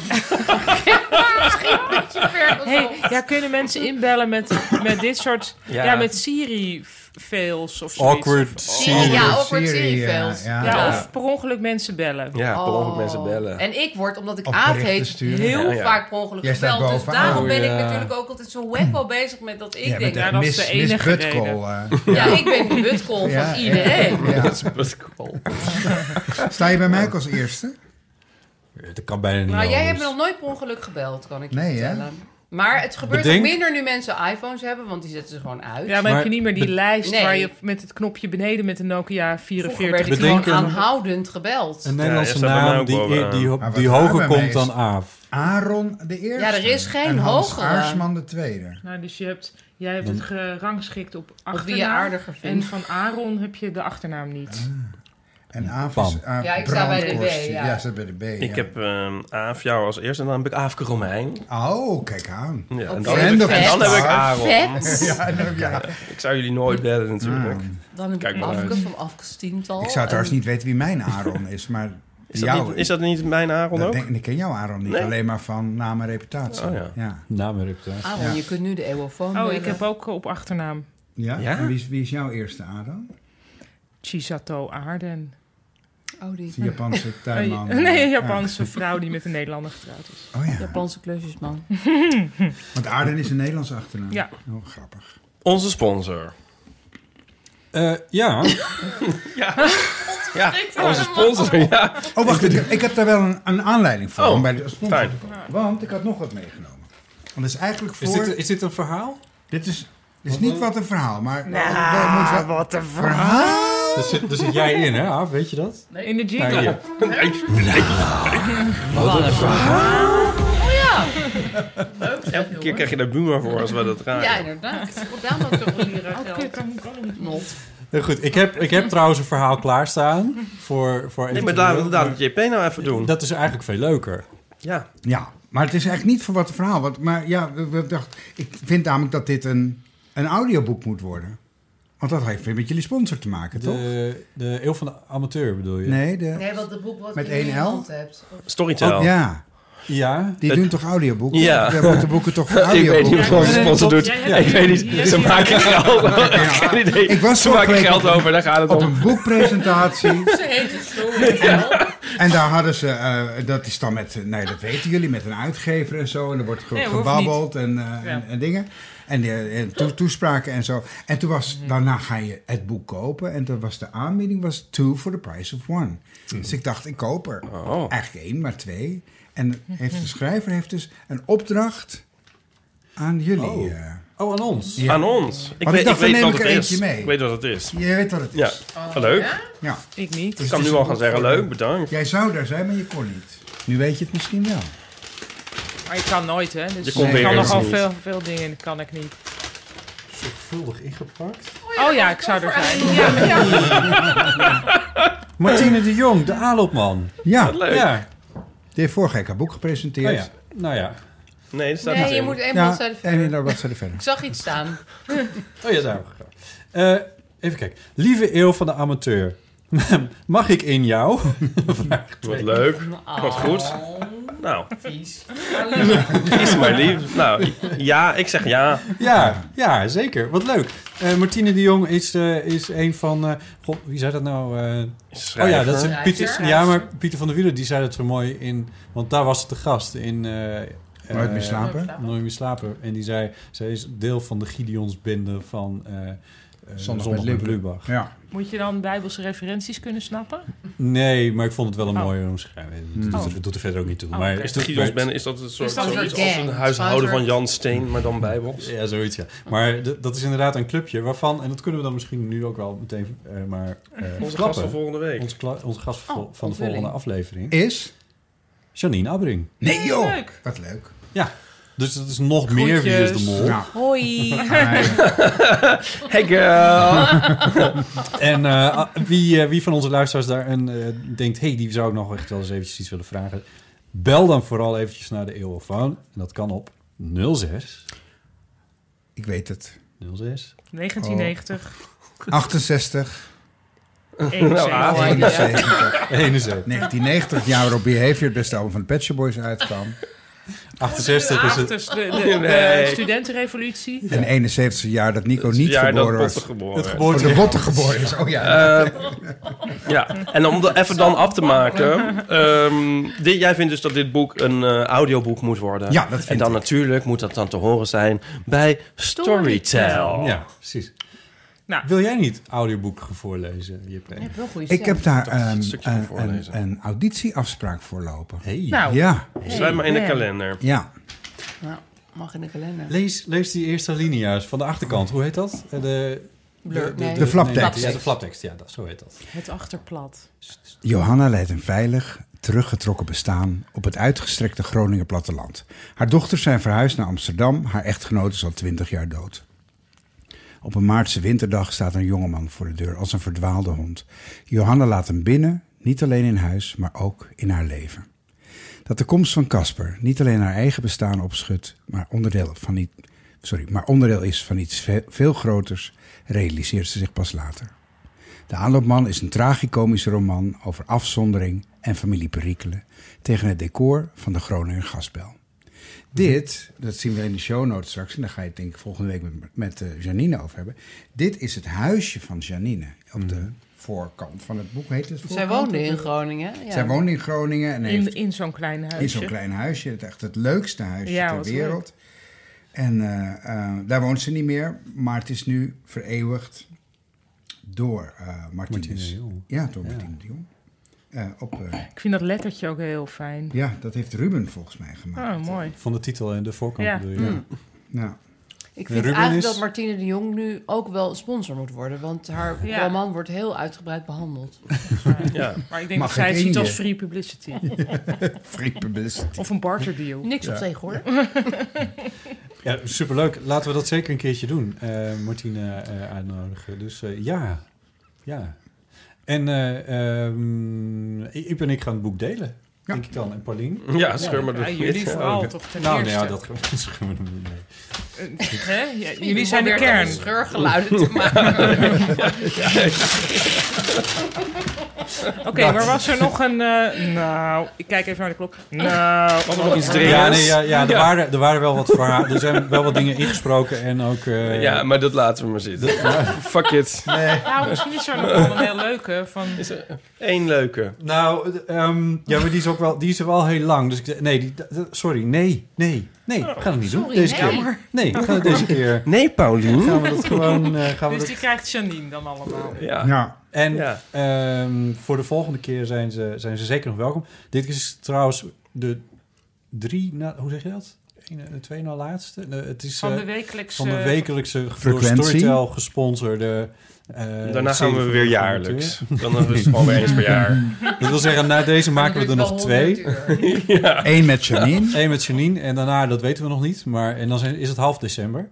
Misschien een beetje ver. Hey, ja, kunnen mensen inbellen met, met dit soort... Ja. Ja, met Siri-fails of zoiets? Awkward Of- Siri. Ja, awkward Siri, Siri-fails. ja, Ja, ja. of per ongeluk mensen bellen. Ja, per ongeluk Oh. mensen bellen. En ik word, omdat ik Of Aaf berichten heet, sturen. heel Ja, ja. vaak per ongeluk Jij staat gebeld. Dus bovenaan. daarom ben ik Oh, ja. natuurlijk ook altijd zo wekko bezig met dat ik Ja, denk... met ja, de dat is Miss, de Miss enige Butcall, reden. uh, ja, ik ben de butcall Ja, van iedereen. ja. Dat is best cool. Sta je bij mij ook als eerste? Dat kan bijna niet Nou, jij hebt anders. me nog nooit per ongeluk gebeld, kan ik je Nee, hè? vertellen. Maar het gebeurt Bedenk- ook minder nu mensen iPhones hebben, want die zetten ze gewoon uit. Ja, maar, Maar heb je niet meer die be- lijst Nee. waar je met het knopje beneden met de Nokia Vroeger werd vierenveertig... ik Bedenk gewoon een- aanhoudend gebeld. Een Nederlandse Ja, je staat bij mij naam ook die, bovenaan. die, Maar wat die raar hoger bij mij komt is- dan Aaf. Aaron de eerste. Ja, er is geen en Hans hogere. Aarsman de tweede. Nou, dus je hebt, jij hebt het gerangschikt op Of wie je achternaam. aardiger En vindt. van Aaron heb je de achternaam niet. En Aaf Pam. is Aaf Ja, ik sta bij de B, Brandkorst. ja. Ja, staat bij de B. Ik ja. heb ehm Aaf jou als eerste en dan heb ik Aafke Romein. Oh, kijk aan. Ja, en Oké. dan, heb Friend ik, of en dan the heb ik star. Aaron. Vet. Ja, en dan heb jij. Ik zou jullie nooit bellen natuurlijk. Dan heb Kijk ik maar Afke uit. van Afke's tiental. Ik zou trouwens niet weten wie mijn Aaron is, maar Is dat, jou. niet, is dat niet mijn Aaron dat ook? denk, ik ken jouw Aaron niet, Nee. alleen maar van naam en reputatie. Oh, ja. ja. Naam en reputatie. Aaron, Ja. je kunt nu de eeuwofoon Oh, bellen. ik heb ook op achternaam Ja? Ja? En wie is, wie is jouw eerste Aaron? Chisato Aarden. Oh, die Is een Japanse tuinman. Een- nee, een Japanse vrouw die met een Nederlander getrouwd is. Ja. Oh ja, Japanse klusjesman. want Aarden is een Nederlandse achternaam. Ja. Oh, grappig. Onze sponsor. Eh, ja, Ja, ja onze sponsor, ja. Oh, wacht, ik, ik heb daar wel een, een aanleiding voor. Oh, om bij de sponsor fijn. te komen. Want ik had nog wat meegenomen. Want dat is eigenlijk voor... is dit, is dit een verhaal? Dit is, dit is niet wat een verhaal, maar... Nou, wel- moet wel- wat een verhaal! Daar zit, daar zit jij in, hè, Aaf? Weet je dat? In de jingle. Ja, Wat een verhaal. Oh ja. Leuk. Elke keer krijg je daar Buma voor als we dat raken. Ja, inderdaad. Goed, daar moet toch wel hier Oh, kut, dan moet ik ook nog- Not. Heel goed, ik heb, ik heb trouwens een verhaal klaarstaan voor, voor Nee, maar eventueel- laat laat J P nou even doen. Dat is eigenlijk veel leuker. Ja. Ja, maar het is eigenlijk niet voor wat een verhaal. Want, maar ja, we, we dachten, ik vind namelijk dat dit een, een audioboek moet worden. Want dat heeft weer met jullie sponsor te maken, toch? De, de Eeuw van de Amateur bedoel je? Nee, de... Nee, wat het boek wat Met je in je één L? hand hebt. Storytel. Oh, ja. Ja. Die Het- doen toch audioboeken? Ja. Of moeten boeken toch voor Ik weet niet audioboeken? wat onze sponsor doet. Jij Ja, hebt- ik weet niet. jij Ze hebt- maken geld. Geen idee. Ik was Ze vorige maken week geld op een- over, daar gaat het Op om. een boekpresentatie. Ze heet het Storytel. En daar hadden ze, uh, dat is dan met, nee dat weten jullie, met een uitgever en zo. En er wordt ge- Nee, hoeft gebabbeld en, uh, Ja. en, en dingen. En, uh, en to- toespraken en zo. En toen was, daarna ga je het boek kopen. En toen was de aanbieding was two for the price of one. Dus ik dacht, ik koop er. Oh. Eigenlijk één, maar twee. En heeft de schrijver heeft dus een opdracht aan jullie. Oh. uh, Oh, aan ons? Ja. Aan ons. Ik ik weet, dacht, ik weet dan neem wat ik het er is. eentje mee. Ik weet wat het is. Je weet wat het Ja. is. Oh, leuk. Ja. Ik niet. Ik kan nu al gaan zeggen, leuk, bedankt. Jij zou daar zijn, maar je kon niet. Nu weet je het misschien wel. Maar ik kan nooit, hè. Dus Je komt ik weer kan eens nogal niet. veel, veel dingen kan ik niet. Zorgvuldig ingepakt. Oh ja, ik zou er zijn. Ja, ja. Martine de Jong, de aanloopman. Ja, Wat leuk. Ja. die heeft vorige week haar boek gepresenteerd. Oh ja. Nou ja. Nee, er staat Nee, niet je in. moet één Ja, bladzijde en verder. daar wat ze er verder. Ik zag iets staan. Oh ja, daar. Uh, even kijken. Lieve Eeuw van de Amateur. Mag ik in jou? Wat leuk. Oh, Wat goed. Nou, vies. kies maar lief. Nou, ja, ik zeg ja. Ja, ja, zeker. Wat leuk. Uh, Martine de Jong is, uh, is een van... Uh, God, wie zei dat nou? Uh, oh ja, dat is Schrijver. Pieter, Schrijver. ja, maar Pieter van der Wielen, die zei dat zo mooi in... Want daar was het te gast in... Uh, Nooit meer slapen. Nooit meer slapen. En die zei, zij is deel van de Gideonsbende van... Uh, uh, Zondag Zondag met met Lubach. Ja. Moet je dan bijbelse referenties kunnen snappen? Nee, maar ik vond het wel een Oh. mooie omschrijving. Het doet, Oh. het doet er verder ook niet toe. Oh, maar oké. Is de Gideonsbende, is dat een soort, Is dat een zoiets soort als gang? een huishouden Zo'n van soort- Jan Steen, maar dan bijbels? Ja, zoiets, ja. Maar d- dat is inderdaad een clubje waarvan... En dat kunnen we dan misschien nu ook wel meteen uh, maar uh, Onze gast klappen. van volgende week. Onze, kla- onze gast Oh, vo- van de onthulling. volgende aflevering. Is? Janine Abbring. Nee joh, Leuk. wat leuk. Ja, dus dat is nog meer Wie is de Mol. Nou, Hoi. Hey girl! En uh, wie, uh, wie van onze luisteraars daar een, uh, denkt... hey, die zou ik nog echt wel eens eventjes iets willen vragen... bel dan vooral eventjes naar de eeuwofoon. En dat kan op nul zes... ik weet het. nul zes... negentien negentig. achtenzestig, eenenzeventig. eenenzeventig, eenenzeventig. negentien negentig, het jaar waarop Behavior, het beste album van de Pet Shop Boys uitkwam. achtenzestig is het... Achters, de, de, de Nee. studentenrevolutie. En eenenzeventig jaar dat Nico niet Ja, dat geboren Botte was. geboren. Het werd. Oh, geboorte... de botte geboren is. Oh ja. Eh, ja, en om dat even dan af te maken. ehm, dit, jij vindt dus dat dit boek een eh, audioboek moet worden. Ja, dat vind En dan ik. natuurlijk moet dat dan te horen zijn bij Storytel. Ja, precies. Nou. Wil jij niet audioboeken voorlezen, J P? Je hebt wel goede Ik stem. heb daar Dat is een ehm, stukje een, voor een, voorlezen. een auditieafspraak voor lopen. Hey. Nou, Ja, Schrijf maar in de Hey, kalender. ja. Nou, mag in de kalender. Lees, lees die eerste linea's van de achterkant. Hoe heet dat? Eh, De, Blur, nee. de flaptekst. Nee, ja, de flaptekst. Ja, dat, zo heet dat. het achterplat. Johanna leidt een veilig, teruggetrokken bestaan op het uitgestrekte Groninger platteland. Haar dochters zijn verhuisd naar Amsterdam. Haar echtgenoot is al twintig jaar dood. Op een maartse winterdag staat een jongeman voor de deur als een verdwaalde hond. Johanna laat hem binnen, niet alleen in huis, maar ook in haar leven. Dat de komst van Casper niet alleen haar eigen bestaan opschudt, maar onderdeel, van niet, sorry, maar onderdeel is van iets veel, veel groters, realiseert ze zich pas later. De Aanloopman is een tragicomische roman over afzondering en familieperikelen tegen het decor van de Groninger gasbel. Dit, dat zien we in de show notes straks, en daar ga je het denk ik volgende week met, met uh, Janine over hebben. Dit is het huisje van Janine op de voorkant van het boek. Heet het Zij voorkant? woonde in Groningen. Ja. Zij woonde in Groningen en In, heeft in zo'n klein huisje. in zo'n klein huisje, het echt het leukste huisje Ja, ter wat wereld. En uh, uh, daar woont ze niet meer, maar het is nu vereeuwigd door uh, Martinus. Martine de Jong. Ja, door Ja. Martine de Jong. Uh, op, uh, Ik vind dat lettertje ook heel fijn. ja, dat heeft Ruben volgens mij gemaakt. Oh, mooi. Van de titel en de voorkant Ja. bedoel je? Mm. Ja. Ik vind Ruben eigenlijk is- dat Martine de Jong nu ook wel sponsor moet worden. Want haar Ja. roman wordt heel uitgebreid behandeld. Ja. Maar ik denk Mag dat zij ik het in ziet je? als free publicity. Free publicity. Of een barterdeal. Niks op Ja. tegen hoor. Ja, superleuk. Laten we dat zeker een keertje doen. Uh, Martine uh, uitnodigen. Dus uh, ja, ja. En uh, um, Iep en ik gaan het boek delen. Ja. Denk ik dan. En Paulien? Ja, scheur maar Ja, door. jullie vooral toch ten Nou, eerste. nou ja, dat scheur we er niet mee. Hè? Ja, jullie zijn de kern. Scheurgeluiden te maken. Oké, okay, maar was er nog een... Uh, nou, ik kijk even naar de klok. Nou, was er nog iets dringends? Ja, nee, ja, ja, er, ja. Waren, er waren wel wat verhalen. Er zijn wel wat dingen ingesproken en ook... Uh, ja, maar dat laten we maar zitten. Fuck it. Nee. Nou, misschien is er nog wel een heel leuke van... Is er één leuke? Nou, um, ja, maar die is ook wel, die is wel heel lang. Dus ik, nee, die, sorry, nee, nee, nee, we gaan het niet sorry, doen. Deze nee. keer. Nee, we gaan het deze keer. Nee, Paulien. Gaan we dat gewoon... Uh, gaan we dus dat... die krijgt Janine dan allemaal. Ja. ja. En ja. Um, voor de volgende keer zijn ze, zijn ze zeker nog welkom. Dit is trouwens de drie... Na, hoe zeg je dat? De twee na laatste? De, het is, van de uh, wekelijkse... Van de wekelijkse frequentie. door Storytel gesponsorde... Uh, Daarna gaan we weer jaarlijks. Dan is het gewoon weer eens per jaar. Dat wil zeggen, na deze maken we er nog twee. ja. Eén met Janine. Eén met Janine. En daarna, dat weten we nog niet. Maar, en dan zijn, is het half december.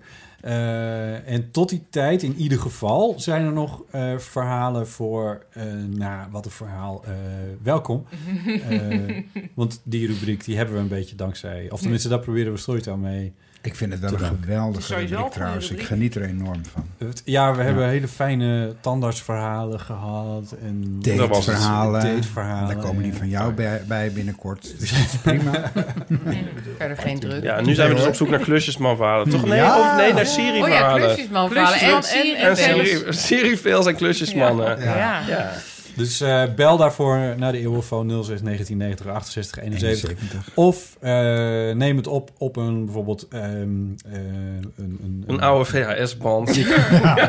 Uh, en tot die tijd, in ieder geval, zijn er nog uh, verhalen voor... Uh, nou, wat een verhaal. Uh, welkom. Uh, want die rubriek, die hebben we een beetje dankzij... Of tenminste, daar proberen we Storytel mee... Ik vind het wel een geweldige rubriek trouwens. Ik geniet er enorm van. Ja, we hebben ja. hele fijne tandartsverhalen gehad. En dateverhalen. dateverhalen. Daar komen die van jou bij, bij binnenkort. Dus dat is prima. Verder geen druk. Ja, nu zijn we dus op zoek naar klusjesmanverhalen. Toch? Nee, ja. of nee, naar Siri-verhalen. Oh ja, klusjesmanverhalen. En, en, en, en Siri-fails en klusjesmannen. Ja. Ja. Ja. Dus uh, bel daarvoor naar de eeuwenfoon nul zes negentien negentig achtenzestig eenenzeventig. eenenzeventig. Of uh, neem het op op een bijvoorbeeld... Um, uh, een, een, een oude V H S-band. Ja.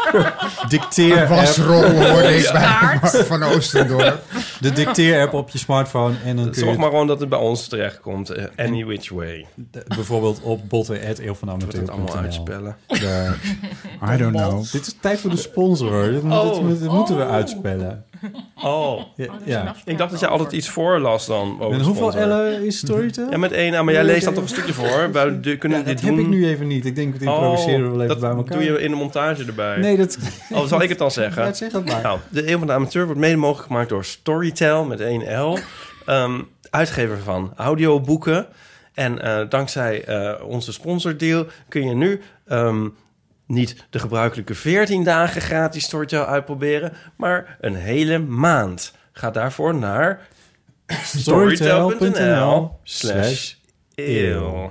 Dicteer een wasrol hoorde ik bij Van Oostendorp. De dicteer-app op je smartphone. En dan kun Zorg je maar gewoon dat het bij ons terechtkomt. Uh, any which way. De, bijvoorbeeld op botten at eeuwvanamateur punt n l. Dat allemaal uitspellen. De, I don't know. Dit is tijd voor de sponsor. Dit, oh. dit, dit oh. moeten we uitspellen. Oh, ja, ja. Ik dacht dat jij altijd iets voorlas dan. En hoeveel L'en is Storytel? Ja, met één. Nou, maar jij leest dan toch een stukje voor. Wij de, kunnen ja, dit dat doen. heb ik nu even niet. Ik denk dat we improviseren oh, wel even bij elkaar. Dat doe je in de montage erbij. Nee, dat... Oh, zal ik het dan zeggen? Ja, zeg dat maar. Nou, de Eeuw van de Amateur wordt mede mogelijk gemaakt door Storytel met één L. Um, uitgever van audioboeken. En uh, dankzij uh, onze sponsordeal kun je nu... Um, niet de gebruikelijke veertien dagen gratis Storytel uitproberen, maar een hele maand. Ga daarvoor naar storytel punt n l slash eeuw.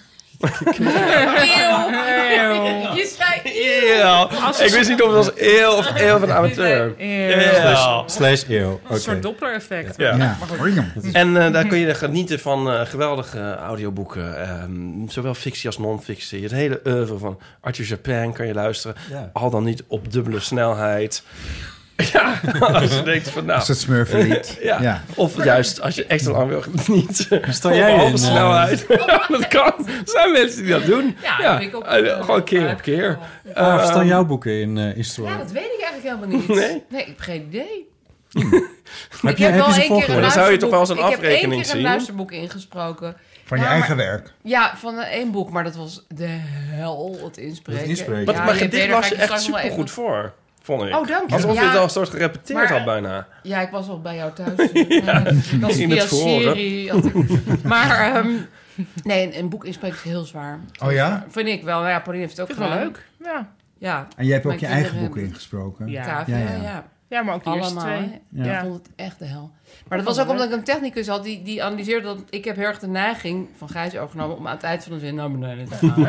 Je zei eeuw. Ik wist niet of het was eeuw of eeuw van de amateur. Eeuw. Slash eeuw. Een soort Doppler-effect. Ja. Ja. En uh, daar kun je genieten van uh, geweldige audioboeken. Um, zowel fictie als non-fictie. Het hele oeuvre van Arthur Japin kan je luisteren. Ja. Al dan niet op dubbele snelheid. Ja, als je denkt van nou... Als het smurfenlied. Ja. ja. Of juist als je extra lang wil niet. Sta jij in? Op snelheid. Dat kan. Er zijn mensen die dat doen. Ja, ja. Dat ik ook, uh, gewoon keer op keer. Ah, uh, staan jouw boeken in, uh, in store? Ja, dat weet ik eigenlijk helemaal niet. Nee? Nee, ik heb geen idee. Hmm. heb je, heb wel één keer een Dan zou je toch wel eens een ik afrekening zien? Ik heb één keer een luisterboek ingesproken. Van je ja, eigen maar, werk? Ja, van één boek. Maar dat was de hel, het inspreken. Het inspreken. Maar, ja, maar dit beter, was je echt super supergoed even... voor. Vond ik. Oh, dank je. Alsof ja, je het al een soort gerepeteerd maar, had bijna. Ja, ik was al bij jou thuis. ja, dat in via het serie. Ik, maar um, nee, een, een boek inspreken is heel zwaar. Oh ja? Vind ik wel. Nou ja, Pauline heeft het ook Vind gedaan. wel leuk. Ja. ja. En jij hebt ook Mijn je eigen kinderen boeken ingesproken? Ja. Ja. Ja, Ja, ja, ja. ja. Ja, maar ook de eerste Allemaal. twee. Ja. Ja. Ik vond het echt de hel. Maar dat was ook omdat ik een technicus had die, die analyseerde dat ik heb heel erg de neiging van Gijs overgenomen om aan het eind van de zin naar beneden te gaan.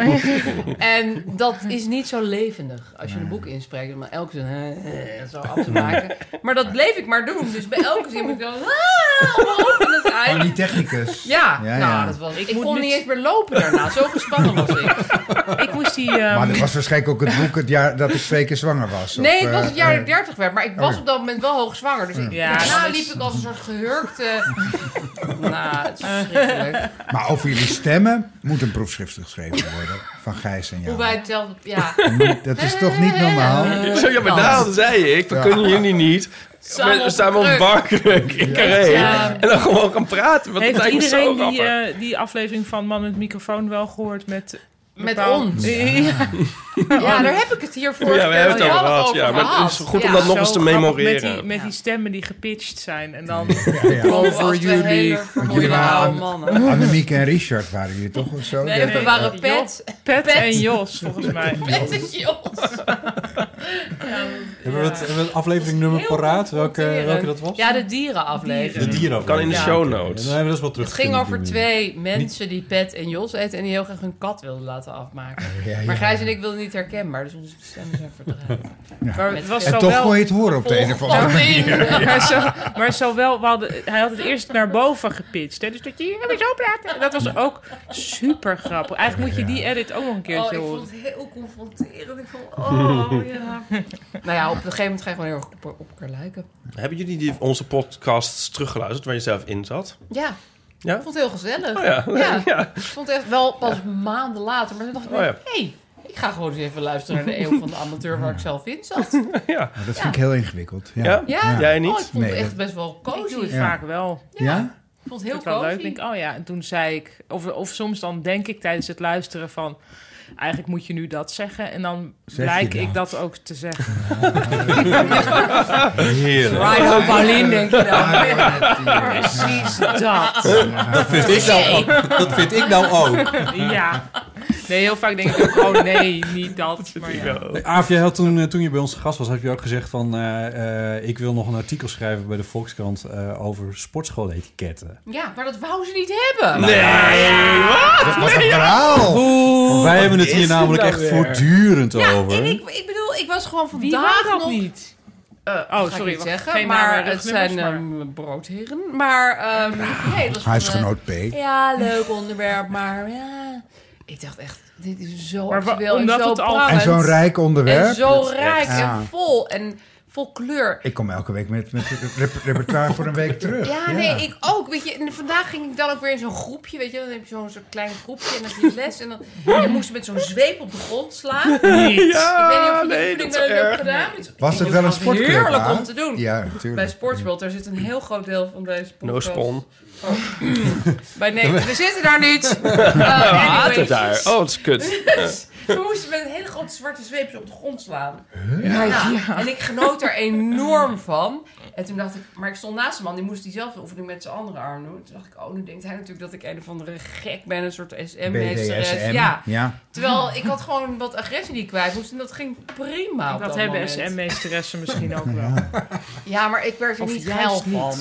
En dat is niet zo levendig als je een boek inspreekt om elke zin uh, zo af te maken. Maar dat bleef ik maar doen. Dus bij elke zin moet ik dan over het eind. Oh, die technicus. Ja, ja, nou, ja. dat was. Ik, Ik ik moet kon nu- niet eens meer lopen daarna. Zo gespannen was ik. Ik moest die... Um... Maar dat was waarschijnlijk ook het boek het jaar dat ik twee keer zwanger was. Of, Nee, het was het jaar uh, dat ik dertig werd. Maar ik was oh. op dat moment wel hoogzwanger. Dus ik, Ja, daarna dan is- liep ik als een soort gehurkte... nou, het is verschrikkelijk. Maar over jullie stemmen moet een proefschrift geschreven worden van Gijs en jou. Hoe wij hetzelfde... Ja. Dat is toch niet normaal? Zo, ja, maar daarom zei ik, we Ja. kunnen jullie niet. Samen We op staan de op kruk. Barkruk in Carré. Ja. En dan gewoon gaan praten. Want Heeft dat lijkt me zo iedereen die, grappig. uh, die aflevering van Man met microfoon wel gehoord met Met bepaald- ons. Ja. Ja, daar heb ik het hier vorige Ja, we hebben het keer over wel gehad. Ja, maar het gehad. is goed om Ja. dat nog eens Zo te grappig memoreren. Met die, met Ja. die stemmen die gepitcht zijn. En dan Ja. Over Over jullie. jullie. Want Vermoeide jullie waren oude mannen. Annemiek en Richard waren jullie toch of zo? Nee, Dat- we waren Pet. Pet, Pet. en Jos, volgens mij. Pet en Jos. Hebben we het, hebben we het aflevering nummer Heel paraat? Welke, confronterend. welke dat was? Ja, de dierenaflevering. De dieren. Kan in de Ja. show Ja, notes. dan hebben we dus wel terug. Het ging over twee mensen die Pet en Jos eten... en die heel graag hun kat wilden laten afmaken. Ja, ja. Maar Gijs en ik wilden niet herkenbaar, dus onze stemmen zijn verdraaid. Ja. Maar Met het was veel- En zo toch wel... kon je het horen op de een of andere manier. Maar, zo, maar zowel, we hadden, hij had het eerst naar boven gepitcht. Hè? Dus dat je hier weer zo praten. En dat was ook super grappig. Eigenlijk moet je die edit ook nog een Oh, keertje ik horen. vond het heel confronterend. Ik vond, oh ja. Nou ja, op een gegeven moment ga je gewoon heel erg op, op elkaar lijken. Hebben jullie die, onze podcasts teruggeluisterd waar je zelf in zat? Ja, Ja? ik vond het heel gezellig. Oh ja. Ja. Ja. Ik vond het echt wel pas maanden later. Maar toen dacht ik, Oh ja. hey, ik ga gewoon eens even luisteren naar de eeuw van de amateur waar ik zelf in zat. Ja. Maar dat vind ik heel ingewikkeld. Ja. Ja? Ja? Jij niet? Oh, ik vond Nee, het echt dat- best wel Ik cozy. doe het Ja. vaak wel. Ja? Ik vond het heel Ik wel leuk. cozy. Ik denk, oh ja. En toen zei ik... Of, of soms dan denk ik tijdens het luisteren van... Eigenlijk moet je nu dat zeggen. En dan Zeg je blijk dat? ik dat ook te zeggen. Heerlijk. Right op Pauline, denk je dan. Precies dat. Dat vind ik nou, dat vind ik nou ook. Ja. Nee, heel vaak denk ik ook... Oh nee, niet dat. Maar ja. Nee, Aaf, jij had toen, eh, toen je bij ons te gast was, heb je ook gezegd van... eh, eh, ik wil nog een artikel schrijven bij de Volkskrant eh, over sportschoolletiketten. Ja, maar dat wou ze niet hebben. Nee, Dat was een verhaal. Want wij hebben het is hier het namelijk nou echt weer? voortdurend Ja, over. en ik, ik bedoel, ik was gewoon Wie vandaag wou dat nog... niet? Uh, Oh, ga ik sorry, niet wacht, zeggen, geen namen maar en het zijn rugnummers, maar- ehm, broodheren. Maar ehm nee, dat was van, Huisgenoot P. eh, ja, leuk onderwerp, maar ja... Ik dacht echt, dit is zo Maar wa- actueel en omdat zo het al- prangend. En zo'n rijk onderwerp. En zo rijk Ja. en vol en vol kleur. Ik kom elke week met, met rep- repertoire voor een week terug. Ja, nee, ik ook. Weet je, en vandaag ging ik dan ook weer in zo'n groepje, weet je. Dan heb je zo'n zo'n klein groepje en dan heb je les. En dan en je moest met zo'n zweep op de grond slaan. Niet. Ik weet niet of je nee, die dat oefening is wel eens erg. hebt gedaan. Was het wel een sportclub? Heerlijk Aaf? om te doen. Ja, Bij natuurlijk. Sportsworld, daar zit een heel groot deel van deze No podcast. spon. Bij, nee, we zitten daar niet. Uh, Water anyways. daar. Oh, het is kut. We moesten met een hele grote zwarte zweepje op de grond slaan. Ja. En ik genoot er enorm van. En toen dacht ik, maar ik stond naast een man, die moest diezelfde oefening met zijn andere arm doen. Toen dacht ik, oh, nu denkt hij natuurlijk dat ik een of andere gek ben, een soort S M-meesteres. B D S M. Ja. Ja. Terwijl ik had gewoon wat agressie die ik kwijt moest en dat ging prima op Dat dat hebben moment. S M-meesteressen misschien ook wel. Ja, maar ik werd er Of niet juist geil van.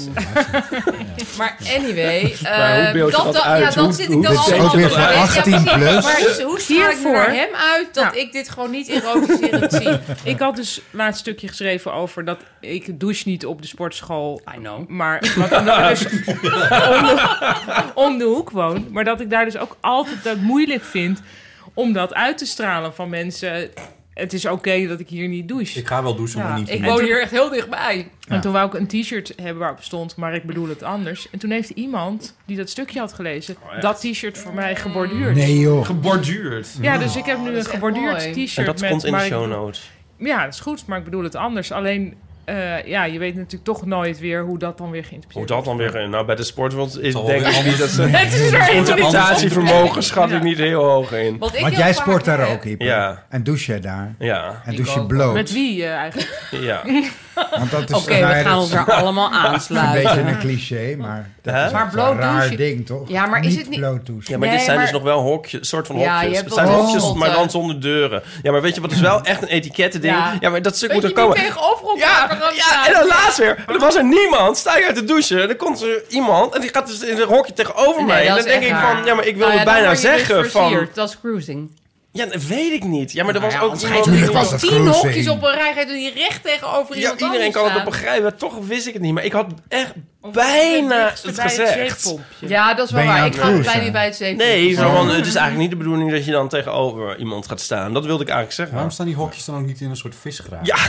niet. Maar anyway, Maar hoe eh, beeld je dat, dat dat, uit? ja, dan Hoe- zit hoe ik dan beeld je allemaal... dat Ook weer voor Ja, achttien precies. plus. Maar hoe, hoe straal ik Hiervoor- naar hem uit dat Nou. ik dit gewoon niet erotiserend zie? Ik had dus laatst een stukje geschreven over dat ik douche niet op de sportschool. I know. Maar wat omdat ik dus om, de, om de hoek woon. Maar dat ik daar dus ook altijd dat moeilijk vind om dat uit te stralen van mensen. Het is oké dat ik hier niet douche. Ik ga wel douchen, maar Ja, niet ik hier. woon hier echt heel dichtbij. En toen wou ik een t-shirt hebben waarop stond, maar ik bedoel het anders. En toen heeft iemand die dat stukje had gelezen, echt? dat t-shirt voor mij geborduurd. Nee joh. Geborduurd. Ja, dus ik heb nu dat een is echt geborduurd mooi. t-shirt En dat met... komt in de maar ik show bedoel- notes. Ja, dat is goed, maar ik bedoel het anders. Alleen, eh, ja, je weet natuurlijk toch nooit weer hoe dat dan weer Hoe geïnterpreteerd dat dan weer... Nou, bij de sportworld is Zal denk wel ik weer niet dat ze... Het is er Interpretatievermogen schat Ja. ik niet heel hoog in. Wat ik Want heel jij vaak sport daar heb- ook, Ipe. Ja. En douche jij daar. Ja. En Ik douche je ook. bloot. Met wie eh, eigenlijk? Ja. Want dat is Oké, we raar, gaan dat ons is er allemaal een aansluiten. beetje een cliché, maar dat Hè? is Maar echt bloot een raar douchen- ding, toch? Ja, maar is het niet- bloot douchen. Ja, maar Nee, dit zijn maar- dus nog wel hokjes, soort van Ja, hokjes. je hebt Het zijn wel hokjes, hotspotten. maar dan zonder deuren. Ja, maar weet je wat is wel echt een etiketten ding? Ja. Ja, maar dat stuk Weet moet je er komen. niet tegenover elkaar Ja, gaan ja, staan? en dan laatst weer. Er was er niemand. Sta je uit de douche. En dan komt er iemand. En die gaat dus in een hokje tegenover mij. Nee, En dat dan is denk ik echt van... raar. Ja, maar ik Nou wilde ja, dan bijna word je dus zeggen van... versierd. Dat is cruising. Ja, dat weet ik niet. Ja, maar er was Nou ja, ook anders iemand... ga je Tuurlijk toch was niet het tien cruising. hokjes op een rij ga je toch niet recht tegenover Ja, iemand iedereen anders kan het op staan? begrijpen. Toch wist ik het niet. Maar ik had echt Of bijna dichtste het bij het gezegd. zeepompje. Ja, dat is wel Ben je waar. aan Ik het ga cruisen? bij niet bij het zeker. Nee, zo van, het is eigenlijk niet de bedoeling dat je dan tegenover iemand gaat staan. Dat wilde ik eigenlijk zeggen. Waarom staan die hokjes dan ook niet in een soort visgraaf? Ja.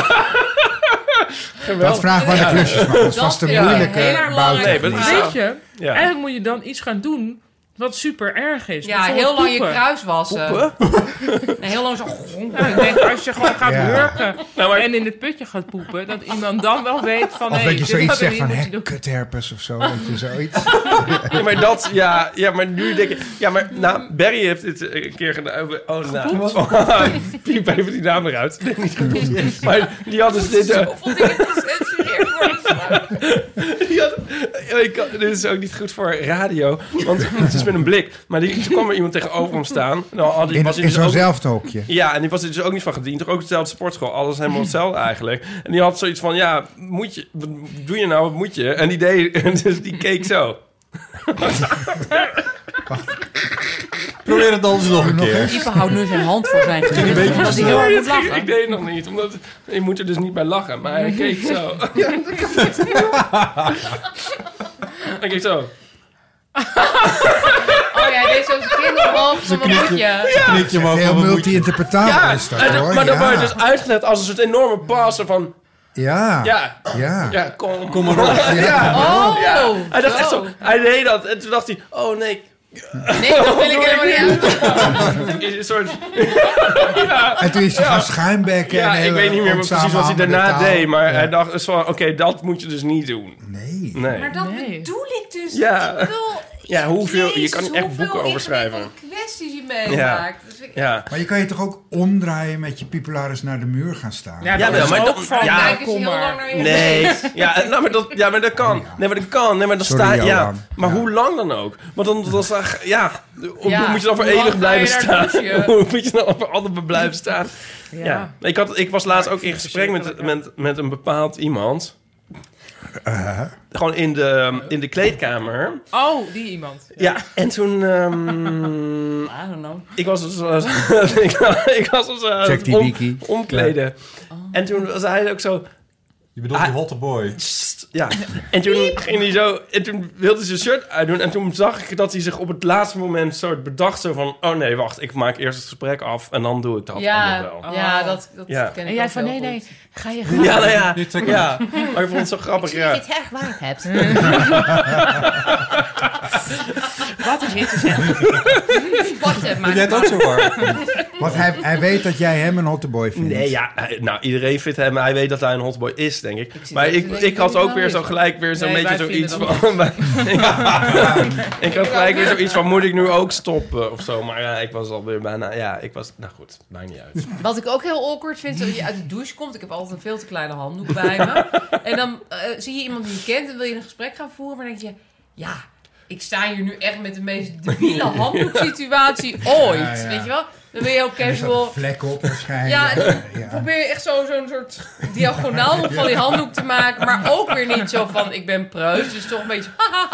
Dat vraag maar de klusjes, maar dat is Dat vast een vind ik moeilijke een hele bout. belangrijke Nee, maar het is vraag. Weet je, Ja. eigenlijk moet je dan iets gaan doen Wat super erg is. Ja, heel lang je kruis wassen. Nee, heel lang zo... Ja, ik denk, als je gewoon gaat Ja. hurken Nou, maar- en in het putje gaat poepen... dat iemand dan wel weet van... Of hey, dat je dit zoiets hadden we zegt van, niet hè, moeten doen. kutherpes of zo. Dat je zoiets... Ja, maar dat, ja, ja, maar nu denk ik... Ja, maar nou, Barry heeft dit een keer gedaan. Oh, nou. Oh, piep even die naam eruit. Nee, niet gepoept. Maar die had dus dit... uh, Zoveel dingen gecensureerd worden. die had, oh, ik kan, dit is ook niet goed voor radio. Want het is met een blik. Maar die, toen kwam er iemand tegenover hem staan. Nou, had die, In, was hij in dus ook- zo'nzelfde hokje. Ja, en die was er dus ook niet van gediend. Toch ook hetzelfde sportschool. Alles helemaal hetzelfde eigenlijk. En die had zoiets van, ja, moet je, wat doe je nou, wat moet je? En die deed, dus die keek zo. Probeer het anders nog een keer. Ipe houdt nu zijn hand voor zijn gezicht. Een beetje Omdat hij heel versneld. hard moet Ik, lachen. ik deed het nog niet, omdat je moet er dus niet bij lachen. Maar hij keek zo. Hij keek zo. Oh ja, dit is zo'n kinderhoofd van een hoedje. Knikje omhoog Heel van mijn multi-interpretabel is dat, en dat- hoor. maar dan ja. word je dus uitgelegd als een soort enorme passer van... Ja. Ja, Ja. ja, kom. Kom maar op. Ja. Oh, Ja. Hij dacht echt zo. zo, hij deed dat. En toen dacht hij, oh nee. Nee, dat wil ik helemaal niet. Een soort... En toen is hij gaan schuimbekken. Ja, en ik hele weet niet meer ontzame precies wat hij handen daarna taal. deed. Maar Ja. hij dacht dus van, oké, dat moet je dus niet doen. Nee. Nee. Maar dat Nee. bedoel ik dus. Ja. Ik bedoel, Ja, hoeveel... Je Jezus, kan niet echt hoeveel boeken over schrijven. ingewikkelde kwesties je meemaakt. Dus ik, Ja. Maar je kan je toch ook omdraaien met je pipularis naar de muur gaan staan? Ja, Ja, dat is maar ook dat- van... ja. kijk eens kom heel lang maar. naar je Nee, gezicht. ja, nou, maar dat, ja, maar dat kan. Nee, maar dat kan. Nee, maar dan Sorry, sta ja. Johan. Maar Ja. hoe lang dan ook? Want dan, dan sta, ja, hoe Ja, moet je dan voor hoe lang eeuwig ga je blijven daar staan? douchen? Hoe moet je dan voor altijd blijven staan? Ja. Ja. Ik, had, ik was laatst Ja, ook ik in vind het gesprek met, verschrikkelijk, met, met een bepaald iemand. Uh, Gewoon in de, in de kleedkamer. Oh, die iemand. Ja, en toen... ehm, I don't know. ik was dus... eh, ik, ik was dus eh, Check die om- wiki. omkleden. En toen was hij ook zo... Je bedoelt die hotte boy. Sst, ja, en toen ging hij zo... En toen wilde hij zijn shirt uitdoen. En toen zag ik dat hij zich op het laatste moment soort bedacht. Zo van, oh nee, wacht, ik maak eerst het gesprek af. En dan doe ik dat Ja, allemaal wel. ja, dat, dat Ja. ken ik En jij ook van, heel nee, nee, goed. ga je gaan. Ja, nou ja, Dit trek ik- ja. Maar ik vond het zo grappig, Zie je ja. het erg waar hebt. Wat is dit te zeggen? Sporten, maar... Vind jij het ook zo waar? Want hij, hij weet dat jij hem een hotteboy vindt. Nee, ja, hij- nou, iedereen vindt hem... Hij weet dat hij een hotboy is, denk ik. zie Maar dat ik, je denkt ik had dat hij ook wel weer zo is. gelijk weer zo'n Nee, beetje wij zoiets vinden van... ik had gelijk weer zoiets van, moet ik nu ook stoppen of zo? Maar ja, ik was alweer bijna... Ja, ik was... Nou goed, maakt niet uit. Wat ik ook heel awkward vind, als je uit de douche komt. Ik heb altijd een veel te kleine handdoek bij me. En dan uh, zie je iemand die je kent en wil je een gesprek gaan voeren. Maar dan denk je, ja, ik sta hier nu echt met de meest debiele handdoeksituatie ooit. Ja, ja. Weet je wel? Dan ben je heel Er is casual. een vlek op waarschijnlijk. Ja, en dan Ja. probeer je echt zo- zo'n soort diagonaal op van die handdoek te maken. Maar ook weer niet zo van, ik ben preus. Dus toch een beetje,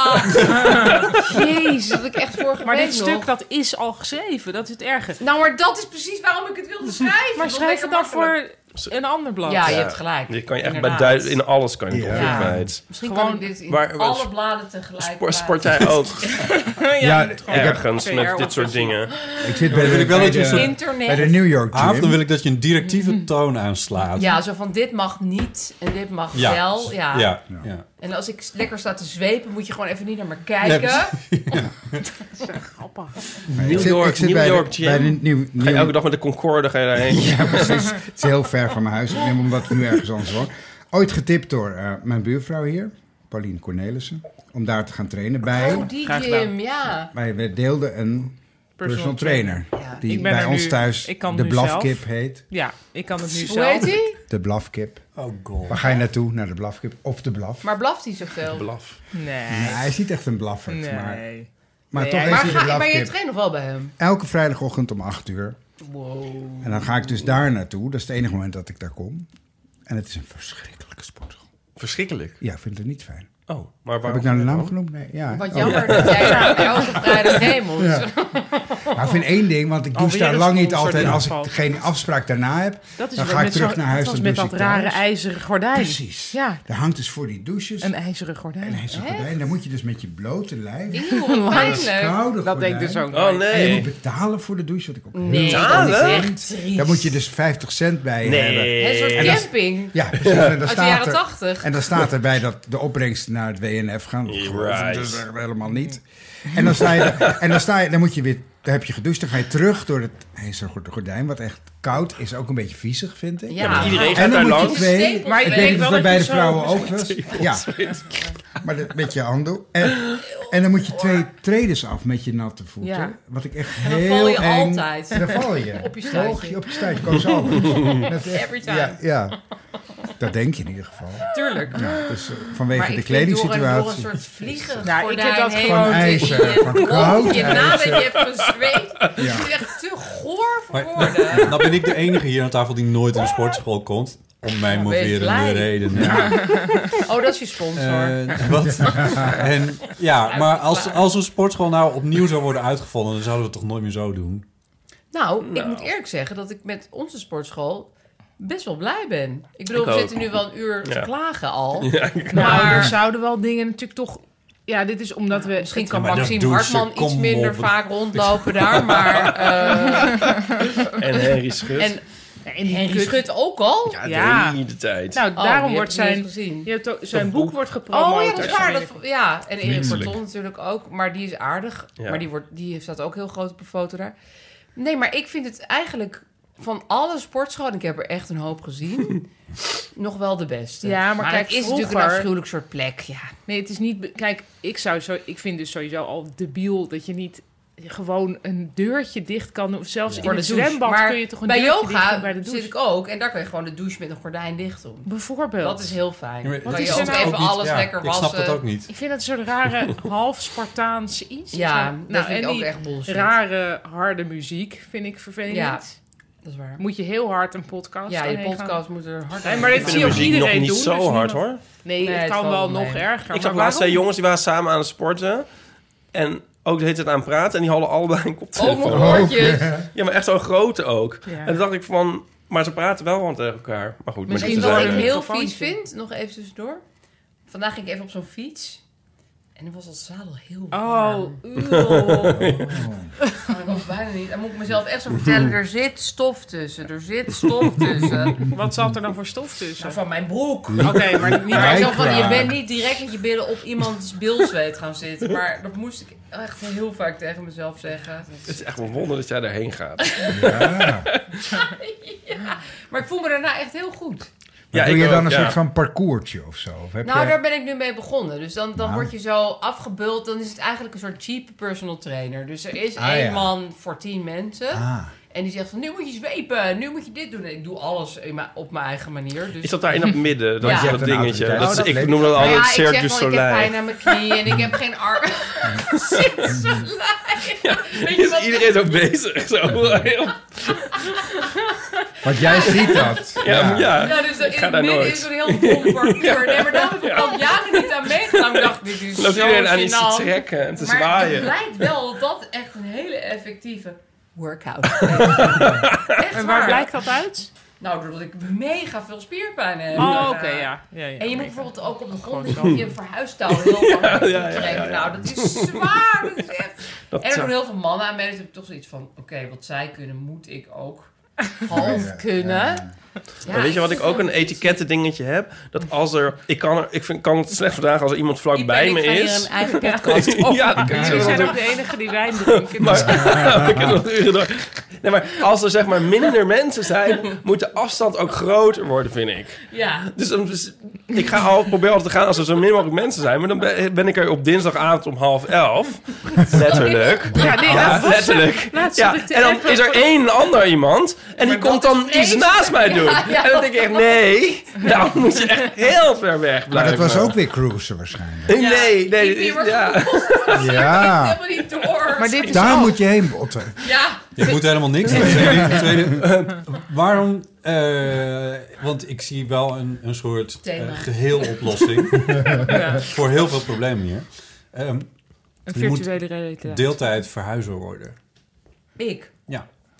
Jezus, dat ik echt vorige Maar week dit nog- stuk, dat is al geschreven. Dat is het erge. Nou, maar dat is precies waarom ik het wilde schrijven. Maar Dat schrijf lekker het dan makkelijk. voor een ander blad. Ja, je Ja. hebt gelijk. Je kan je echt bij Inderdaad. duid, in alles kan je het Ja. ongeveer Ja. kwijt. Misschien Gewoon- kan ik dit in Maar- alle bladen tegelijk Sport, plaatsen. sport jij ook Ja, je moet gewoon ik heb- ergens P R met dit oplossen. soort dingen? Ik zit bij Dan wil de, ik wel bij dat je de, een soort- Internet. bij de New York Aaf, Gym. dan wil ik dat je een directieve toon aanslaat. Ja, zo van dit mag niet en dit mag Ja. wel. Ja. Ja, ja. En als ik lekker sta te zwepen, moet je gewoon even niet naar me Ja, kijken. Grappig. Nee, ik New zit- York, ik zit New bij de- York Gym. bij de nieuw, Ga je nieuw- elke dag met de Concorde ga je daarheen? Ja, precies. Het is heel ver van mijn huis. Ik neem omdat ik nu ergens anders woon. Ooit getipt door uh, mijn buurvrouw hier, Pauline Cornelissen, om daar te gaan trainen bij. Oh, die Graag gym, gedaan. ja. Wij we deelden een personal trainer. Ja. Die Ik ben bij er ons nu- thuis ik kan de nu blafkip zelf. heet. Ja, ik kan het nu Hoe heet zelf. die? De blafkip. Oh god. Waar ga je naartoe? Naar de blafkip of de blaf? Maar blaft hij zoveel? Blaf. Nee. Nee, hij is niet echt een blaffert. Nee. Maar, maar Nee, toch hij- is Maar, hij de ga, maar je blafkip. traint nog wel bij hem? Elke vrijdagochtend om acht uur. Wow. En dan ga ik dus daar naartoe. Dat is het enige moment dat ik daar kom. En het is een verschrikkelijke sportschool. Verschrikkelijk. Ja, ik vind het niet fijn. Oh, maar Heb waarom? ik nou de naam genoemd? Nee, ja. Wat Oh. jammer dat jij daar elke vrijdag heen moet. Ja. Maar ik vind één ding, want ik douche Alweer daar een lang niet sponsor altijd. die Als ik afvalt. geen afspraak daarna heb, Dat is dan wel ga ik met terug zo- naar huis. Dat was Dan met douche dat ik rare thuis. ijzeren gordijn. Precies. Ja, Daar hangt dus voor die douches een ijzeren gordijn. een ijzeren gordijn. Dan moet je dus met je blote lijf, Eeuw, wat pijnlijk. koude Dat denk ik dus gordijn. ook. Oh nooit. En je nee. moet betalen voor de douche, wat ik ook heel Nee, dat Betalen? is echt triest. Daar moet je dus vijftig cent bij Nee. hebben. Een soort En dat is- camping Ja, precies. En dan uit de staat jaren er, tachtig. en dan staat erbij dat de opbrengst naar naar het W N F gaan. Dat geloof ik Right. dus echt helemaal niet. En dan sta je, en dan sta je, dan moet je weer, dan heb je gedoucht, dan ga je terug door het ijzeren gordijn, wat echt koud is, ook een beetje viezig, vind ik. Ja, maar iedereen En gaat dan daar moet je langs. twee, Maar ik ik denk weet niet wel of dat dat bij je de zo- vrouwen ook was. Ja, maar dat met je handdoek. En, en dan moet je twee tredes af met je natte voeten. Ja. Wat ik echt En dan heel val je eng- altijd. Dan val je. Op je stuitje. Hoog, op je stuitje. Koos alles. Dat is echt- Every time. Ja, ja, dat denk je in ieder geval. Tuurlijk. Ja, dus uh, vanwege Maar de ik vind door een, door een kledingsituatie. soort vliegen Nou, ik heb dat heen gewoon Van ijzer, in je van mond, koud je nadat ijzer. je hebt gezweet. Ja. Het is echt te goor voor Maar, woorden. nou ben ik de enige hier aan tafel die nooit in de sportschool komt. Om mijn Ja, wees moverende blij. redenen. Oh, dat is je sponsor. Eh, wat? En, ja, maar als, als een sportschool nou opnieuw zou worden uitgevonden... dan zouden we het toch nooit meer zo doen? Nou, ik moet eerlijk zeggen dat ik met onze sportschool best wel blij ben. Ik bedoel, Ik we ook. zitten nu wel een uur te Ja. klagen al. Ja, ik- Nou, Maar- er zouden wel dingen natuurlijk toch... Ja, dit is omdat we... Misschien kan Ja, maar dat Maxime doen ze, Hartman iets kom minder op. vaak rondlopen daar, maar... eh, En Henry Schut. en En die Henry kut- Schut ook al? ja, Ja. de hele tijd. Nou, Oh, daarom die wordt heb ik zijn... niet gezien. Je hebt ook- zijn boek. boek wordt gepromoot. Oh ja, dat is als waar. je Dat, ja, en Erik Menselijk. Barton natuurlijk ook. Maar die is aardig. Ja. Maar die, wordt, die staat ook heel groot op een foto daar. Nee, maar ik vind het eigenlijk van alle sportscholen... ik heb er echt een hoop gezien... nog wel de beste. Ja, maar kijk, het is natuurlijk een vroeger- afschuwelijk soort plek. Ja. Nee, het is niet... be- Kijk, ik, zou zo, ik vind dus sowieso al debiel dat je niet gewoon een deurtje dicht kan doen. Of zelfs in Voor het de douche. zwembad Maar kun je toch een bij deurtje dicht yoga doen bij de douche. zit ik ook. En daar kan je gewoon de douche met een gordijn dicht doen. Bijvoorbeeld. Dat is heel fijn. Ja, maar Dan Wat kan is je er ook nou even Ook niet, alles ja, lekker ik wassen. snap dat ook niet. Ik vind dat een soort rare half Spartaanse iets. Ja, Zo. dat nou, vind ik en ook die echt bullshit. rare, harde muziek vind ik vervelend. Ja, dat is waar. Moet je heel hard een podcast Ja, je aanheen gaan. podcast moet er hard Nee, aan maar dit gaan. zie je ook muziek iedereen nog niet doen, zo dus hard, niemand- hoor. Nee, Nee, het het kan valt wel wel nog mee. erger. Ik zag maar laatst twee waarom? jongens die waren samen aan het sporten. En ook de hele tijd aan het praten. En die hadden allebei een Ook koptelefoon. nog woordjes. Ja, maar echt zo'n grote ook. Ja. En toen dacht ik van... Maar ze praten wel gewoon tegen elkaar. Maar goed, Misschien maar wat dit ik is heel microfoontje. vies vind, nog even tussendoor. Vandaag ging ik even op zo'n fiets. En dan was dat zadel heel Oh, warm. eeuw. Oh, ik was bijna niet. Dan moet ik mezelf echt zo vertellen, er zit stof tussen. Er zit stof tussen. Wat zat er dan voor stof tussen? Nou, van mijn broek. Oké, maar niet Maar zo van, je Lycra. bent niet direct met je billen op iemands bilzweet gaan zitten. Maar dat moest ik echt heel vaak tegen mezelf zeggen. Het is echt wel wonder dat jij daarheen gaat. Ja. Ja, maar ik voel me daarna echt heel goed. Ja, Ja, doe ik je dan ook, een ja. soort van parcoursje of zo? Of heb Nou, jij- daar ben ik nu mee begonnen. Dus dan, dan Nou. word je zo afgebuld. Dan is het eigenlijk een soort cheap personal trainer. Dus er is Ah, één ja. man voor tien mensen. Ah. En die zegt van, nu moet je zwepen. Nu moet je dit doen. En ik doe alles in mijn- op mijn eigen manier. Dus Is dat daar in het midden? Dat Ja. is Je dat hebt een dingetje. autoriteit. Dat is, Oh, dat ik weet noem dat Nou altijd ja, ik Cirque zeg du wel, ik heb Soleil. pijn aan mijn knie en ik heb geen arm. Cirque du Soleil. Weet je Is wat? iedereen zo bezig? Zo heel... Want jij ziet dat. Ja, ja. Ja, dus ik in ga het daar midden nooit. is zo'n heel dom parcours. Nee, maar daar heb ik al jaren niet aan meegedaan. Ik dacht, dit is Loopt zo iedereen aan iets te gênant. trekken en te Maar het zwaaien. blijkt wel dat dat echt een hele effectieve workout is. Echt En waar waar. blijkt dat uit? Nou, doordat ik mega veel spierpijn heb. Oh, oké, ja. ja, ja. En je moet bijvoorbeeld ook op de grond Gewoon moet je een verhuistouw heel lang Ja, ja, ja, trekken. ja, ja. Nou, dat is zwaar. Dat is echt... Dat, En er eh, doen heel veel mannen aan mee. Dus heb ik toch zoiets van, oké, wat zij kunnen, moet ik ook half kunnen. Ja, maar weet je wat ik vind ook een het etiketten dingetje heb? Dat als er... Ik kan, er, ik vind, kan het slecht verdragen als er iemand vlak Iep bij en me ik gaan hier is. een eigen podcast over Ja, dan maken. kun je Jullie zo zijn ook de enige die wijn drinken. Dus Maar, ik heb nog uren door. Nee, maar als er zeg maar minder mensen zijn, moet de afstand ook groter worden, vind ik. Ja. Dus, dan- dus ik ga al, probeer altijd te gaan als er zo min mogelijk mensen zijn. Maar dan ben, ben ik er op dinsdagavond om half elf. Letterlijk. Ja, nee, Ja, dat was letterlijk. laatst Ja, zat ik te en dan appen is er voor- één ander iemand. En die Maar komt dat dan is iets vreselijk. naast mij doen. Ja, ja. En dan denk ik echt, nee. Nou moet je echt heel ver weg Maar blijven. dat was ook weer cruisen waarschijnlijk. Nee, nee. Die nee vier was ja. Ja, helemaal niet door. Maar dit is daar al- moet je heen botten. Ja. Je moet helemaal niks. Ten tweede, ten tweede, eh, waarom... eh, want ik zie wel een, een soort eh, Thema. geheeloplossing Ja. voor heel veel problemen hier. Ehm, Een je moet virtuele realiteit. deeltijd verhuizer worden. Ik. Ja.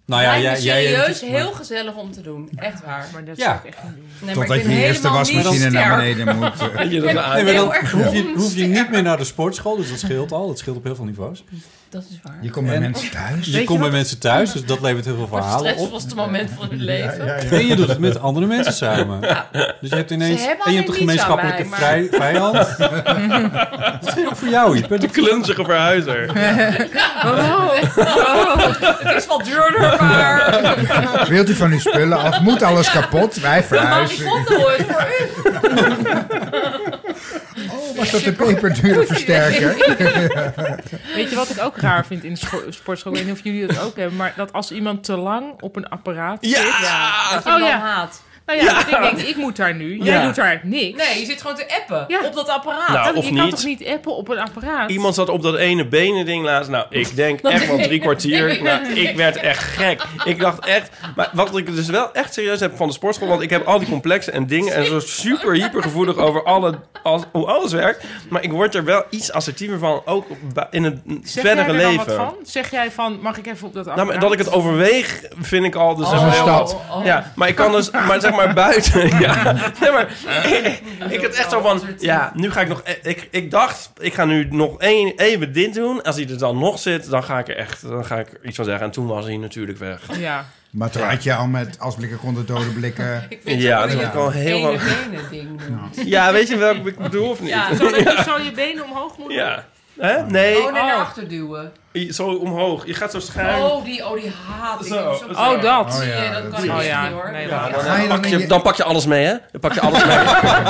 Nou ja, Lijkt me jij, jij serieus eventjes, heel maar- gezellig om te doen. Echt waar. Maar dat Ja. zou ik echt niet doen. Nee, maar Totdat ik je ben je eerste helemaal wasmachine niet naar sterk. beneden moet. eh. Je Ik dat ben aan- Nee, maar heel dan erg hoef je, hoef je onsterk. niet meer naar de sportschool, dus dat scheelt al. Dat scheelt op heel veel niveaus. Dat is waar. Je komt bij En- mensen thuis. Je komt bij mensen thuis, dus dat levert heel veel Het verhalen op. stressvolste moment van het leven. En je doet het met andere mensen samen. Dus je hebt ineens... Ze hebben En je hebt een alleen niets aan gemeenschappelijke mij, vrij, vijand. Dat is ook voor jou, Iep. De klunzige verhuizer. Oh, Het is wel duurder, maar... Wilt u van uw spullen af? Moet alles kapot? Wij Maar die verhuizen. vonden we het voor u. Oh, was dat de peperdure versterker? Weet je wat ik ook raar vind in de scho- sportschool? Ik weet niet of jullie dat ook hebben, maar dat als iemand te lang op een apparaat zit... Ja, dat je Oh, hem dan ja. haat. Nou ja, ik denk, ik moet daar nu. Jij Ja. doet daar niks. Nee, je zit gewoon te appen Ja. op dat apparaat. Nou, Dat- of je kan niet. toch niet appen op een apparaat? Iemand zat op dat ene benen ding laatst. Nou, ik denk echt wel drie kwartier. Nou, ik werd echt gek. Ik dacht echt... Maar wat ik dus wel echt serieus heb van de sportschool... want ik heb al die complexen en dingen... en zo super hypergevoelig over alle, als, hoe alles werkt. Maar ik word er wel iets assertiever van... ook ba- in het Zeg verdere jij er dan leven. wat van? Zeg jij van, mag ik even op dat Nou, apparaat? maar dat ik het overweeg, vind ik al... Dus Oh, zeg maar heel stap. wat. Ja, maar ik kan dus... Maar zeg maar buiten... Ja, nee, maar ik, ik had echt zo van... Ja, nu ga ik nog... Ik, ik dacht, ik ga nu nog één, even dit doen. Als hij er dan nog zit, dan ga ik er echt... Dan ga ik er iets van zeggen. En toen was hij natuurlijk weg. Ja. Maar toen had je al met als blikken konden dode blikken. Ik vind Ja, het dat ook is wel heel ene wat- benen ding doen. Ja, weet je welke ik bedoel of niet? Ja. Zo, dat je zo je benen omhoog moet doen? Ja. Hè? Nee. Oh, nee, naar Oh. achter duwen. Zo omhoog. Je gaat zo schuin. Oh, die, oh, die haat ik. Zo, Zo, zo. Oh, dat. Zie je, Oh, ja, dat dat kan is- ik Oh, echt ja. niet, hoor. Nee, Ja, dat- dan, Ga je dan pak in je, je- dan pak je alles mee, hè? Dan pak je alles mee.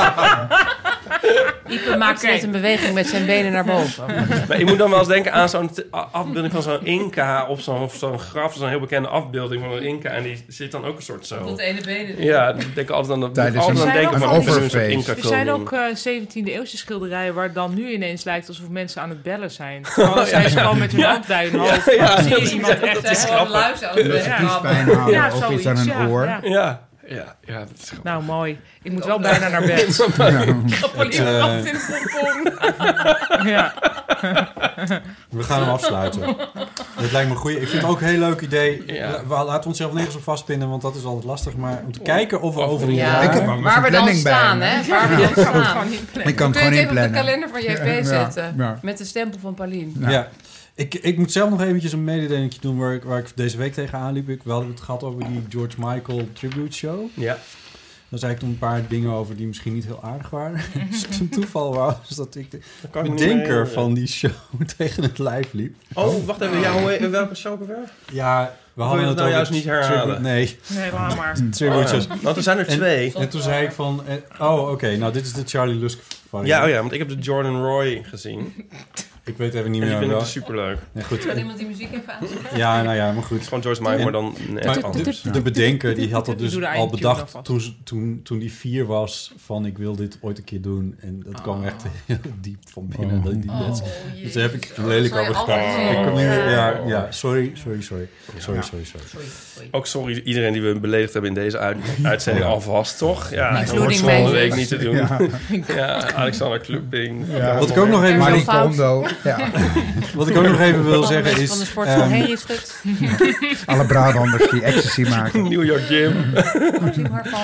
Ipe maakt Oké. net een beweging met zijn benen naar boven. Maar je moet dan wel eens denken aan zo'n t- a- afbeelding van zo'n Inca... op zo'n zo'n graf, zo'n heel bekende afbeelding van een Inca... en die zit dan ook een soort zo... Dat ene benen. Ja, ik denk altijd aan dat. Tijdens altijd een- aan denken een van ik ben zo'n overfeest. Inca Er zijn koning. ook uh, zeventiende eeuwse schilderijen waar het dan nu ineens lijkt alsof mensen aan het bellen zijn. Terwijl zijn ze gewoon met hun hand bij hun hoofd. Ja, ja, Dan zie dat je is- iemand ja, echt... dat Dat is is gewoon grappig. luizen aan het Dat ze benen. kiespijn houden Ja, of iets zoiets, aan een ja, oor. ja. Ja, ja, ja, dat is grappig. Nou, mooi. Ik moet wel bijna naar bed. Politie Het, eh, in de pompon. Ja. We gaan hem afsluiten. Dat lijkt me een goeie. Ik vind het ook een heel leuk idee. Ja. We laten onszelf nergens op vastpinnen, want dat is altijd lastig. Maar om te kijken of we over een Ja. jaar... Ik heb ook Waar we dan planning bij staan, me. hè? Waar we dan Ik kan het staan. gewoon niet plannen. Ik kan het Kun je gewoon het even op de inplannen. kalender van J P Ja, zetten? ja. Met de stempel van Paulien. Ja. Ik, ik moet zelf nog eventjes een mededelingje doen waar ik, waar ik deze week tegenaan liep. Ik, we hadden het gehad over die George Michael Tribute Show. Ja. Daar zei ik toen een paar dingen over die misschien niet heel aardig waren. Dus een toeval was dat ik de kan ik me niet bedenker herinneren. van die show tegen het lijf liep. Oh, wacht even. Ja, hoe, welke show weer? Ja, we Wil hadden je het dat nou over juist niet herhalen? tribu- Nee, Nee, laat maar. Tribute shows. Want er zijn er twee. En toen zei ik van... eh, oh, oké, nou dit is de Charlie Lusk variant. Ja, oh ja, want ik heb de Jordan Roy gezien. Ik weet even niet En die meer vind ik wel. dus superleuk. Nee, goed. Kan iemand die muziek even aanzetten? Ja, nou ja, maar Het goed. is gewoon George Michael, maar dan net Maar anders. de, de bedenker die had dat Ik dus doe de al eindtune bedacht alvast. toen, ze- toen, toen die vier was van ik wil dit ooit een keer doen. En dat kwam echt heel diep van binnen. Oh. Dat die Oh, mensen. jezus. Dus daar heb ik Oh, lelijk dat zal je over altijd gedaan. zien. Ik kom niet meer- ja, Oh. ja, sorry, sorry, sorry. Sorry, Ja. sorry, sorry. Sorry, sorry. Ook sorry iedereen die we beledigd hebben in deze uit- uitzending alvast, toch? Ja, dat Including wordt volgende mij. week niet te doen. Ja. Ja, Alexander Klupping. Ja. Wat ik ook nog even, Maar Marie Heel fout. Kondo. Ja. wat ik ook nog even wil Alle zeggen mensen is... van de sportschool ehm, Henry Schut. Alle Brabanders die ecstasy maken. New York Gym. Maxime Harpan.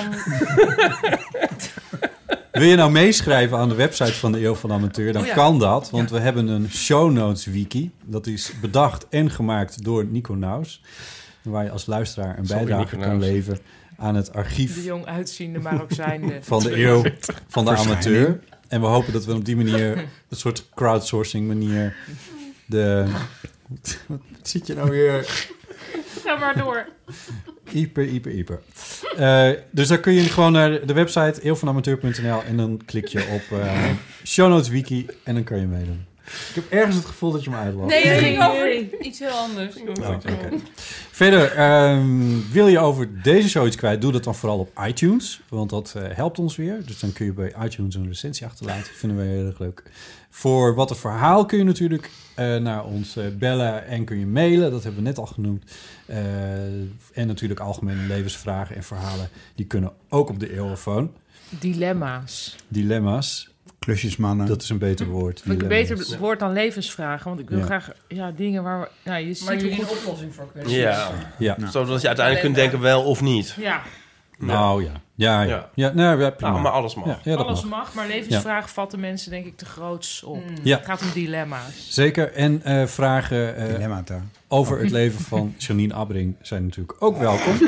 wil je nou meeschrijven aan de website van de Eeuw van de Amateur, dan Oh ja. kan dat. Want we hebben een show notes wiki. Dat is bedacht en gemaakt door Nico Naus. Waar je als luisteraar een Sorry, bijdrage Nico kan Naus. leveren aan het De archief jong uitziende, maar ook zijnde. van de Eeuw van de Verschijning. Amateur. En we hopen dat we op die manier, een soort crowdsourcing manier, de... Wat zit je nou weer? Ga maar door. Hyper, hyper, hyper. Uh, dus dan kun je gewoon naar de website eeuwvanamateur punt n l en dan klik je op uh, show notes wiki en dan kan je meedoen. Ik heb ergens het gevoel dat je me uitlacht. Nee, het ging Nee. over iets heel anders. Oh, oké. Verder, um, wil je over deze show iets kwijt, doe dat dan vooral op iTunes. Want dat uh, helpt ons weer. Dus dan kun je bij iTunes een recensie achterlaten. Vinden we heel erg leuk. Voor Wat een Verhaal kun je natuurlijk uh, naar ons uh, bellen en kun je mailen. Dat hebben we net al genoemd. Uh, en natuurlijk algemene levensvragen en verhalen. Die kunnen ook op de eeuwofoon. Dilemma's. Dilemma's. Klusjesmannen. Dat is een beter woord. Vind ik een Dilemma's. beter woord dan levensvragen. Want ik wil Ja. graag ja, dingen waar we... Ja, je ziet Maar hoe jullie een goed... oplossing voor kunnen. Ja. Ja. Nou. Zodat je uiteindelijk kunt denken wel of niet. Ja, Nou ja. Ja, ja. Ja. ja. nou, ja prima. Nou, maar alles mag. Ja, ja, dat alles mag. mag. Maar levensvragen vatten mensen denk ik te groots op. Ja. Het gaat om dilemma's. Zeker. En eh, vragen eh, Dilemmata. over het leven van Janine Abbring zijn natuurlijk ook welkom.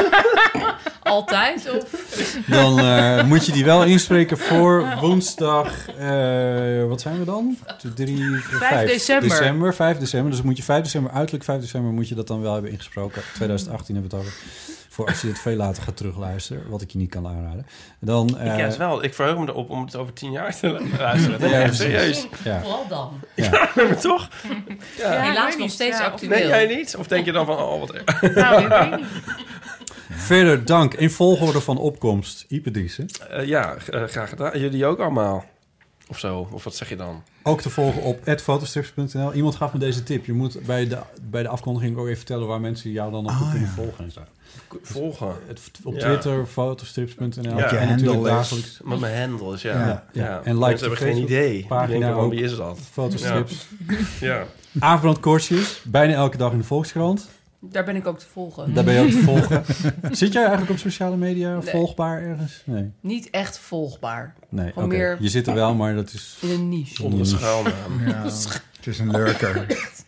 Altijd? Of? Dan eh, moet je die wel inspreken voor woensdag... eh, wat zijn we dan? Drie, vijf december. december. vijf december. Dus moet je vijf december, uiterlijk vijf december... moet je dat dan wel hebben ingesproken. twintig achttien hebben we het over. Voor als je het veel later gaat terugluisteren. Wat ik je niet kan aanraden. Dan, eh, Ik juist wel. Ik verheug me erop om het over tien jaar te luisteren. Nee, Ja, echt precies. serieus. ja. Vooral dan. Ja. Maar toch? Ja, Helaas ik weet nog niet. steeds Ja, actueel. Nee, jij niet? Of denk je dan van, oh, wat... Nou, ik weet niet. Verder dank in volgorde van opkomst. Ipe Driessen. Uh, ja, g- uh, graag gedaan. Jullie ook allemaal. Of zo. Of wat zeg je dan? Ook te volgen op at fotostrips punt n l. Iemand gaf me deze tip. Je moet bij de, bij de afkondiging ook even vertellen... waar mensen jou dan op Ah, kunnen ja. volgen en zo. Volgen. Het, op Ja. Twitter, fotostrips punt n l. Ja. je En handle natuurlijk is. dagelijks Met mijn handles, ja. Ja. ja. Ja. En En like mensen de hebben geen idee. Die pagina denken van, ook. wie is dat? Fotostrips. Ja. Aafbrand Kortjes. Bijna elke dag in de Volkskrant. Daar ben ik ook te volgen. Daar ben je ook te volgen. Zit jij eigenlijk op sociale media Nee. volgbaar ergens? Nee. Niet echt volgbaar. Nee, Gewoon oké. meer- Je zit er wel, maar dat is... In een niche. Onder de schuilnaam. Ja, het is een lurker.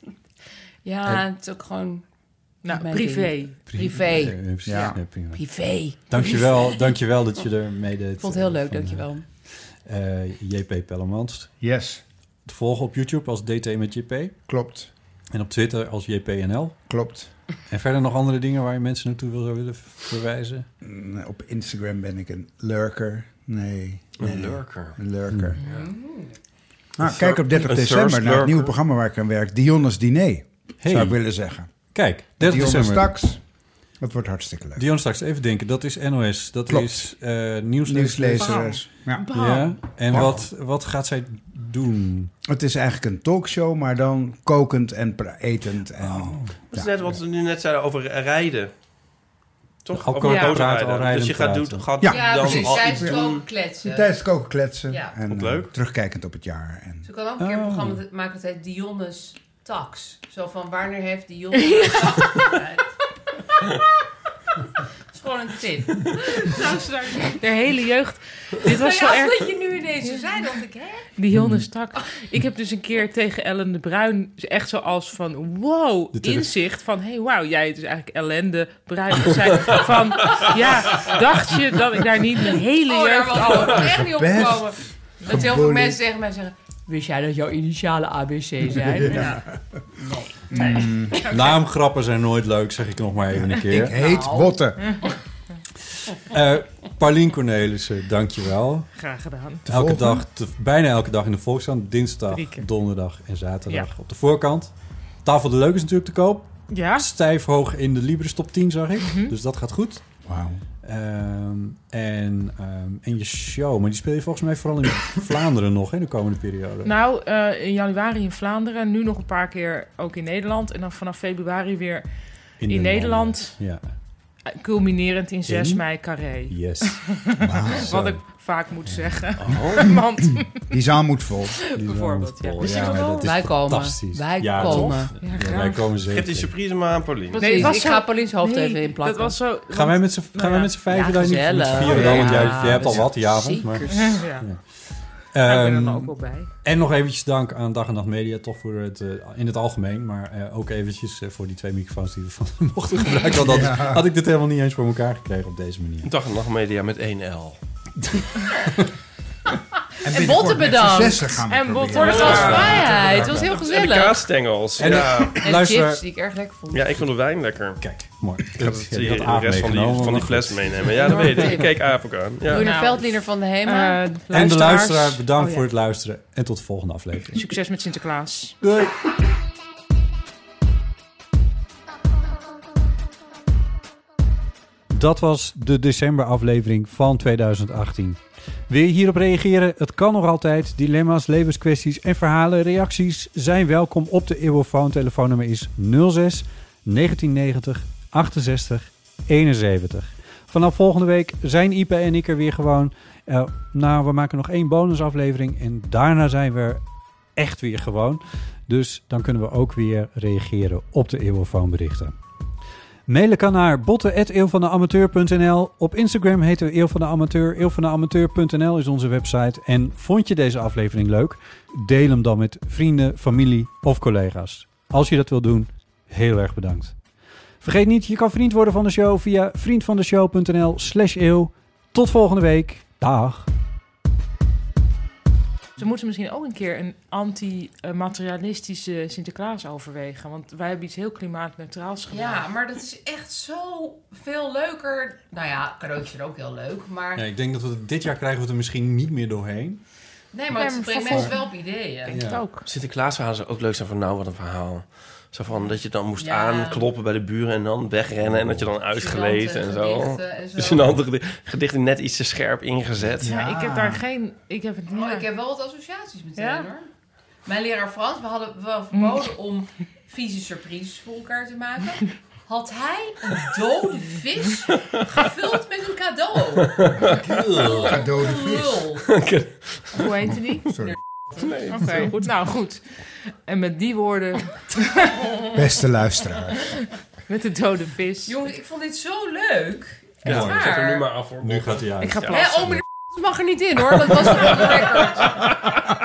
Ja, het is ook gewoon... Nou, mijn privé. ding. Privé. Ja, precies. Ja. Ja, prima. Privé. Dankjewel, dankjewel dat je er meedeed. Ik vond het heel leuk, Van, dankjewel. eh, J P Pellemans. Yes, Te volgen op YouTube als D T met J P. klopt. En op Twitter als J P N L. Klopt. En verder nog andere dingen waar je mensen naartoe wil zou willen verwijzen? Mm, Op Instagram ben ik een lurker. Nee. nee. Een lurker. Een lurker. Mm. Nou, kijk op dertig Een december thirst naar het lurker. nieuwe programma waar ik aan werk. Dionne's Diner, Hey. zou ik willen zeggen. Kijk, dertig Dionne december. straks. Dat wordt hartstikke leuk. Dion straks, even denken. Dat is N O S. Dat Klopt. is uh, nieuwslezers. Nieuwslezers. Ja. Ja. En Bam. wat, wat gaat zij doen? Het is eigenlijk een talkshow, maar dan kokend en pra- etend. En, Oh. Dat is ja. net wat we nu net zeiden over rijden. Toch? Ook Over al autorijden. praten, al rijden, Dus je gaat, praten. doen, gaat Ja, Ja, dan precies. al Tijdens iets het doen. koken kletsen. Tijdens het koken kletsen. Ja. En Wat eh, leuk. terugkijkend op het jaar. En, Ze kan ook een keer een Oh. programma maken dat heet Dionne's Tax. Zo van, wanneer heeft Dionne... Dat is gewoon een tip. Nou, de hele jeugd. Dit was zo Nou ja, erg. dat je nu ineens zo zei, dacht ik, hè? Dionne stak. Ik heb dus een keer tegen Ellen de Bruin echt zoals van wow, De tele- inzicht van hey wauw, jij het is eigenlijk Ellen de Bruin. Ik zei van ja, dacht je dat ik daar niet mijn hele Oh, daar jeugd was al... ik echt niet opgekomen. Dat heel veel Gebully. mensen tegen mij zeggen... Wist jij dat jouw initialen A B C zijn? Ja. Naamgrappen zijn nooit leuk, zeg ik nog maar even een ik keer. heet Nou. Botte. Uh, Paulien Cornelissen, dankjewel. Graag gedaan. Te Elke volgen? dag, te- bijna elke dag in de Volkskrant. Dinsdag, Drie keer. donderdag en zaterdag Ja. op de voorkant. Tafel de Leuk is natuurlijk te koop. Ja, Stijf hoog in de Libris top tien, zag ik. Mhm. Dus dat gaat goed. Wauw. Ehm, en, ehm, en je show, maar die speel je volgens mij vooral in Vlaanderen nog, hè, de komende periode. nou eh, in januari in Vlaanderen, nu nog een paar keer ook in Nederland en dan vanaf februari weer in, de Nederland, landen. Ja, eh, culminerend in zes In? mei Carré. yes. Wauw. Wat ik vaak moet zeggen. Oh. Want Die zaal moet vol. Die Bijvoorbeeld, ja. vol. Wist je Ja, dat maar al? dat is Wij komen. fantastisch. Wij Ja, komen. toch? ja, Ja, graag. wij komen Geef die zeker. surprise maar aan Paulien. Precies, Nee, het was ik zo- ga Paulien's hoofd Nee, even inplakken. Dat was zo. Gaan wij met z'n gaan wij ja. met z'n vijven Ja, daar niet met gezellig. z'n vieren dan? Want jij, Ja, jij hebt al we wat die avond. Maar, Zeker. Ja. Ehm, ik ben er dan ook wel bij. en nog eventjes dank aan Dag en Nacht Media, toch voor het, uh, in het algemeen. Maar uh, ook eventjes uh, voor die twee microfoons die we van mochten gebruiken. Want dan had ik dit helemaal niet eens voor elkaar gekregen op deze manier. Dag en Nacht Media met één L. En Botte binnenkort met bedankt. z'n zessen gaan we En Botte proberen. Voor de Ja. gastvrijheid. Het was heel En de gezellig. kaasstengels. En ja. En Luisteraar- chips die ik erg lekker vond. ja, ik vond de wijn lekker. Kijk, mooi. Ik ga het, Ja, die, die had de rest van die, meegenomen, van die maar fles goed. meenemen. Ja, dat weet ik. Ik keek Aaf ook aan. Ja. Bruno Nou, Veldliner van de HEMA. Eh, En de luisteraars. luisteraar, bedankt Oh, ja. voor het luisteren. En tot de volgende aflevering. Succes met Sinterklaas. Doei! Dat was de decemberaflevering van tweeduizend achttien. Wil je hierop reageren? Het kan nog altijd. Dilemma's, levenskwesties en verhalen, reacties zijn welkom op de Eeuwofoon. Telefoonnummer is nul zes negentien negentig achtenzestig eenenzeventig. Vanaf volgende week zijn Ipe en ik er weer gewoon. Uh, nou, we maken nog één bonusaflevering en daarna zijn we echt weer gewoon. Dus dan kunnen we ook weer reageren op de eeuwofoonberichten. Mailen kan naar botten at eeuw van de amateur punt n l. Op Instagram heten we Eeuw van de Amateur. eeuw van de amateur punt n l is onze website. En vond je deze aflevering leuk? Deel hem dan met vrienden, familie of collega's. Als je dat wil doen, heel erg bedankt. Vergeet niet, je kan vriend worden van de show via vriendvandeshow punt n l slash eeuw. Tot volgende week. Dag. Ze moeten misschien ook een keer een anti-materialistische Sinterklaas overwegen. Want wij hebben iets heel klimaatneutraals gedaan. Ja, maar dat is echt zo veel leuker. Nou ja, cadeautjes zijn ook heel leuk, maar... Ja, ik denk dat we het, dit jaar krijgen we het er misschien niet meer doorheen. Nee, maar het brengt mensen wel op ideeën. Denk ja. het ook. Sinterklaasverhalen zou ook leuk zijn van nou, wat een verhaal. Zo van dat je dan moest Ja. aankloppen bij de buren en dan wegrennen en dat je dan uitgelezen en zo. gedichten en zo. Gênante gedichten, gedichten net iets te scherp ingezet. Ja, ik heb daar geen... Ik heb het niet. Oh, ik heb wel wat associaties meteen, Ja? hoor. Mijn leraar Frans, we hadden wel verboden om vieze surprises voor elkaar te maken. Had hij een dode vis gevuld met een cadeau. Cadeau de vis. Hoe heette die? Sorry. Nee, Oké, okay. goed. Nou goed. En met die woorden... Beste luisteraar. Met de dode vis. Jongens, ik vond dit zo leuk. Ja, Echt waar. zet hem nu maar af. Hoor. Nu gaat hij uit. Ik ga Hè, plassen. oh, maar dat mag er niet in, hoor. Dat was gewoon een record.